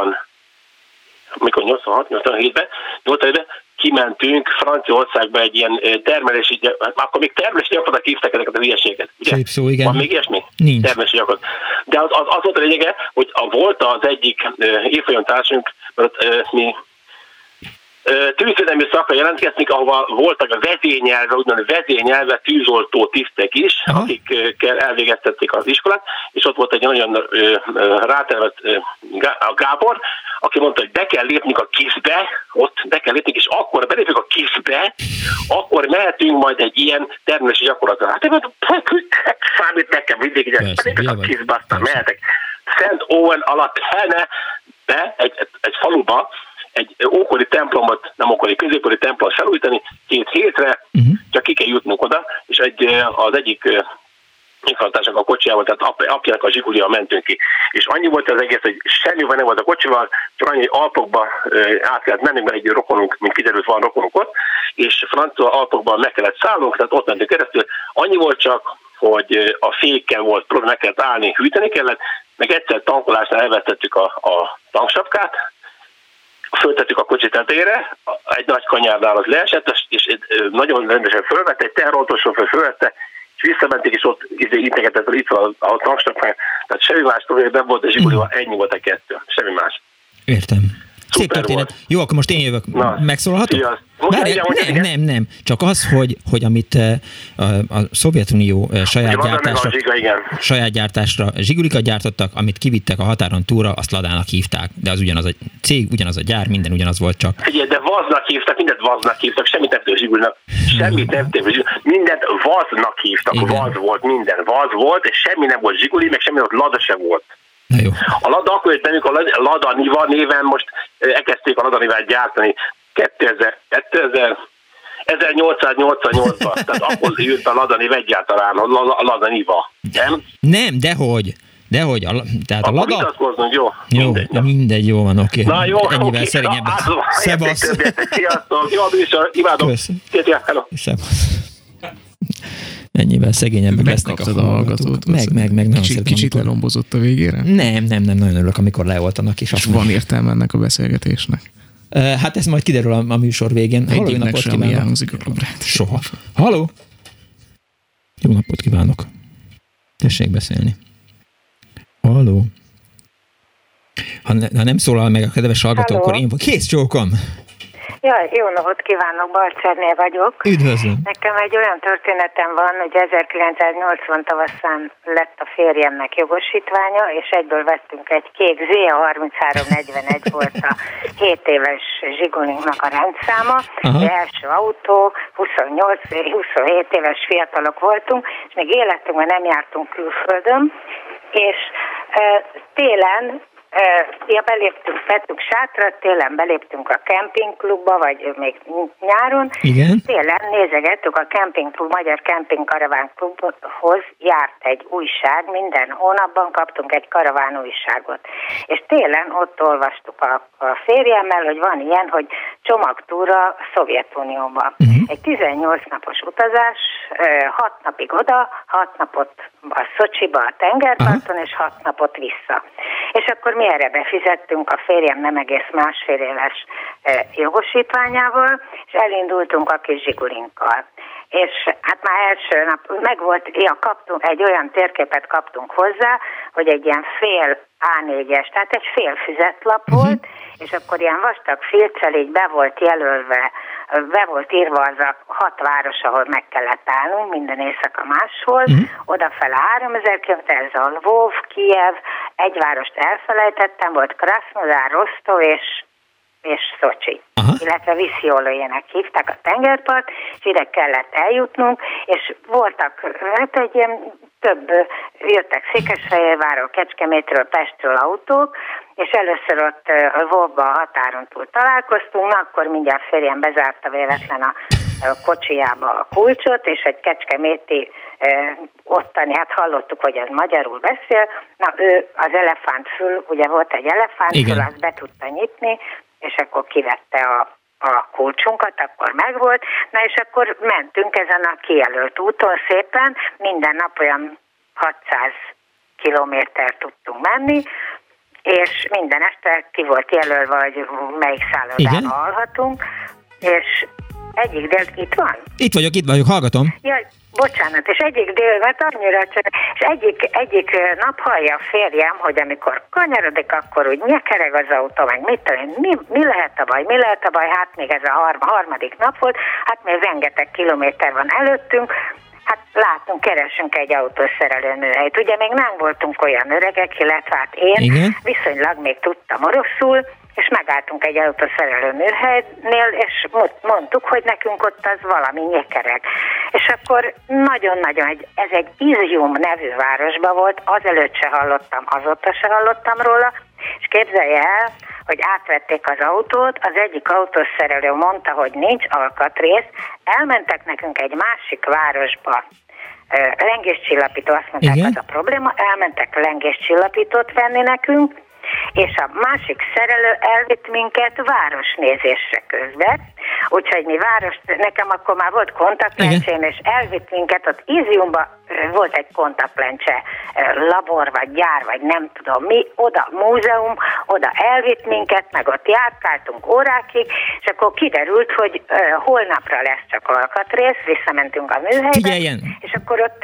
87-ben kimentünk Franciaországba egy ilyen termelési, akkor még termelési gyakorlatok hívták ezeket a hülyeséget. Szép szó, igen. Van még ilyesmi? Nincs. Termelési gyakorlat. De az volt a lényege, hogy volt az egyik évfolyamtársunk, mert mi tűzvédelmi szakra jelentkeztünk, ahova voltak a vezényelve tűzoltó tisztek is, akikkel elvégeztették az iskolát, és ott volt egy nagyon rátervett a Gábor, aki mondta, hogy be kell lépnünk a KISZ-be, és akkor belépünk a KISZ-be, akkor mehetünk majd egy ilyen termelési gyakorlatra. Hát én mondom, számít nekem mindig, belépünk a KISZ-be, aztán mehetek. Szent Owen alatt be egy faluba, egy ókori templomot, nem ókori, középkori templomot felújítani 2 hétre, csak ki kell jutnunk oda, és az egyik infantásnak a kocsijával, tehát apjának a Zsigulival mentünk ki. És annyi volt az egész, hogy semmivel nem volt a kocsival, csak annyi Alpokba át kellett mennünk, mert egy rokonunk, mint kiderült, van rokonunk ott, és francia Alpokban meg kellett szállnunk, tehát ott mentünk keresztül. Annyi volt csak, hogy a fékkel volt probléma, meg kellett állni, hűteni kellett, meg egyszer tankolásnál elvesztettük a tanksapkát, föltettük a kocsi tetejére, egy nagy kanyárnál az leesett, és nagyon rendesen fölvette, egy teherautós fölvette, és visszamenték, és ott integetett, hogy itt van a tanksapkán. Tehát semmi más probléma nem volt, a Zsigulival ennyi volt a kettő, semmi más. Értem. Szép történet. Jó, akkor most én jövök. Megszólalhatok? Nem. Csak az, hogy amit a Szovjetunió saját gyártásra zsigulikat gyártottak, amit kivittek a határon túlra, azt Ladának hívták. De az ugyanaz a cég, ugyanaz a gyár, minden ugyanaz volt csak. Figyelj, de Vaznak hívtak, mindent Vaznak hívtak, semmit nem tőle Zsigulinak. Semmit nem tőle Zsigulinak. Mindent Vaznak hívtak. Igen. Vaz volt, minden Vaz volt, és semmi nem volt Zsiguli, meg semmi nem volt, Lada sem volt. Na jó. A Lada akkor jött bennünk, a Lada Niva néven most elkezdték a Lada Nivát gyártani 1888-ban, tehát akkor jött a Lada Niva egyáltalán, a Lada Niva, nem? Nem, dehogy. Tehát a Lada... Vitatkoznunk, jó? Mindegy, jó van, oké. Na jó, ennyivel szerényebb. Szevasz. Sziasztok, jó, műsor, imádom. Szevasz. ennyivel szegényebbek lesznek a hallgatók. Meg. Kicsit lelombozott a végére? Nem, nagyon örülök, amikor leoltanak. És van értelme ennek a beszélgetésnek? Hát ez majd kiderül a műsor végén. Halló, jó napot kívánok! Soha. Halló! Jó napot kívánok! Tessék beszélni. Halló! Ha nem szólal meg a kedves hallgató, akkor én vagyok. Kész csókom! Jaj, jó napot kívánok, Barcerné vagyok. Üdvözlöm. Nekem egy olyan történetem van, hogy 1980 tavaszán lett a férjemnek jogosítványa, és egyből vettünk egy kék ZA3341 volt a 7 éves Zsigulinknak a rendszáma. Első autó, 27 éves fiatalok voltunk, és még életünkben nem jártunk külföldön, és télen vettünk sátrat, télen beléptünk a kempingklubba, vagy még nyáron. Igen. Télen nézegettük a kempingklub, Magyar Kemping Karaván Klubhoz járt egy újság, minden hónapban kaptunk egy karaván újságot. És télen ott olvastuk a férjemmel, hogy van ilyen, hogy csomagtúra Szovjetunióba. Egy 18 napos utazás, 6 napig oda, 6 napot a Szocsiba a tengerparton, és 6 napot vissza. És akkor mi erre befizettünk a férjem nem egész másfél éves jogosítványával, és elindultunk a kis Zsigulinkkal. És hát már első nap megvolt, egy olyan térképet kaptunk hozzá, hogy egy ilyen fél A4-es, tehát egy fél füzetlap volt, és akkor ilyen vastag filccel így be volt jelölve, be volt írva az a 6 város, ahol meg kellett állnunk, minden éjszaka máshol, odafele 3000 km, ez a Lvov, Kijev, egy várost elfelejtettem, volt Krasnodar, Rostov és Szocsi, illetve Visziolójének hívták a tengerpart, és ide kellett eljutnunk, és voltak, hát egy ilyen jöttek Székesfehérvárról, Kecskemétről, Pestről autók, és először ott Lvovba a határon túl találkoztunk, akkor mindjárt férjem bezárta véletlen a kocsijába a kulcsot, és egy kecskeméti ottani, hát hallottuk, hogy ez magyarul beszél, na ő az elefántfül, ugye volt egy elefántfül, azt be tudta nyitni, és akkor kivette a kulcsunkat, akkor megvolt, na és akkor mentünk ezen a kijelölt úton szépen, minden nap olyan 600 kilométert tudtunk menni, és minden este ki volt jelölve, hogy melyik szállodában alhatunk, és egyik dél itt van? Itt vagyok, hallgatom. Jaj, bocsánat, és egyik délvet annyira csak, és egyik nap hallja a férjem, hogy amikor kanyarodik, akkor úgy nyekereg az autó, meg mit tudom, mi lehet a baj, hát még ez a harmadik nap volt, hát még rengeteg kilométer van előttünk, hát látunk, keresünk egy autószerelő műhelyt. Ugye még nem voltunk olyan öregek, illetve hát én viszonylag még tudtam oroszul, és megálltunk egy autószerelő műhelynél, és mondtuk, hogy nekünk ott az valami nyekereg. És akkor nagyon-nagyon, ez egy Izium nevű városban volt, azelőtt se hallottam, azóta se hallottam róla, és képzelje el, hogy átvették az autót, az egyik autószerelő mondta, hogy nincs alkatrész, elmentek nekünk egy másik városba, lengéscsillapító, azt mondták, az a probléma, elmentek lengéscsillapítót venni nekünk, és a másik szerelő elvitt minket városnézésre közben, úgyhogy mi nekem akkor már volt kontaktlencsém, és elvitt minket, ott Iziumban volt egy kontaktlencse labor, vagy gyár, vagy nem tudom mi, oda múzeum, oda elvitt minket, meg ott járkáltunk órákig, és akkor kiderült, hogy holnapra lesz csak alkatrész, visszamentünk a műhelybe, és akkor ott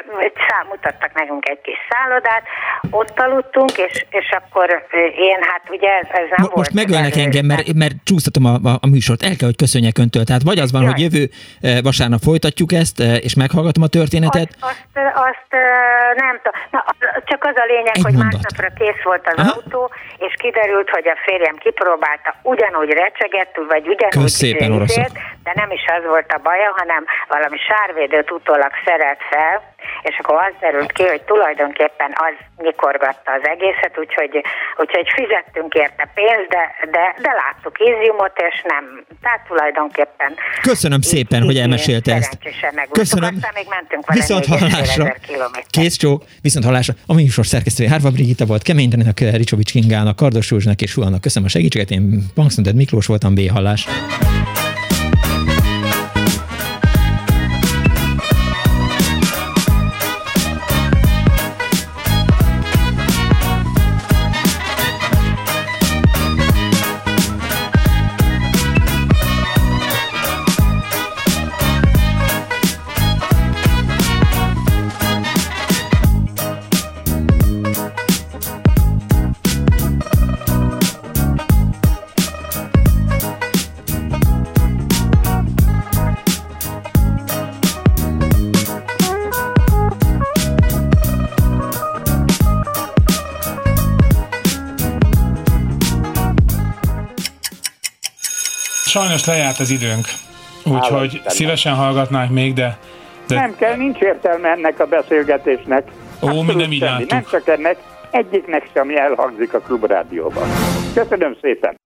mutattak nekünk egy kis szállodát, ott aludtunk, és akkor én, hát ugye ez nem volt. Most megölnek engem, mert csúsztatom a műsort, el kell, hogy köszönjek öntől. Tehát vagy az van, hogy jövő vasárnap folytatjuk ezt, és meghallgatom a történetet. Azt nem tudom. Csak az a lényeg, hogy másnapra kész volt az autó, és kiderült, hogy a férjem kipróbálta, ugyanúgy recsegett, vagy ugyanúgy de nem is az volt a baja, hanem valami sárvédőt utólag szerelt fel, és akkor az derült ki, hogy tulajdonképpen az nyikorgatta az egészet, úgyhogy fizettünk érte pénzt, de láttuk Iziumot, és nem, tehát tulajdonképpen... Köszönöm szépen, hogy elmesélte ezt. Köszönöm. Aztán még mentünk vele viszont hallásra. Kész csók, viszont hallásra. A műsor szerkesztője Árva Brigitta volt, Kemény Daninak, Ricsovics Kingának, Kardos Józsnak és Huannak köszönöm a segítséget. Én Punks Not Dead Miklós voltam, B-hallás. Sajnos lejárt az időnk, úgyhogy szívesen hallgatnánk még, de... Nem kell, nincs értelme ennek a beszélgetésnek. Mi nem így láttuk. Nem csak ennek, egyiknek sem elhangzik a Klubrádióban. Köszönöm szépen!